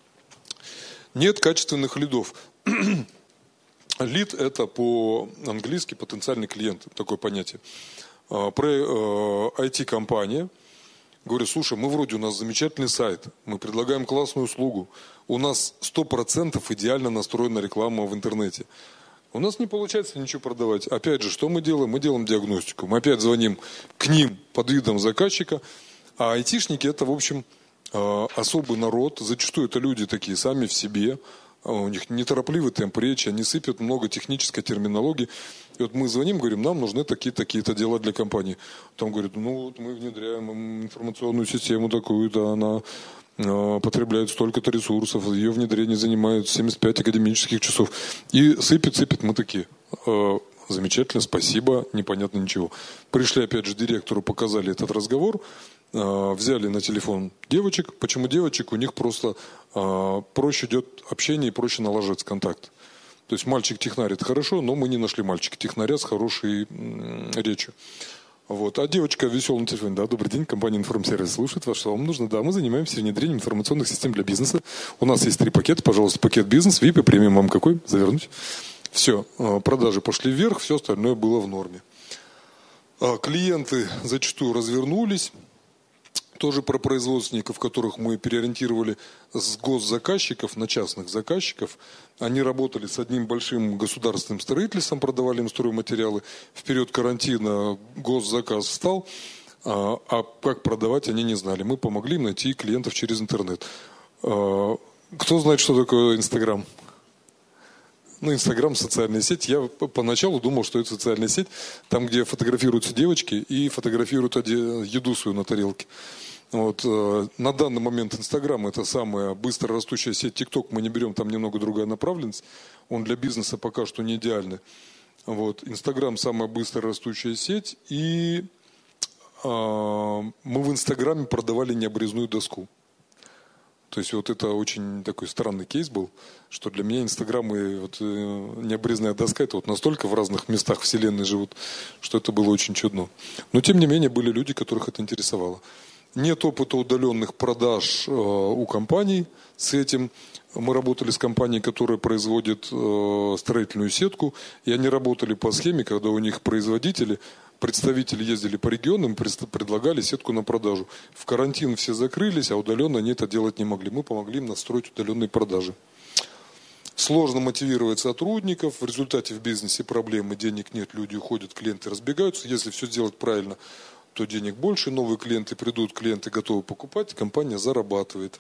Нет качественных лидов. Лид – это по-английски потенциальный клиент, такое понятие. IT-компания говорит: слушай, у нас замечательный сайт, мы предлагаем классную услугу, у нас 100% идеально настроена реклама в интернете. У нас не получается ничего продавать. Опять же, что мы делаем? Мы делаем диагностику. Мы опять звоним к ним под видом заказчика, а айтишники – это, в общем, особый народ, зачастую это люди такие сами в себе, у них неторопливый темп речи, они сыпят много технической терминологии. И вот мы звоним, говорим: нам нужны такие-то дела для компании. Там говорят: мы внедряем информационную систему такую-то, она потребляет столько-то ресурсов, ее внедрение занимает 75 академических часов. И сыпет, мы такие: замечательно, спасибо, непонятно ничего. Пришли опять же директору, показали этот разговор, взяли на телефон девочек. Почему девочек? У них просто проще идет общение и проще налаживается контакт. То есть мальчик-технарь — это хорошо, но мы не нашли мальчика-технаря с хорошей речью. Вот. А девочка веселая на телефоне: да, добрый день, компания «Информсервис» слушает вас, что вам нужно? Да, мы занимаемся внедрением информационных систем для бизнеса. У нас есть 3 пакета, пожалуйста, пакет бизнес, VIP и премиум, вам какой? Завернуть. Все, продажи пошли вверх, все остальное было в норме. Клиенты зачастую развернулись. Тоже про производственников, которых мы переориентировали с госзаказчиков на частных заказчиков. Они работали с одним большим государственным строительством, продавали им стройматериалы. В период карантина госзаказ встал, а как продавать они не знали. Мы помогли им найти клиентов через интернет. Кто знает, что такое Инстаграм? Инстаграм – социальная сеть. Я поначалу думал, что это социальная сеть, там, где фотографируются девочки и фотографируют еду свою на тарелке. На данный момент Инстаграм – это самая быстро растущая сеть. ТикТок мы не берем, там немного другая направленность. Он для бизнеса пока что не идеальный. Инстаграм – самая быстро растущая сеть. И мы в Инстаграме продавали необрезную доску. То есть это очень такой странный кейс был, что для меня Инстаграм и необрезная доска это настолько в разных местах вселенной живут, что это было очень чудно. Но тем не менее были люди, которых это интересовало. Нет опыта удаленных продаж у компаний с этим. Мы работали с компанией, которая производит строительную сетку, и они работали по схеме, когда у них представители ездили по регионам, предлагали сетку на продажу. В карантин все закрылись, а удаленно они это делать не могли. Мы помогли им настроить удаленные продажи. Сложно мотивировать сотрудников, в результате в бизнесе проблемы, денег нет, люди уходят, клиенты разбегаются. Если все сделать правильно, то денег больше, новые клиенты придут, клиенты готовы покупать, компания зарабатывает.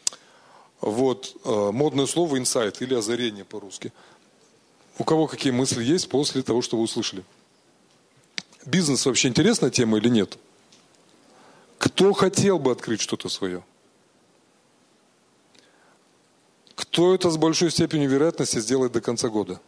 Модное слово инсайт или озарение по-русски. У кого какие мысли есть после того, что вы услышали? Бизнес вообще интересная тема или нет? Кто хотел бы открыть что-то свое? Кто это с большой степенью вероятности сделает до конца года?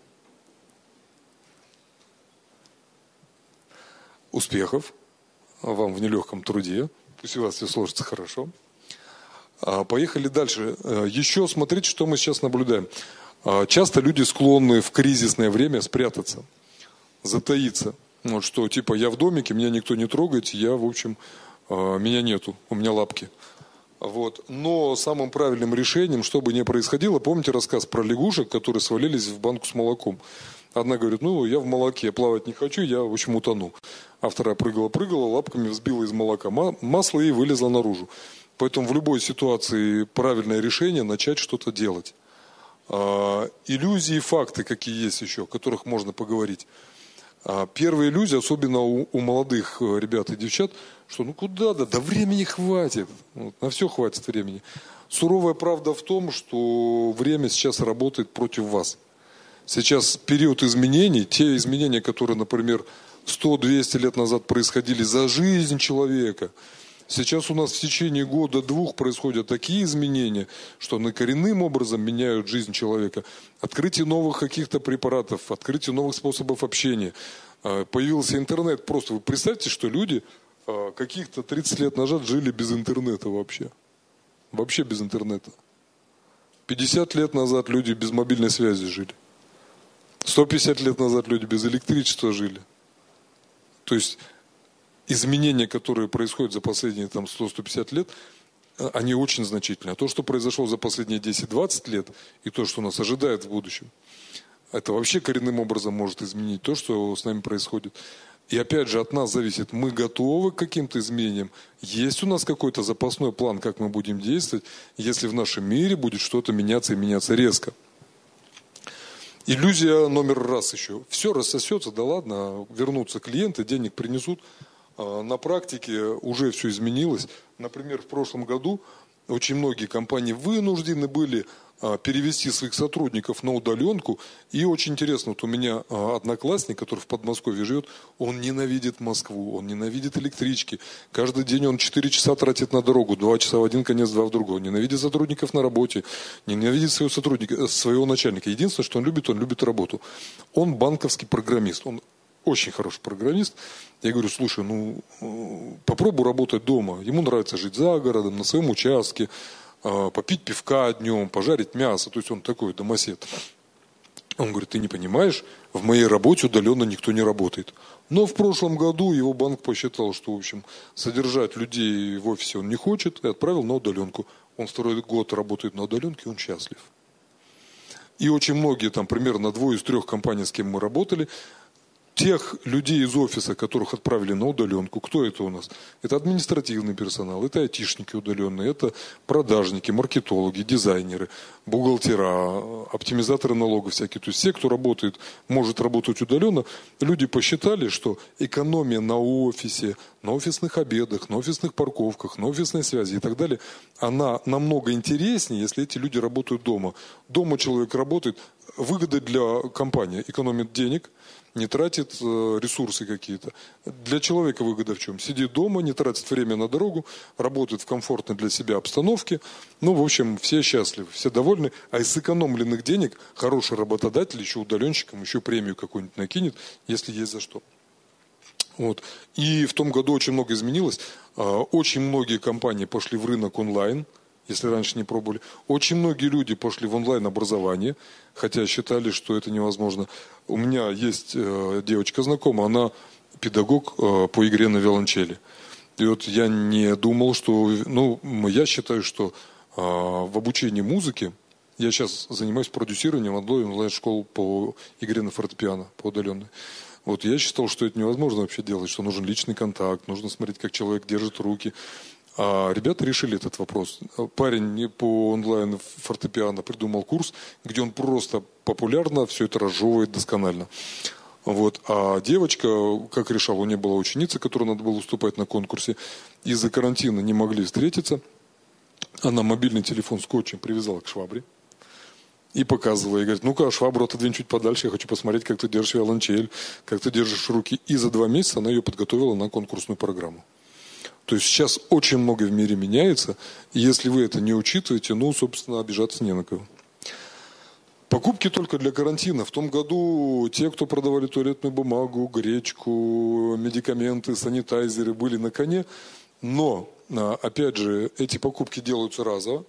Успехов вам в нелегком труде. Пусть у вас все сложится хорошо. Поехали дальше. Еще смотрите, что мы сейчас наблюдаем. Часто люди склонны в кризисное время спрятаться, затаиться. Что типа я в домике, меня никто не трогает, меня нету, у меня лапки. Но самым правильным решением, что бы ни происходило, помните рассказ про лягушек, которые свалились в банку с молоком? Одна говорит, я в молоке, плавать не хочу, я, утону. А вторая прыгала, лапками взбила из молока масло и вылезла наружу. Поэтому в любой ситуации правильное решение начать что-то делать. Иллюзии, факты какие есть еще, о которых можно поговорить. Первая иллюзия, особенно у молодых ребят и девчат, что да времени хватит, на все хватит времени. Суровая правда в том, что время сейчас работает против вас. Сейчас период изменений, те изменения, которые, например, 100-200 лет назад происходили за жизнь человека, сейчас у нас в течение года-двух происходят такие изменения, что они коренным образом меняют жизнь человека. Открытие новых каких-то препаратов, открытие новых способов общения. Появился интернет. Просто вы представьте, что люди каких-то 30 лет назад жили без интернета вообще. Вообще без интернета. 50 лет назад люди без мобильной связи жили. 150 лет назад люди без электричества жили. То есть изменения, которые происходят за последние 100-150 лет, они очень значительны. А то, что произошло за последние 10-20 лет, и то, что нас ожидает в будущем, это вообще коренным образом может изменить то, что с нами происходит. И опять же, от нас зависит, мы готовы к каким-то изменениям, есть у нас какой-то запасной план, как мы будем действовать, если в нашем мире будет что-то меняться и меняться резко. Иллюзия номер раз еще. Все рассосется, да ладно, вернутся клиенты, денег принесут. На практике уже все изменилось. Например, в прошлом году очень многие компании вынуждены были перевести своих сотрудников на удаленку. И очень интересно, у меня одноклассник, который в Подмосковье живет, он ненавидит Москву, он ненавидит электрички. Каждый день он 4 часа тратит на дорогу, 2 часа в один конец, 2 в другой. Он ненавидит сотрудников на работе, ненавидит своего начальника. Единственное, что он любит работу. Он банковский программист, он очень хороший программист. Я говорю, слушай, попробуй работать дома. Ему нравится жить за городом, на своем участке, попить пивка днем, пожарить мясо. То есть он такой домосед. Он говорит, ты не понимаешь, в моей работе удаленно никто не работает. Но в прошлом году его банк посчитал, что, содержать людей в офисе он не хочет, и отправил на удаленку. Он 2-й год работает на удаленке, он счастлив. И очень многие, примерно 2 из 3 компаний, с кем мы работали, тех людей из офиса, которых отправили на удаленку, кто это у нас? Это административный персонал, это айтишники удаленные, это продажники, маркетологи, дизайнеры, бухгалтера, оптимизаторы налогов всякие. То есть все, кто может работать удаленно, люди посчитали, что экономия на офисе, на офисных обедах, на офисных парковках, на офисной связи и так далее, она намного интереснее, если эти люди работают дома. Дома человек работает, выгода для компании. Экономит денег, не тратит ресурсы какие-то. Для человека выгода в чем? Сидит дома, не тратит время на дорогу, работает в комфортной для себя обстановке. Ну, в общем, все счастливы, все довольны. А из сэкономленных денег хороший работодатель еще удаленщикам еще премию какую-нибудь накинет, если есть за что. Вот. И в том году очень много изменилось. Очень многие компании пошли в рынок онлайн, если раньше не пробовали. Очень многие люди пошли в онлайн-образование, хотя считали, что это невозможно. У меня есть девочка знакомая, она педагог по игре на виолончели. И вот я не думал, что... Ну, я считаю, что в обучении музыке я сейчас занимаюсь продюсированием одной онлайн-школы по игре на фортепиано, по удаленной. Вот я считал, что это невозможно вообще делать, что нужен личный контакт, нужно смотреть, как человек держит руки. А ребята решили этот вопрос. Парень по онлайн фортепиано придумал курс, где он просто популярно все это разжевывает досконально. Вот. А девочка, как решала, у нее была ученица, которой надо было уступать на конкурсе. Из-за карантина не могли встретиться. Она мобильный телефон скотчем привязала к швабре. И показывала, и говорит, ну-ка, швабру отодвинь чуть подальше, я хочу посмотреть, как ты держишь виолончель, как ты держишь руки. И за 2 месяца она ее подготовила на конкурсную программу. То есть сейчас очень много в мире меняется, и если вы это не учитываете, ну, собственно, обижаться не на кого. Покупки только для карантина. В том году те, кто продавали туалетную бумагу, гречку, медикаменты, санитайзеры, были на коне. Но, опять же, эти покупки делаются разово.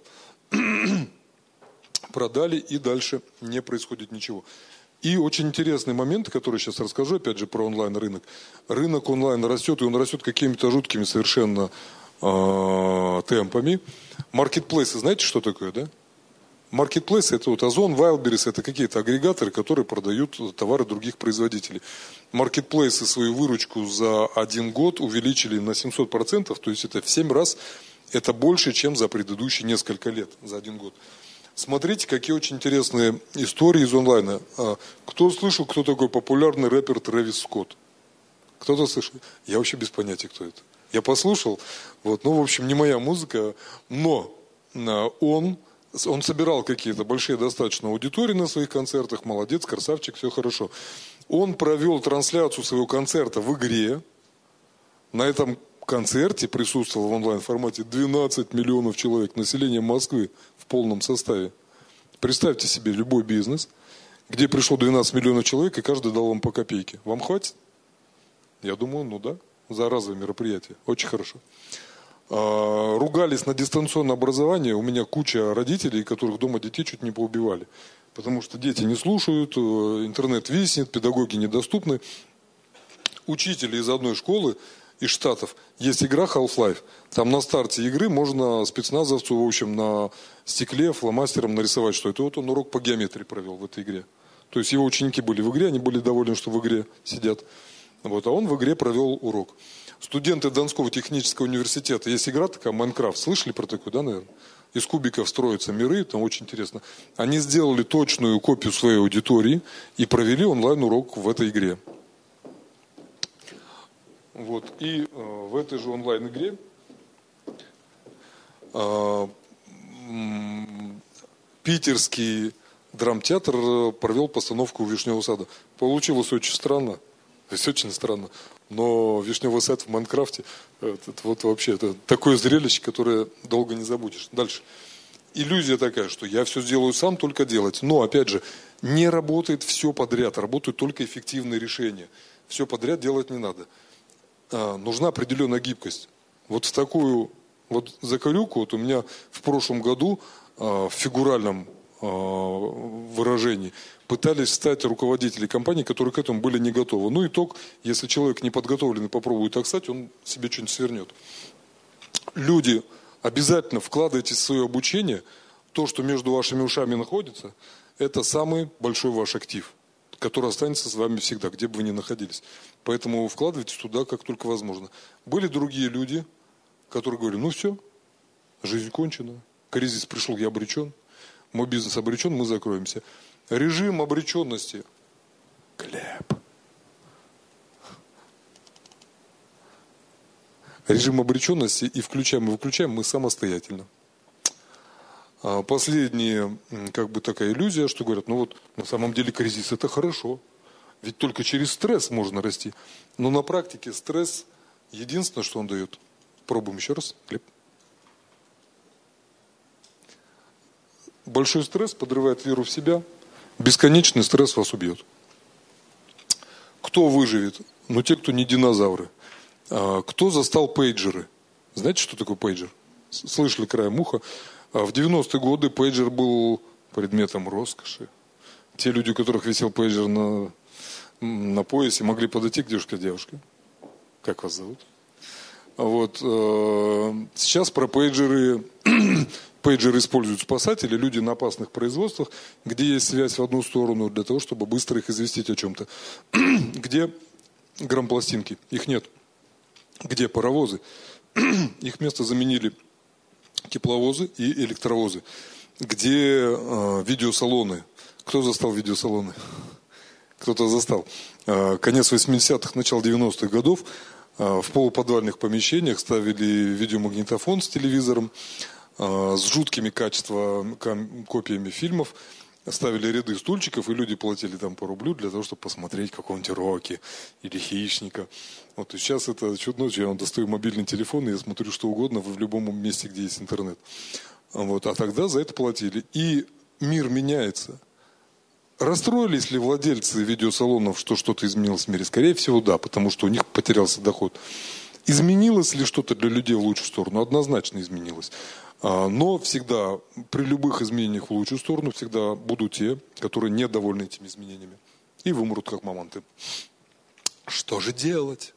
Продали, и дальше не происходит ничего. И очень интересный момент, который сейчас расскажу, опять же, про онлайн-рынок. Рынок онлайн растет, и он растет какими-то жуткими совершенно темпами. Маркетплейсы, знаете, что такое, да? Маркетплейсы – это вот Озон, Wildberries, это какие-то агрегаторы, которые продают товары других производителей. Маркетплейсы свою выручку за 1 год увеличили на 700%, то есть это в 7 раз, это больше, чем за предыдущие несколько лет, за 1 год. Смотрите, какие очень интересные истории из онлайна. Кто слышал, кто такой популярный рэпер Трэвис Скотт? Кто-то слышал? Я вообще без понятия, кто это. Я послушал, вот, ну, в общем, не моя музыка, но он собирал какие-то большие достаточно аудитории на своих концертах, молодец, красавчик, все хорошо. Он провел трансляцию своего концерта в игре. На этом концерте присутствовало в онлайн-формате 12 миллионов человек, население Москвы в полном составе. Представьте себе любой бизнес, где пришло 12 миллионов человек, и каждый дал вам по копейке. Вам хватит? Я думаю, ну да, за разовое мероприятие. Очень хорошо. Ругались на дистанционное образование. У меня куча родителей, которых дома детей чуть не поубивали. Потому что дети не слушают, интернет виснет, педагоги недоступны. Учители из одной школы, из Штатов, есть игра Half-Life. Там на старте игры можно спецназовцу, в общем, на стекле фломастером нарисовать, что это. Вот он урок по геометрии провел в этой игре. То есть его ученики были в игре, они были довольны, что в игре сидят. Вот, а он в игре провел урок. Студенты Донского технического университета, есть игра такая, Майнкрафт. Слышали про такую, да, наверное? Из кубиков строятся миры, там очень интересно. Они сделали точную копию своей аудитории и провели онлайн-урок в этой игре. Вот. И в этой же онлайн-игре питерский драмтеатр провел постановку «Вишневого сада». Получилось очень странно. То есть очень странно. Но «Вишневый сад» в Майнкрафте это вот вообще это такое зрелище, которое долго не забудешь. Дальше. Иллюзия такая, что я все сделаю сам, только делать. Но, опять же, не работает все подряд. Работают только эффективные решения. Все подряд делать не надо. Нужна определенная гибкость. Вот в такую вот закорюку, вот у меня в прошлом году в фигуральном выражении пытались стать руководители компаний, которые к этому были не готовы. Ну, итог, если человек не подготовленный попробует так стать, он себе что-нибудь свернет. Люди, обязательно вкладывайте в свое обучение то, что между вашими ушами находится, это самый большой ваш актив, который останется с вами всегда, где бы вы ни находились. Поэтому вкладывайте туда, как только возможно. Были другие люди, которые говорили, ну все, жизнь кончена, кризис пришел, я обречен, мой бизнес обречен, мы закроемся. Режим обреченности. Глеб. Режим обреченности и включаем, и выключаем мы самостоятельно. Последняя, как бы такая иллюзия, что говорят, ну вот на самом деле кризис это хорошо, ведь только через стресс можно расти. Но на практике стресс единственное, что он дает. Пробуем еще раз, Глеб. Большой стресс подрывает веру в себя, бесконечный стресс вас убьет. Кто выживет? Ну, те, кто не динозавры. Кто застал пейджеры? Знаете, что такое пейджер? Слышали краем уха? В 90-е годы пейджер был предметом роскоши. Те люди, у которых висел пейджер на поясе, могли подойти к девушке. Как вас зовут? Вот. Сейчас про пейджеры... Пейджеры используют спасатели, люди на опасных производствах, где есть связь в одну сторону для того, чтобы быстро их известить о чем-то. Где грампластинки? Их нет. Где паровозы? Их место заменили тепловозы и электровозы. Где видеосалоны? Кто застал видеосалоны? Кто-то застал. Конец 80-х, начало 90-х годов в полуподвальных помещениях ставили видеомагнитофон с телевизором, с жуткими копиями фильмов, ставили ряды стульчиков, и люди платили там по рублю для того, чтобы посмотреть какого-нибудь Рокки или Хищника. Вот, и сейчас это чудно, я достаю мобильный телефон, и я смотрю что угодно в любом месте, где есть интернет. Вот, а тогда за это платили. И мир меняется. Расстроились ли владельцы видеосалонов, что что-то изменилось в мире? Скорее всего, да, потому что у них потерялся доход. Изменилось ли что-то для людей в лучшую сторону? Однозначно изменилось. Но всегда, при любых изменениях в лучшую сторону, всегда будут те, которые недовольны этими изменениями. И вымрут, как мамонты. Что же делать?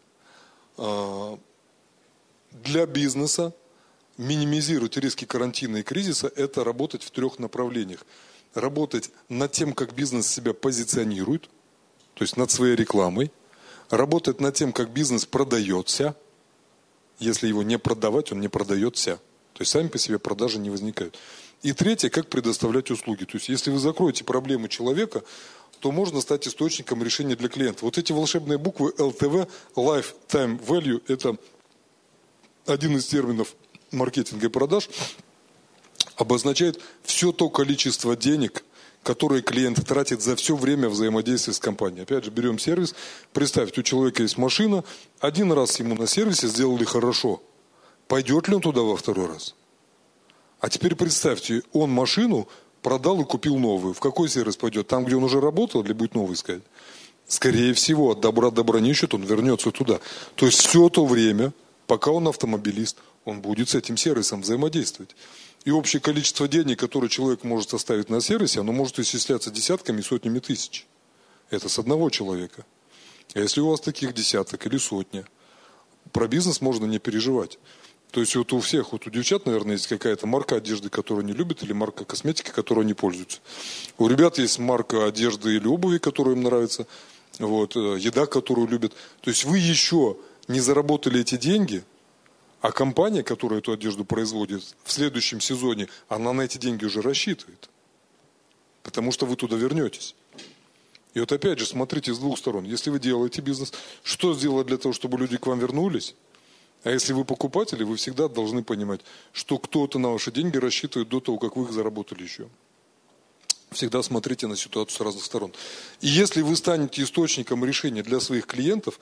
Для бизнеса минимизировать риски карантина и кризиса – это работать в 3 направлениях. Работать над тем, как бизнес себя позиционирует, то есть над своей рекламой. Работать над тем, как бизнес продается. Если его не продавать, он не продается. То есть сами по себе продажи не возникают. И 3, как предоставлять услуги. То есть если вы закроете проблему человека, то можно стать источником решения для клиента. Вот эти волшебные буквы LTV, Lifetime Value, это один из терминов маркетинга и продаж, обозначает все то количество денег, которые клиент тратит за все время взаимодействия с компанией. Опять же, берем сервис. Представьте, у человека есть машина, один раз ему на сервисе сделали хорошо. Пойдет ли он туда во 2-й раз? А теперь представьте, он машину продал и купил новую. В какой сервис пойдет? Там, где он уже работал, или будет новый искать? Скорее всего, от добра не ищет, он вернется туда. То есть все то время, пока он автомобилист, он будет с этим сервисом взаимодействовать. И общее количество денег, которое человек может оставить на сервисе, оно может исчисляться десятками и сотнями тысяч. Это с одного человека. А если у вас таких десяток или сотня, про бизнес можно не переживать. То есть вот у всех, вот у девчат, наверное, есть какая-то марка одежды, которую они любят, или марка косметики, которой они пользуются. У ребят есть марка одежды или обуви, которая им нравится, вот, еда, которую любят. То есть вы еще не заработали эти деньги, а компания, которая эту одежду производит, в следующем сезоне, она на эти деньги уже рассчитывает. Потому что вы туда вернетесь. И вот опять же, смотрите с 2 сторон. Если вы делаете бизнес, что сделать для того, чтобы люди к вам вернулись? А если вы покупатели, вы всегда должны понимать, что кто-то на ваши деньги рассчитывает до того, как вы их заработали еще. Всегда смотрите на ситуацию с разных сторон. И если вы станете источником решения для своих клиентов,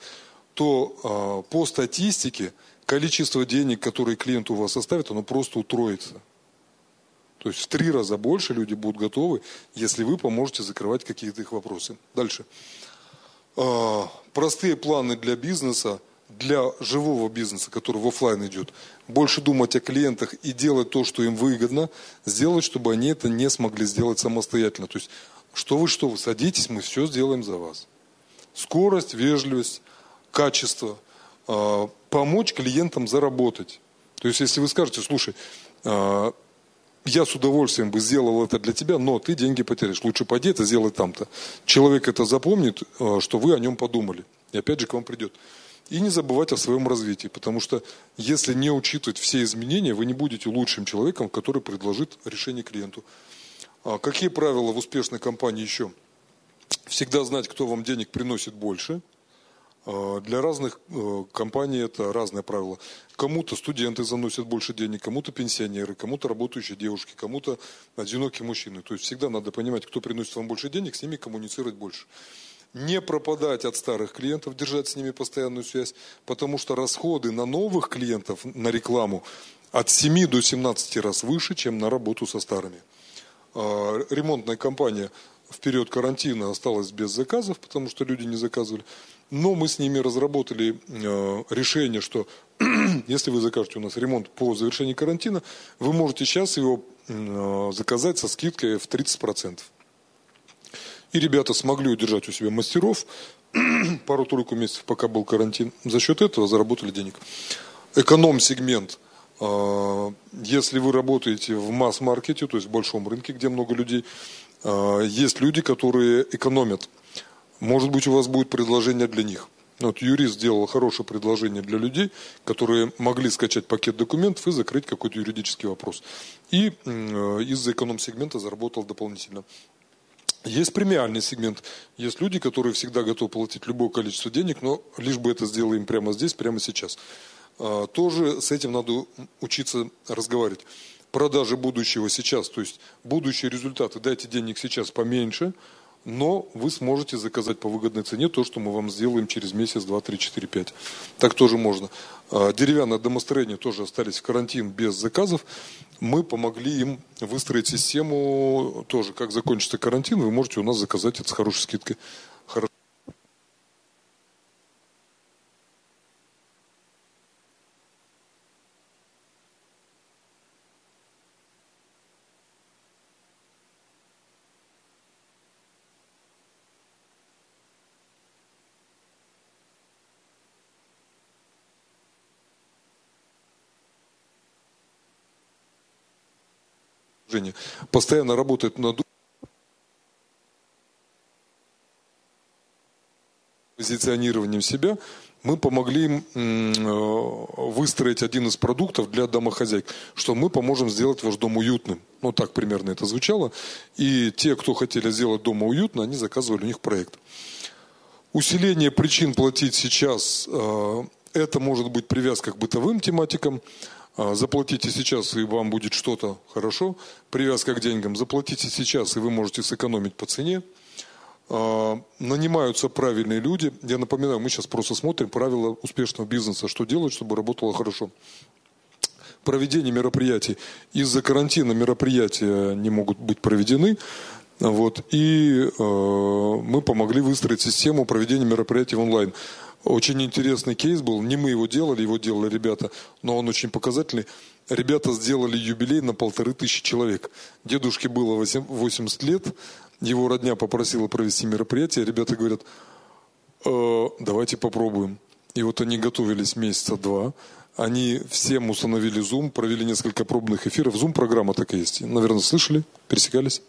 то по статистике количество денег, которые клиент у вас оставит, оно просто утроится. То есть в 3 раза больше люди будут готовы, если вы поможете закрывать какие-то их вопросы. Дальше. Простые планы для бизнеса, для живого бизнеса, который в офлайн идет. Больше думать о клиентах и делать то, что им выгодно, сделать, чтобы они это не смогли сделать самостоятельно. То есть, что вы, садитесь, мы все сделаем за вас. Скорость, вежливость, качество, помочь клиентам заработать. То есть, если вы скажете, слушай, я с удовольствием бы сделал это для тебя, но ты деньги потеряешь. Лучше пойди это сделай там-то. Человек это запомнит, что вы о нем подумали. И опять же к вам придет. И не забывать о своем развитии. Потому что если не учитывать все изменения, вы не будете лучшим человеком, который предложит решение клиенту. Какие правила в успешной компании еще? Всегда знать, кто вам денег приносит больше. Для разных компаний это разные правила. Кому-то студенты заносят больше денег, кому-то пенсионеры, кому-то работающие девушки, кому-то одинокие мужчины. То есть всегда надо понимать, кто приносит вам больше денег, с ними коммуницировать больше. Не пропадать от старых клиентов, держать с ними постоянную связь, потому что расходы на новых клиентов, на рекламу от 7 до 17 раз выше, чем на работу со старыми. Ремонтная компания в период карантина осталась без заказов, потому что люди не заказывали. Но мы с ними разработали решение, что если вы закажете у нас ремонт по завершении карантина, вы можете сейчас его заказать со скидкой в 30%. И ребята смогли удержать у себя мастеров пару-тройку месяцев, пока был карантин. За счет этого заработали денег. Эконом-сегмент. Если вы работаете в масс-маркете, то есть в большом рынке, где много людей, есть люди, которые экономят. Может быть, у вас будет предложение для них. Вот юрист сделал хорошее предложение для людей, которые могли скачать пакет документов и закрыть какой-то юридический вопрос. И из-за эконом-сегмента заработал дополнительно. Есть премиальный сегмент. Есть люди, которые всегда готовы платить любое количество денег, но лишь бы это сделаем прямо здесь, прямо сейчас. Тоже с этим надо учиться разговаривать. Продажи будущего сейчас, то есть будущие результаты, дайте денег сейчас поменьше, но вы сможете заказать по выгодной цене то, что мы вам сделаем через месяц, 2, 3, 4, 5. Так тоже можно. Деревянное домостроение тоже остались в карантин без заказов. Мы помогли им выстроить систему тоже, как закончится карантин, вы можете у нас заказать это с хорошей скидкой. Постоянно работает над позиционированием себя. Мы помогли им выстроить один из продуктов для домохозяек, что мы поможем сделать ваш дом уютным. Ну, так примерно это звучало. И те, кто хотели сделать дома уютно, они заказывали у них проект. Усиление причин платить сейчас, это может быть привязка к бытовым тематикам. Заплатите сейчас, и вам будет что-то хорошо. Привязка к деньгам. Заплатите сейчас, и вы можете сэкономить по цене. Нанимаются правильные люди. Я напоминаю, мы сейчас просто смотрим правила успешного бизнеса. Что делать, чтобы работало хорошо. Проведение мероприятий. Из-за карантина мероприятия не могут быть проведены. Вот. И мы помогли выстроить систему проведения мероприятий в онлайн. Очень интересный кейс был, не мы его делали ребята, но он очень показательный. Ребята сделали юбилей на 1500 человек. Дедушке было 80 лет, его родня попросила провести мероприятие, ребята говорят, давайте попробуем. И вот они готовились месяца 2, они всем установили Zoom, провели несколько пробных эфиров. Zoom-программа такая есть, наверное, слышали, пересекались?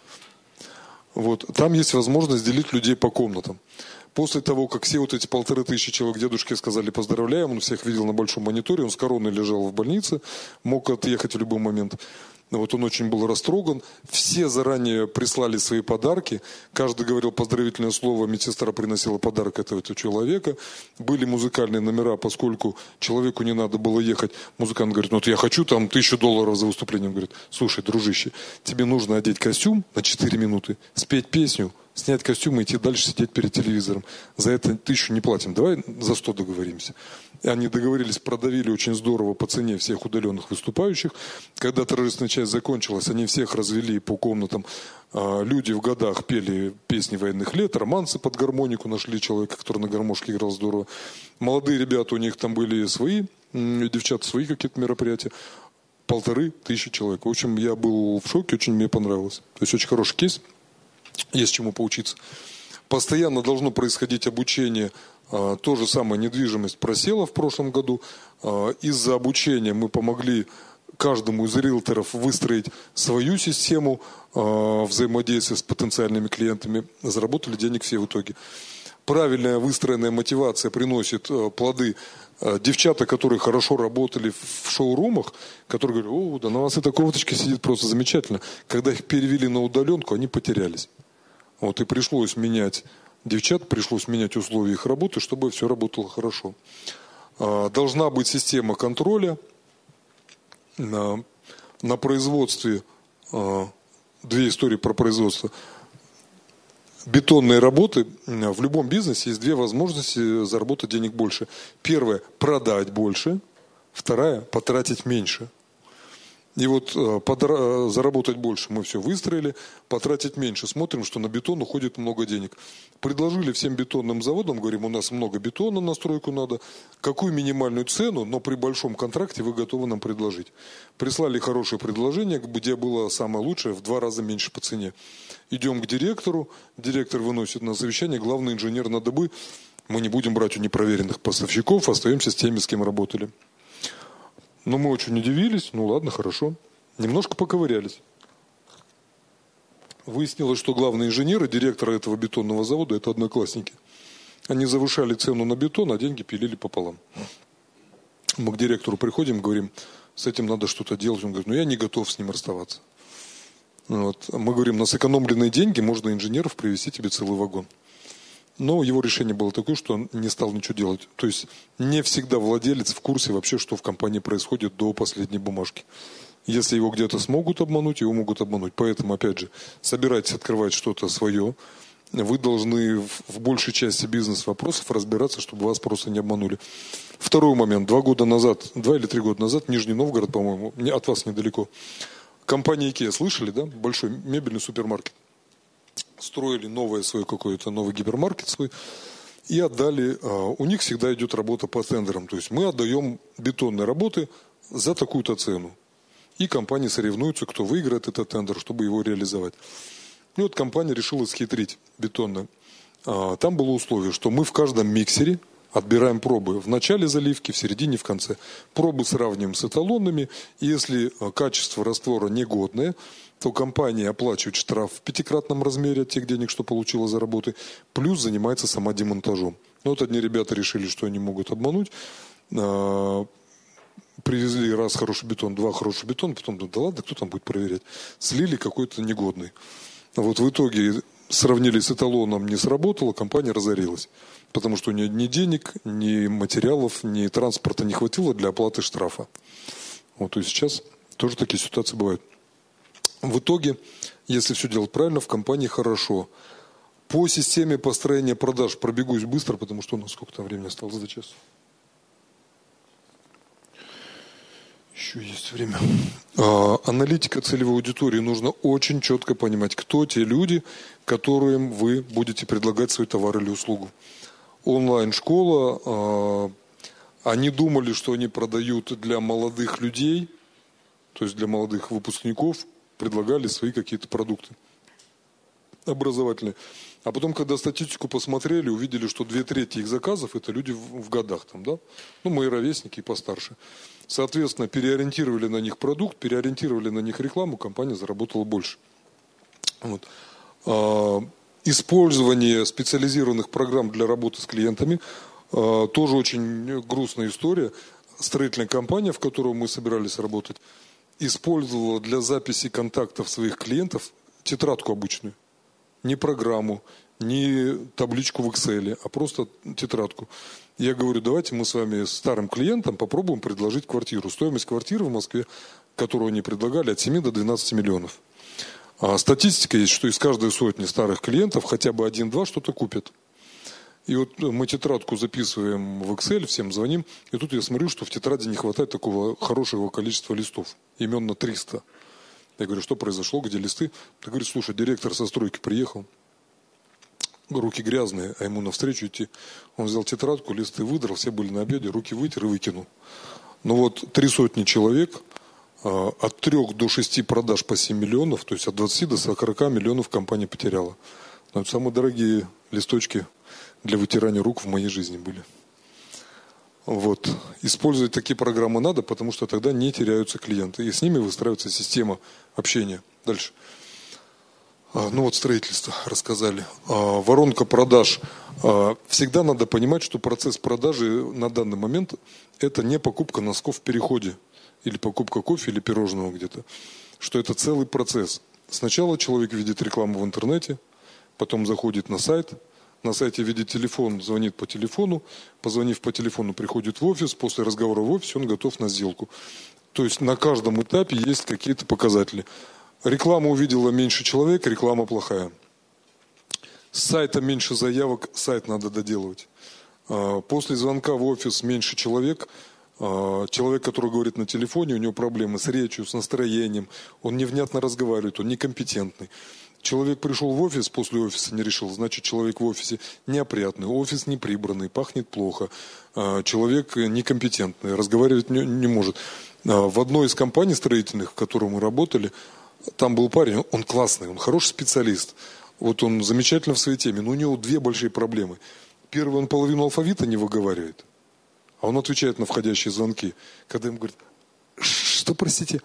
Вот. Там есть возможность делить людей по комнатам. После того, как все вот эти 1500 человек дедушке сказали поздравляем, он всех видел на большом мониторе, он с короной лежал в больнице, мог отъехать в любой момент. Вот он очень был растроган. Все заранее прислали свои подарки. Каждый говорил поздравительное слово, медсестра приносила подарок этого человека. Были музыкальные номера, поскольку человеку не надо было ехать. Музыкант говорит, ну вот я хочу там $1000 за выступление. Он говорит, слушай, дружище, тебе нужно одеть костюм на 4 минуты, спеть песню, снять костюм и идти дальше сидеть перед телевизором. За это 1000 не платим, давай за 100 договоримся. И они договорились, продавили очень здорово по цене всех удаленных выступающих. Когда торжественная часть закончилась, они всех развели по комнатам. Люди в годах пели песни военных лет, романсы под гармонику, нашли человека, который на гармошке играл здорово. Молодые ребята, у них там были свои, девчата свои какие-то мероприятия. 1500 человек. В общем, я был в шоке, очень мне понравилось. То есть очень хороший кейс. Есть чему поучиться. Постоянно должно происходить обучение. То же самое, недвижимость просела в прошлом году. Из-за обучения мы помогли каждому из риэлторов выстроить свою систему взаимодействия с потенциальными клиентами. Заработали денег все в итоге. Правильная выстроенная мотивация приносит плоды. Девчата, которые хорошо работали в шоурумах, которые говорят, да на вас эта кофточка сидит просто замечательно. Когда их перевели на удаленку, они потерялись. Вот, и пришлось менять девчат пришлось менять условия их работы, чтобы все работало хорошо. Должна быть система контроля на производстве. Две истории про производство. Бетонные работы. В любом бизнесе есть две возможности заработать денег больше. Первая – продать больше. Вторая – потратить меньше. И вот заработать больше мы все выстроили, потратить меньше. Смотрим, что на бетон уходит много денег. Предложили всем бетонным заводам, говорим, у нас много бетона на стройку надо. Какую минимальную цену, но при большом контракте вы готовы нам предложить? Прислали хорошее предложение, где было самое лучшее, в 2 раза меньше по цене. Идем к директору, директор выносит на совещание, главный инженер на ДБ. Мы не будем брать у непроверенных поставщиков, остаемся с теми, с кем работали. Но мы очень удивились, ну ладно, хорошо. Немножко поковырялись. Выяснилось, что главные инженеры, директора этого бетонного завода, это одноклассники. Они завышали цену на бетон, а деньги пилили пополам. Мы к директору приходим, говорим, с этим надо что-то делать. Он говорит, ну я не готов с ним расставаться. Вот. Мы говорим, на сэкономленные деньги можно инженеров привезти тебе целый вагон. Но его решение было такое, что он не стал ничего делать. То есть не всегда владелец в курсе вообще, что в компании происходит до последней бумажки. Если его где-то смогут обмануть, его могут обмануть. Поэтому, опять же, собирайтесь открывать что-то свое. Вы должны в большей части бизнес-вопросов разбираться, чтобы вас просто не обманули. Второй момент. 2 или 3 года назад, Нижний Новгород, по-моему, от вас недалеко. Компания IKEA, слышали, да? Большой мебельный супермаркет. Строили новый гипермаркет свой и отдали. У них всегда идет работа по тендерам. То есть мы отдаем бетонные работы за такую-то цену. И компании соревнуются, кто выиграет этот тендер, чтобы его реализовать. И вот компания решила схитрить бетонно. Там было условие, что мы в каждом миксере отбираем пробы в начале заливки, в середине, в конце. Пробы сравниваем с эталонными. И если качество раствора негодное, то компания оплачивает штраф в 5-кратном размере от тех денег, что получила за работы, плюс занимается сама демонтажом. Но вот одни ребята решили, что они могут обмануть. Привезли раз хороший бетон, 2 хороший бетон, потом да ладно, кто там будет проверять. Слили какой-то негодный. Вот в итоге сравнили с эталоном, не сработало, компания разорилась. Потому что у нее ни денег, ни материалов, ни транспорта не хватило для оплаты штрафа. Вот и сейчас тоже такие ситуации бывают. В итоге, если все делать правильно, в компании хорошо. По системе построения продаж пробегусь быстро, потому что у нас сколько там времени осталось до часа. Еще есть время. Аналитика целевой аудитории. Нужно очень четко понимать, кто те люди, которым вы будете предлагать свой товар или услугу. Онлайн-школа. Они думали, что они продают для молодых людей, то есть для молодых выпускников, предлагали свои какие-то продукты образовательные. А потом, когда статистику посмотрели, увидели, что 2/3 их заказов – это люди в годах, там, да? Ну, мои ровесники и постарше. Соответственно, переориентировали на них продукт, переориентировали на них рекламу, компания заработала больше. Вот. Использование специализированных программ для работы с клиентами тоже очень грустная история. Строительная компания, в которой мы собирались работать, использовала для записи контактов своих клиентов тетрадку обычную. Не программу, не табличку в Excel, а просто тетрадку. Я говорю, давайте мы с вами старым клиентам попробуем предложить квартиру. Стоимость квартиры в Москве, которую они предлагали, от 7 до 12 миллионов. А статистика есть, что из каждой сотни старых клиентов хотя бы 1-2 что-то купят. И вот мы тетрадку записываем в Excel, всем звоним, и тут я смотрю, что в тетради не хватает такого хорошего количества листов, имен на 300. Я говорю, что произошло, где листы? Я говорю, слушай, директор со стройки приехал, руки грязные, а ему навстречу идти. Он взял тетрадку, листы выдрал, все были на обеде, руки вытер и выкинул. Ну вот 300 человек, от 3 до 6 продаж по 7 миллионов, то есть от 20 до 40 миллионов компания потеряла. Но это самые дорогие листочки для вытирания рук в моей жизни были. Вот. Использовать такие программы надо, потому что тогда не теряются клиенты. И с ними выстраивается система общения. Дальше. Ну вот строительство рассказали. Воронка продаж. Всегда надо понимать, что процесс продажи на данный момент это не покупка носков в переходе. Или покупка кофе или пирожного где-то. Что это целый процесс. Сначала человек видит рекламу в интернете, потом заходит на сайт, на сайте видит телефон, звонит по телефону, позвонив по телефону, приходит в офис, после разговора в офисе он готов на сделку. То есть на каждом этапе есть какие-то показатели. Реклама увидела меньше человек, реклама плохая. С сайта меньше заявок, сайт надо доделывать. После звонка в офис меньше человек. Человек, который говорит на телефоне, у него проблемы с речью, с настроением, он невнятно разговаривает, он некомпетентный. Человек пришел в офис, после офиса не решил, значит, человек в офисе неопрятный, офис не прибранный, пахнет плохо, человек некомпетентный, разговаривать не может. В одной из компаний строительных, в которой мы работали, там был парень, он классный, он хороший специалист, вот он замечательно в своей теме, но у него две большие проблемы. Первый, он половину алфавита не выговаривает, а он отвечает на входящие звонки. Когда ему говорят, что, простите,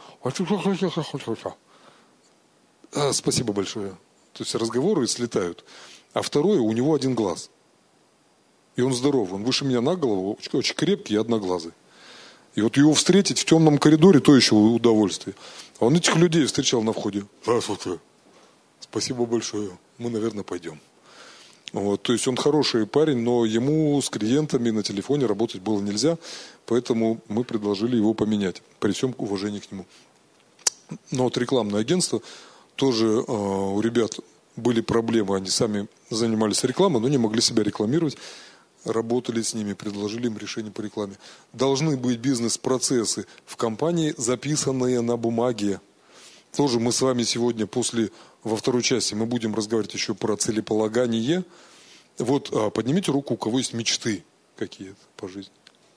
спасибо большое. То есть разговоры слетают. А второе, у него один глаз. И он здоров, он выше меня на голову, очень крепкий и одноглазый. И вот его встретить в темном коридоре, то еще удовольствие. А он этих людей встречал на входе. Здравствуйте. Спасибо большое. Мы, наверное, пойдем. Вот, то есть он хороший парень, но ему с клиентами на телефоне работать было нельзя, поэтому мы предложили его поменять, при всем уважении к нему. Но вот рекламное агентство, тоже у ребят были проблемы, они сами занимались рекламой, но не могли себя рекламировать, работали с ними, предложили им решение по рекламе. Должны быть бизнес-процессы в компании, записанные на бумаге. Тоже мы с вами сегодня во второй части мы будем разговаривать еще про целеполагание. Вот поднимите руку, у кого есть мечты какие-то по жизни.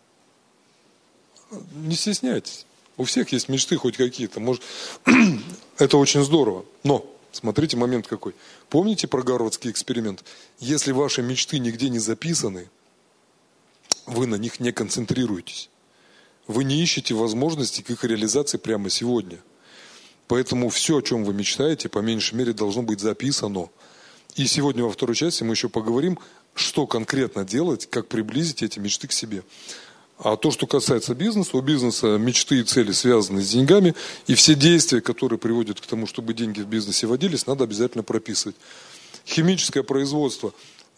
Не стесняйтесь. У всех есть мечты хоть какие-то. Может, это очень здорово. Но, смотрите, момент какой. Помните про гарвардский эксперимент? Если ваши мечты нигде не записаны, вы на них не концентрируетесь. Вы не ищете возможности к их реализации прямо сегодня. Поэтому все, о чем вы мечтаете, по меньшей мере, должно быть записано. И сегодня во второй части мы еще поговорим, что конкретно делать, как приблизить эти мечты к себе. А то, что касается бизнеса, у бизнеса мечты и цели связаны с деньгами, и все действия, которые приводят к тому, чтобы деньги в бизнесе водились, надо обязательно прописывать. Химическое производство,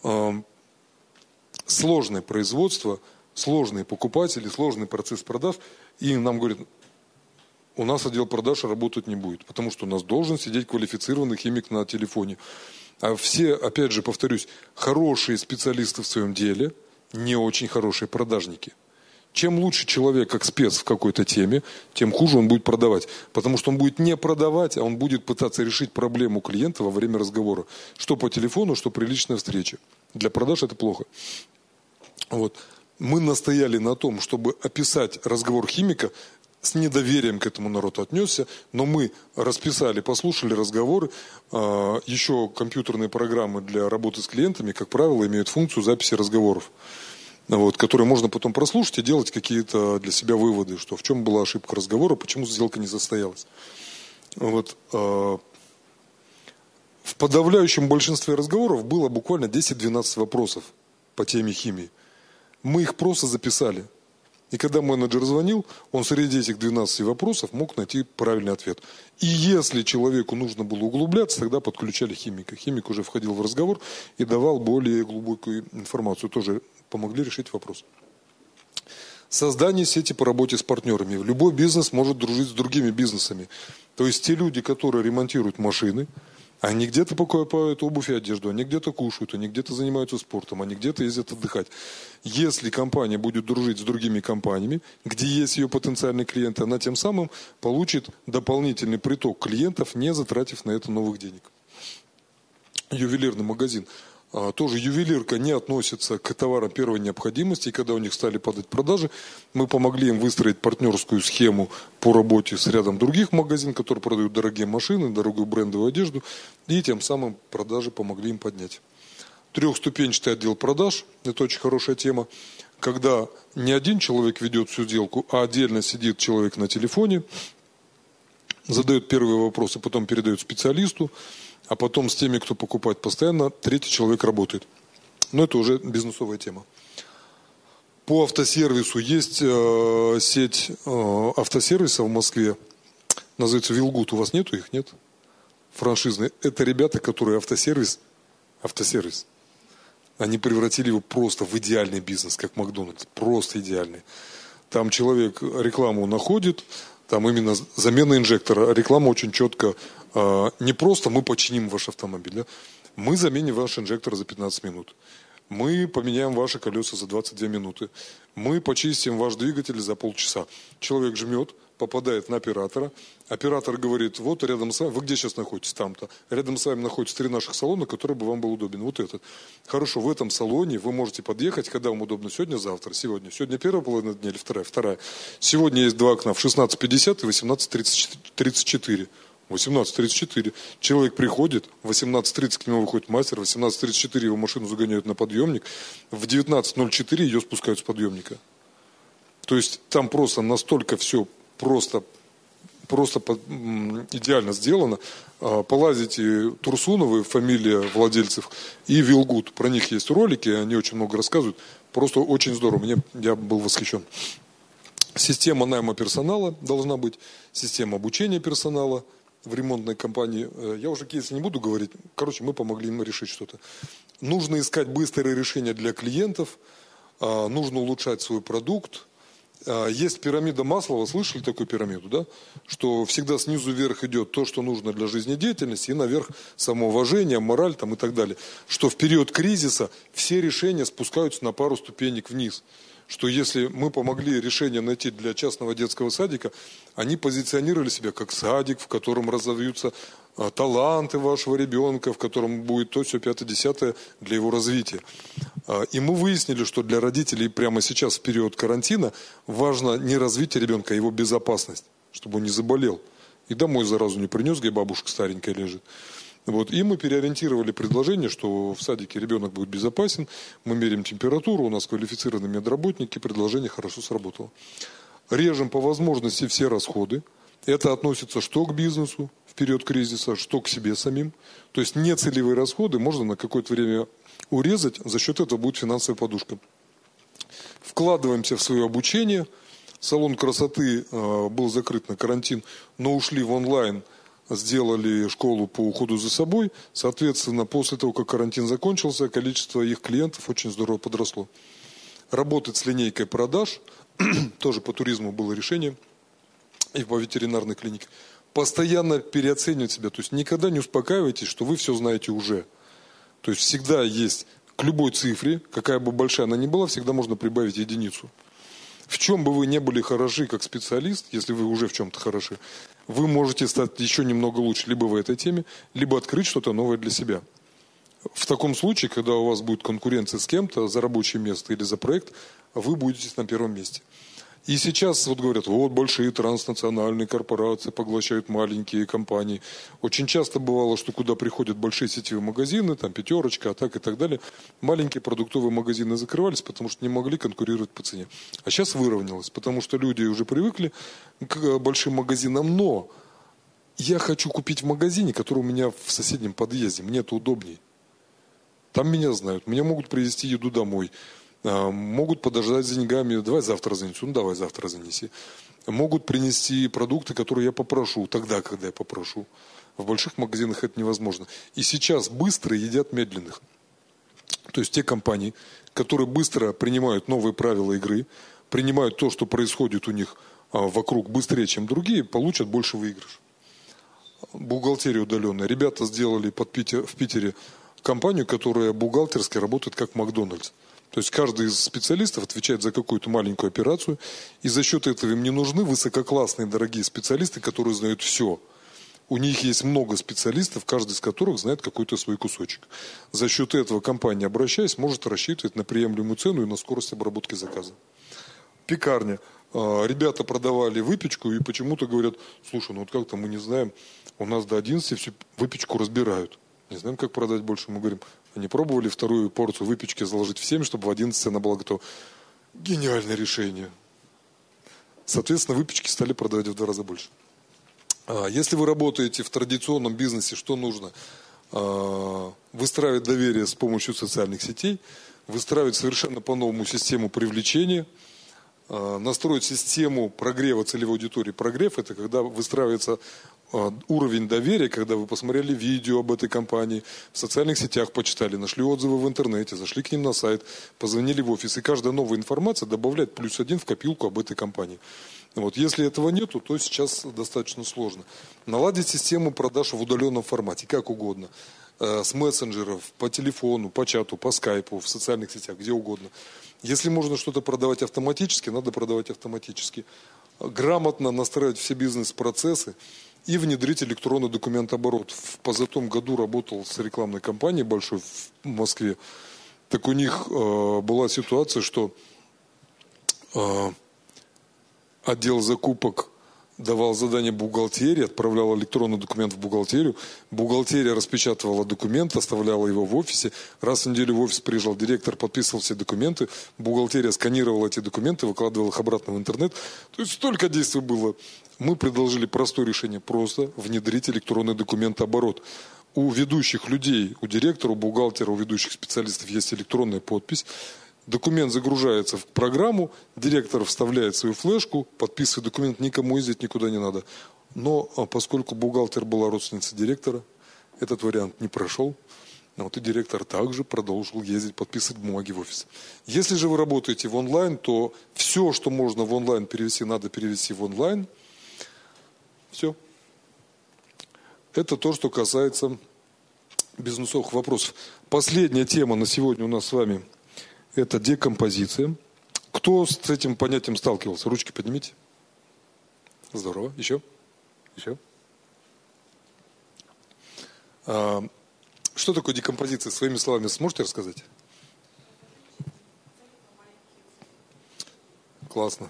сложное производство, сложные покупатели, сложный процесс продаж, и нам говорят, у нас отдел продаж работать не будет, потому что у нас должен сидеть квалифицированный химик на телефоне. А все, опять же, повторюсь, хорошие специалисты в своем деле, не очень хорошие продажники. Чем лучше человек как спец в какой-то теме, тем хуже он будет продавать. Потому что он будет не продавать, а он будет пытаться решить проблему клиента во время разговора. Что по телефону, что при личной встрече. Для продаж это плохо. Вот. Мы настояли на том, чтобы описать разговор химика, с недоверием к этому народ отнесся, но мы расписали, послушали разговоры. Еще компьютерные программы для работы с клиентами, как правило, имеют функцию записи разговоров, вот, которые можно потом прослушать и делать какие-то для себя выводы, что в чем была ошибка разговора, почему сделка не состоялась. Вот, в подавляющем большинстве разговоров было буквально 10-12 вопросов по теме химии. Мы их просто записали. И когда менеджер звонил, он среди этих 12 вопросов мог найти правильный ответ. И если человеку нужно было углубляться, тогда подключали химика. Химик уже входил в разговор и давал более глубокую информацию. Тоже помогли решить вопрос. Создание сети по работе с партнерами. Любой бизнес может дружить с другими бизнесами. То есть те люди, которые ремонтируют машины, они где-то покупают обувь и одежду, они где-то кушают, они где-то занимаются спортом, они где-то ездят отдыхать. Если компания будет дружить с другими компаниями, где есть ее потенциальные клиенты, она тем самым получит дополнительный приток клиентов, не затратив на это новых денег. Ювелирный магазин. Тоже ювелирка не относится к товарам первой необходимости, и когда у них стали падать продажи, мы помогли им выстроить партнерскую схему по работе с рядом других магазинов, которые продают дорогие машины, дорогую брендовую одежду, и тем самым продажи помогли им поднять. Трехступенчатый отдел продаж – это очень хорошая тема, когда не один человек ведет всю сделку, а отдельно сидит человек на телефоне, задает первые вопросы, потом передает специалисту, а потом с теми, кто покупает постоянно, третий человек работает. Но это уже бизнесовая тема. По автосервису есть сеть автосервисов в Москве. Называется Вилгуд. У вас нету их? Нет? Франшизные. Это ребята, которые автосервис. Они превратили его просто в идеальный бизнес, как Макдональдс. Просто идеальный. Там человек рекламу находит, там именно замена инжектора. Реклама очень четко. Не просто мы починим ваш автомобиль, да? Мы заменим ваш инжектор за 15 минут. Мы поменяем ваши колеса за 22 минуты. Мы почистим ваш двигатель за полчаса. Человек жмет, попадает на оператора. Оператор говорит, вот рядом с вами, вы где сейчас находитесь? Там-то. Рядом с вами находятся 3 наших салона, который бы вам был удобен. Вот этот. Хорошо, в этом салоне вы можете подъехать, когда вам удобно. Сегодня, завтра, сегодня. Сегодня первая половина дня или вторая? Вторая. Сегодня есть 2 окна в 16:50 и 18:34. 18:34. Человек приходит, в 18:30 к нему выходит мастер, в 18:34 его машину загоняют на подъемник, в 19:04 ее спускают с подъемника. То есть там просто настолько все просто идеально сделано. Полазите Турсуновы, фамилия владельцев, и Вилгуд. Про них есть ролики, они очень много рассказывают. Просто очень здорово. Я был восхищен. Система найма персонала должна быть, система обучения персонала в ремонтной компании. Я уже кейсы не буду говорить. Короче, мы помогли им решить что-то. Нужно искать быстрые решения для клиентов. Нужно улучшать свой продукт. Есть пирамида Маслова, слышали такую пирамиду, да? Что всегда снизу вверх идет то, что нужно для жизнедеятельности, и наверх самоуважение, мораль там, и так далее. Что в период кризиса все решения спускаются на пару ступенек вниз. Что если мы помогли решение найти для частного детского садика, они позиционировали себя как садик, в котором разовьются таланты вашего ребенка, в котором будет то, все, 5-10 для его развития. И мы выяснили, что для родителей прямо сейчас, в период карантина, важно не развитие ребенка, а его безопасность, чтобы он не заболел. И домой заразу не принес, где бабушка старенькая лежит. Вот. И мы переориентировали предложение, что в садике ребенок будет безопасен, мы меряем температуру, у нас квалифицированные медработники, предложение хорошо сработало. Режем по возможности все расходы. Это относится что к бизнесу в период кризиса, что к себе самим. То есть нецелевые расходы можно на какое-то время урезать, за счет этого будет финансовая подушка. Вкладываемся в свое обучение. Салон красоты был закрыт на карантин, но ушли в онлайн, сделали школу по уходу за собой. Соответственно, после того, как карантин закончился, количество их клиентов очень здорово подросло. Работать с линейкой продаж, тоже по туризму было решение, и по ветеринарной клинике. Постоянно переоценивать себя, то есть никогда не успокаивайтесь, что вы все знаете уже. То есть всегда есть к любой цифре, какая бы большая она ни была, всегда можно прибавить единицу. В чем бы вы не были хороши как специалист, если вы уже в чем-то хороши, вы можете стать еще немного лучше либо в этой теме, либо открыть что-то новое для себя. В таком случае, когда у вас будет конкуренция с кем-то за рабочее место или за проект, вы будете на первом месте. И сейчас вот говорят, вот большие транснациональные корпорации поглощают маленькие компании. Очень часто бывало, что куда приходят большие сетевые магазины, там Пятерочка, Атак и так далее, маленькие продуктовые магазины закрывались, потому что не могли конкурировать по цене. А сейчас выровнялось, потому что люди уже привыкли к большим магазинам, но я хочу купить в магазине, который у меня в соседнем подъезде, мне это удобнее. Там меня знают, мне могут привезти еду домой. Могут подождать с деньгами, давай завтра занесу, ну давай завтра занеси. Могут принести продукты, которые я попрошу, тогда, когда я попрошу. В больших магазинах это невозможно. И сейчас быстро едят медленных. То есть те компании, которые быстро принимают новые правила игры, принимают то, что происходит у них вокруг быстрее, чем другие, получат больше выигрыш. Бухгалтерия удаленная. Ребята сделали в Питере компанию, которая бухгалтерски работает как Макдональдс. То есть каждый из специалистов отвечает за какую-то маленькую операцию, и за счет этого им не нужны высококлассные дорогие специалисты, которые знают все. У них есть много специалистов, каждый из которых знает какой-то свой кусочек. За счет этого компания, обращаясь, может рассчитывать на приемлемую цену и на скорость обработки заказа. Пекарня. Ребята продавали выпечку и почему-то говорят, слушай, ну вот как-то мы не знаем, у нас до 11 всю выпечку разбирают. Не знаем, как продать больше. Мы говорим, они пробовали вторую порцию выпечки заложить в 7, чтобы в 11 она была готова. Гениальное решение. Соответственно, выпечки стали продавать в 2 раза больше. Если вы работаете в традиционном бизнесе, что нужно? Выстраивать доверие с помощью социальных сетей, выстраивать совершенно по-новому систему привлечения, настроить систему прогрева целевой аудитории. Прогрев – это когда выстраивается уровень доверия, когда вы посмотрели видео об этой компании, в социальных сетях почитали, нашли отзывы в интернете, зашли к ним на сайт, позвонили в офис, и каждая новая информация добавляет +1 в копилку об этой компании. Вот. Если этого нету, то сейчас достаточно сложно. Наладить систему продаж в удаленном формате, как угодно. С мессенджеров, по телефону, по чату, по скайпу, в социальных сетях, где угодно. Если можно что-то продавать автоматически, надо продавать автоматически. Грамотно настраивать все бизнес-процессы и внедрить электронный документооборот. В позатом году работал с рекламной компанией большой в Москве. Так у них была ситуация, что отдел закупок давал задание бухгалтерии, отправлял электронный документ в бухгалтерию. Бухгалтерия распечатывала документ, оставляла его в офисе. Раз в неделю в офис приезжал директор, подписывал все документы. Бухгалтерия сканировала эти документы, выкладывала их обратно в интернет. То есть столько действий было. Мы предложили простое решение, просто внедрить электронный документооборот. У ведущих людей, у директора, у бухгалтера, у ведущих специалистов есть электронная подпись. Документ загружается в программу, директор вставляет свою флешку, подписывает документ, никому ездить никуда не надо. Но поскольку бухгалтер была родственницей директора, этот вариант не прошел. Вот и директор также продолжил ездить, подписывать бумаги в офис. Если же вы работаете в онлайн, то все, что можно в онлайн перевести, надо перевести в онлайн. Все. Это то, что касается бизнесовых вопросов. Последняя тема на сегодня у нас с вами – это декомпозиция. Кто с этим понятием сталкивался? Ручки поднимите. Здорово. Еще? Еще? Что такое декомпозиция? Своими словами сможете рассказать? Классно.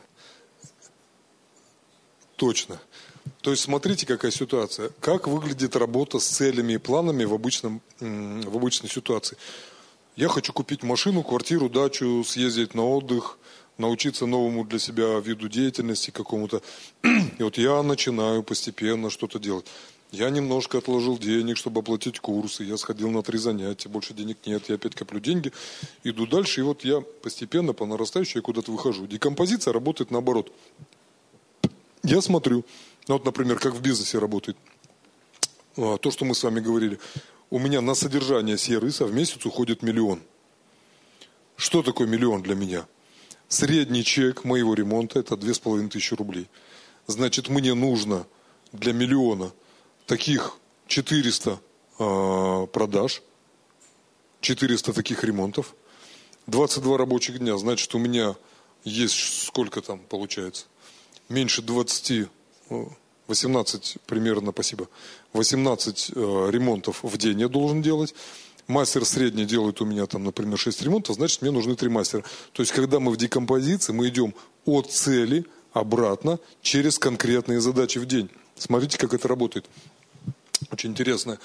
Точно. То есть смотрите, какая ситуация. Как выглядит работа с целями и планами в обычной ситуации. Я хочу купить машину, квартиру, дачу, съездить на отдых, научиться новому для себя виду деятельности какому-то. И вот я начинаю постепенно что-то делать. Я немножко отложил денег, чтобы оплатить курсы. Я сходил на 3 занятия, больше денег нет. Я опять коплю деньги, иду дальше. И вот я постепенно, по нарастающей, куда-то выхожу. Декомпозиция работает наоборот. Я смотрю, вот, например, как в бизнесе работает. То, что мы с вами говорили. У меня на содержание сервиса в месяц уходит 1 000 000. Что такое 1 000 000 для меня? Средний чек моего ремонта – это 2500 рублей. Значит, мне нужно для 1 000 000 таких 400 продаж, 400 таких ремонтов, 22 рабочих дня. Значит, у меня есть сколько там получается? Меньше 20, 18 примерно, спасибо, 18 ремонтов в день я должен делать. Мастер средний делает у меня там, например, 6 ремонтов, значит, мне нужны 3 мастера. То есть, когда мы в декомпозиции, мы идем от цели обратно через конкретные задачи в день. Смотрите, как это работает. Очень интересно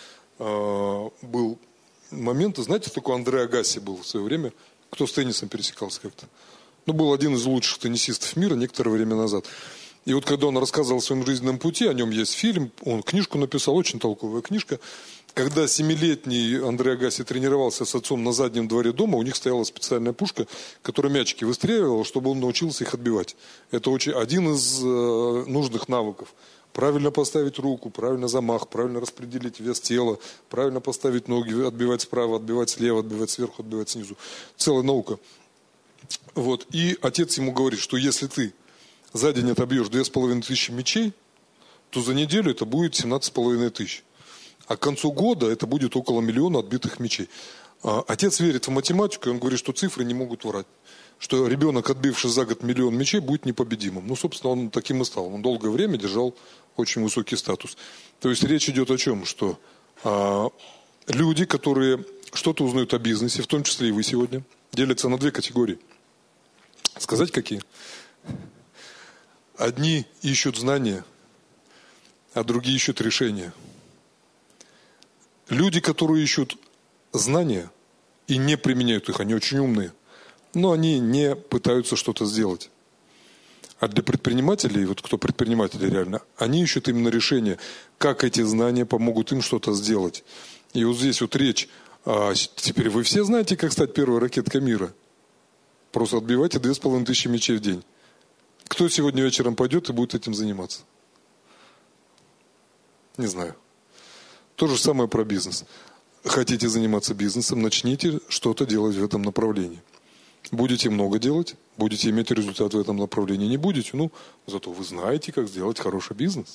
был момент, знаете, такой Андре Агасси был в свое время, кто с теннисом пересекался как-то. Ну, был один из лучших теннисистов мира некоторое время назад. И вот когда он рассказывал о своем жизненном пути, о нем есть фильм, он книжку написал, очень толковая книжка. Когда 7-летний Андре Агасси тренировался с отцом на заднем дворе дома, у них стояла специальная пушка, которая мячики выстреливала, чтобы он научился их отбивать. Это один из нужных навыков. Правильно поставить руку, правильно замах, правильно распределить вес тела, правильно поставить ноги, отбивать справа, отбивать слева, отбивать сверху, отбивать снизу. Целая наука. Вот. И отец ему говорит, что если ты за день отобьешь 2500 мячей, то за неделю это будет 17,5 А к концу года это будет около 1 000 000 отбитых мячей. Отец верит в математику, и он говорит, что цифры не могут врать. Что ребенок, отбивший за год 1 000 000 мячей, будет непобедимым. Ну, собственно, он таким и стал. Он долгое время держал очень высокий статус. То есть речь идет о чем? Что люди, которые что-то узнают о бизнесе, в том числе и вы сегодня, делятся на 2 категории. Сказать какие? Одни ищут знания, а другие ищут решения. Люди, которые ищут знания и не применяют их, они очень умные, но они не пытаются что-то сделать. А для предпринимателей, вот кто предприниматели реально, они ищут именно решение, как эти знания помогут им что-то сделать. И вот здесь вот речь, теперь вы все знаете, как стать первой ракеткой мира. Просто отбивайте 2500 мячей в день. Кто сегодня вечером пойдет и будет этим заниматься? Не знаю. То же самое про бизнес. Хотите заниматься бизнесом, начните что-то делать в этом направлении. Будете много делать, будете иметь результат в этом направлении. Не будете, зато вы знаете, как сделать хороший бизнес.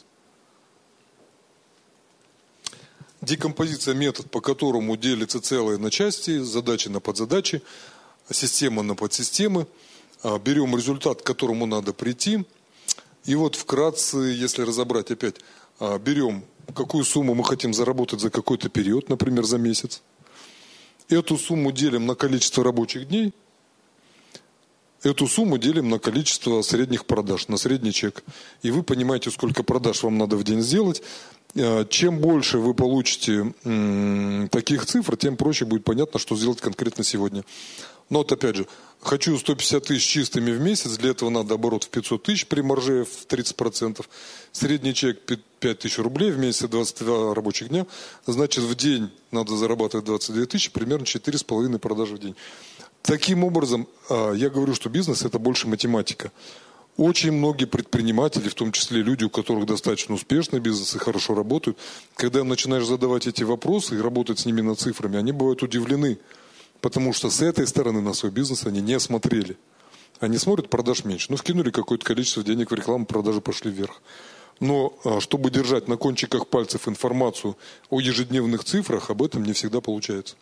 Декомпозиция – метод, по которому делится целое на части, задачи на подзадачи, система на подсистемы. Берем результат, к которому надо прийти. И вот вкратце, если разобрать опять, берем, какую сумму мы хотим заработать за какой-то период, например, за месяц. Эту сумму делим на количество рабочих дней. Эту сумму делим на количество средних продаж, на средний чек. И вы понимаете, сколько продаж вам надо в день сделать. Чем больше вы получите таких цифр, тем проще будет понятно, что сделать конкретно сегодня. Но вот опять же, хочу 150 тысяч чистыми в месяц, для этого надо оборот в 500 тысяч при марже в 30%. Средний чек 5 тысяч рублей, в месяц 22 рабочих дня. Значит, в день надо зарабатывать 22 тысячи, примерно 4,5 продажи в день. Таким образом, я говорю, что бизнес – это больше математика. Очень многие предприниматели, в том числе люди, у которых достаточно успешный бизнес и хорошо работают, когда им начинаешь задавать эти вопросы и работать с ними над цифрами, они бывают удивлены, потому что с этой стороны на свой бизнес они не смотрели. Они смотрят, продаж меньше. Вкинули какое-то количество денег в рекламу, продажи пошли вверх. Но чтобы держать на кончиках пальцев информацию о ежедневных цифрах, об этом не всегда получается.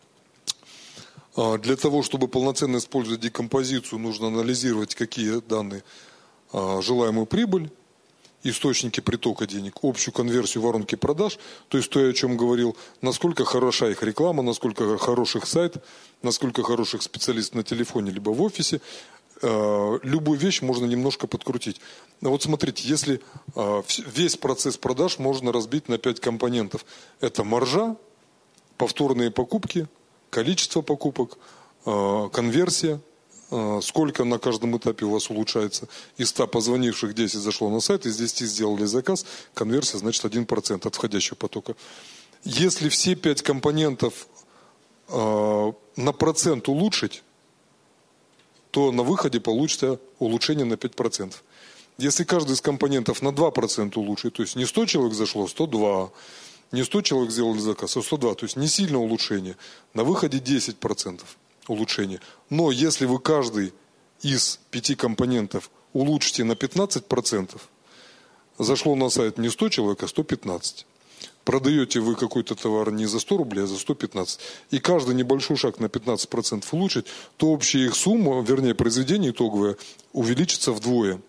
Для того, чтобы полноценно использовать декомпозицию, нужно анализировать, какие данные: желаемую прибыль, источники притока денег, общую конверсию воронки продаж, то есть то, о чем говорил, насколько хороша их реклама, насколько хорош их сайт, насколько хороших специалистов на телефоне либо в офисе. Любую вещь можно немножко подкрутить. Вот смотрите, если весь процесс продаж можно разбить на 5 компонентов. Это маржа, повторные покупки, количество покупок, конверсия, сколько на каждом этапе у вас улучшается. Из 100 позвонивших 10 зашло на сайт, из 10 сделали заказ, конверсия значит 1% от входящего потока. Если все 5 компонентов на процент улучшить, то на выходе получится улучшение на 5%. Если каждый из компонентов на 2% улучшить, то есть не 100 человек зашло, 102, не 100 человек сделали заказ, а 102, то есть не сильно улучшение, на выходе 10% улучшение. Но если вы каждый из 5 компонентов улучшите на 15%, зашло на сайт не 100 человек, а 115. Продаете вы какой-то товар не за 100 рублей, а за 115. И каждый небольшой шаг на 15% улучшить, то общая их сумма, вернее произведение итоговое, увеличится вдвое.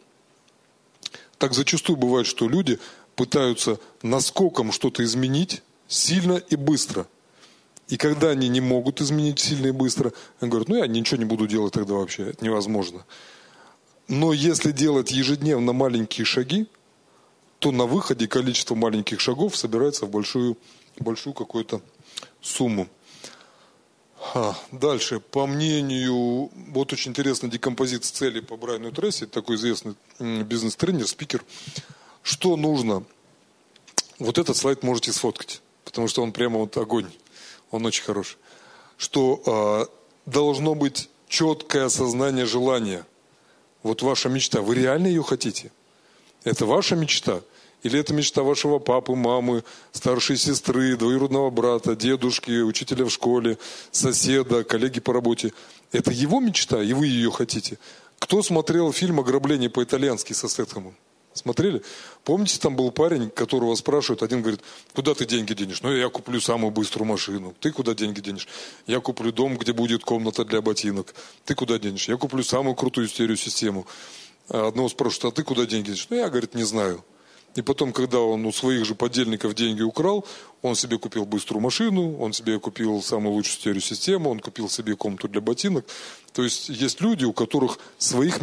Так зачастую бывает, что люди пытаются наскоком что-то изменить сильно и быстро. И когда они не могут изменить сильно и быстро, они говорят, я ничего не буду делать тогда вообще, это невозможно. Но если делать ежедневно маленькие шаги, то на выходе количество маленьких шагов собирается в большую какую-то сумму. Дальше, по мнению, вот очень интересно, декомпозиция целей по Брайану Трейси, такой известный бизнес-тренер, спикер. Что нужно? Вот этот слайд можете сфоткать, потому что он прямо огонь, он очень хороший. Что должно быть четкое осознание желания. Вот ваша мечта, вы реально ее хотите? Это ваша мечта? Или это мечта вашего папы, мамы, старшей сестры, двоюродного брата, дедушки, учителя в школе, соседа, коллеги по работе? Это его мечта, и вы ее хотите? Кто смотрел фильм «Ограбление по-итальянски» со Стэтхэмом? Смотрели? Помните, там был парень, которого спрашивают, один говорит, куда ты деньги денешь? Я куплю самую быструю машину. Ты куда деньги денешь? Я куплю дом, где будет комната для ботинок. Ты куда денешь? Я куплю самую крутую стереосистему. Одного спрашивают, а ты куда деньги денешь? Я, говорит, не знаю. И потом, когда он у своих же подельников деньги украл, он себе купил быструю машину, он себе купил самую лучшую стереосистему, он купил себе комнату для ботинок. То есть есть люди, у которых своих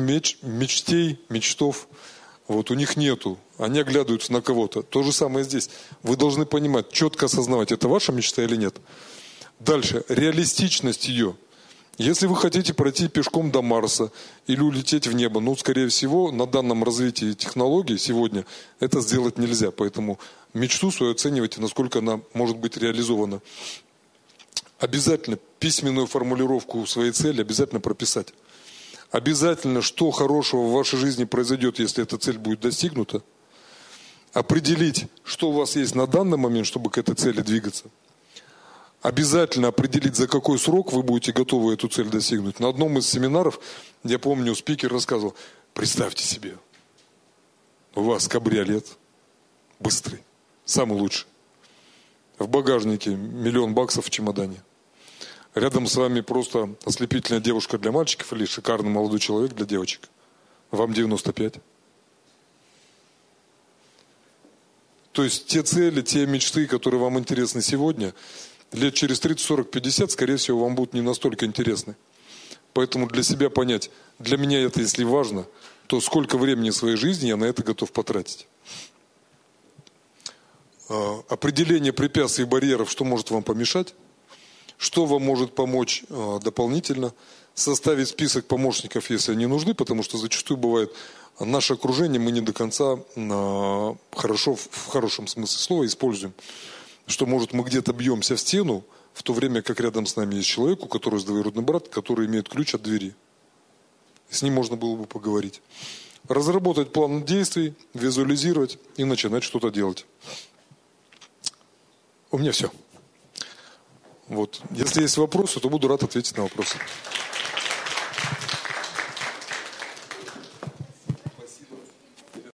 мечтов, у них нету. Они оглядываются на кого-то. То же самое здесь. Вы должны понимать, четко осознавать, это ваша мечта или нет. Дальше, реалистичность ее. Если вы хотите пройти пешком до Марса или улететь в небо, скорее всего, на данном развитии технологий сегодня это сделать нельзя. Поэтому мечту свою оценивайте, насколько она может быть реализована. Обязательно письменную формулировку своей цели обязательно прописать. Обязательно, что хорошего в вашей жизни произойдет, если эта цель будет достигнута. определить, что у вас есть на данный момент, чтобы к этой цели двигаться. Обязательно определить, за какой срок вы будете готовы эту цель достигнуть. На одном из семинаров, я помню, спикер рассказывал, представьте себе, у вас кабриолет быстрый, самый лучший. В багажнике $1 000 000 в чемодане. Рядом с вами просто ослепительная девушка для мальчиков или шикарный молодой человек для девочек. Вам 95. То есть те цели, те мечты, которые вам интересны сегодня, лет через 30, 40, 50, скорее всего, вам будут не настолько интересны. Поэтому для себя понять, для меня это, если важно, то сколько времени своей жизни я на это готов потратить. Определение препятствий и барьеров, что может вам помешать, что вам может помочь дополнительно, составить список помощников, если они нужны, потому что зачастую бывает, наше окружение мы не до конца хорошо, в хорошем смысле слова, используем. Что, может, мы где-то бьемся в стену, в то время как рядом с нами есть человек, у которого есть двоюродный брат, который имеет ключ от двери. С ним можно было бы поговорить. Разработать план действий, визуализировать и начинать что-то делать. У меня все. Вот. Если есть вопросы, то буду рад ответить на вопросы.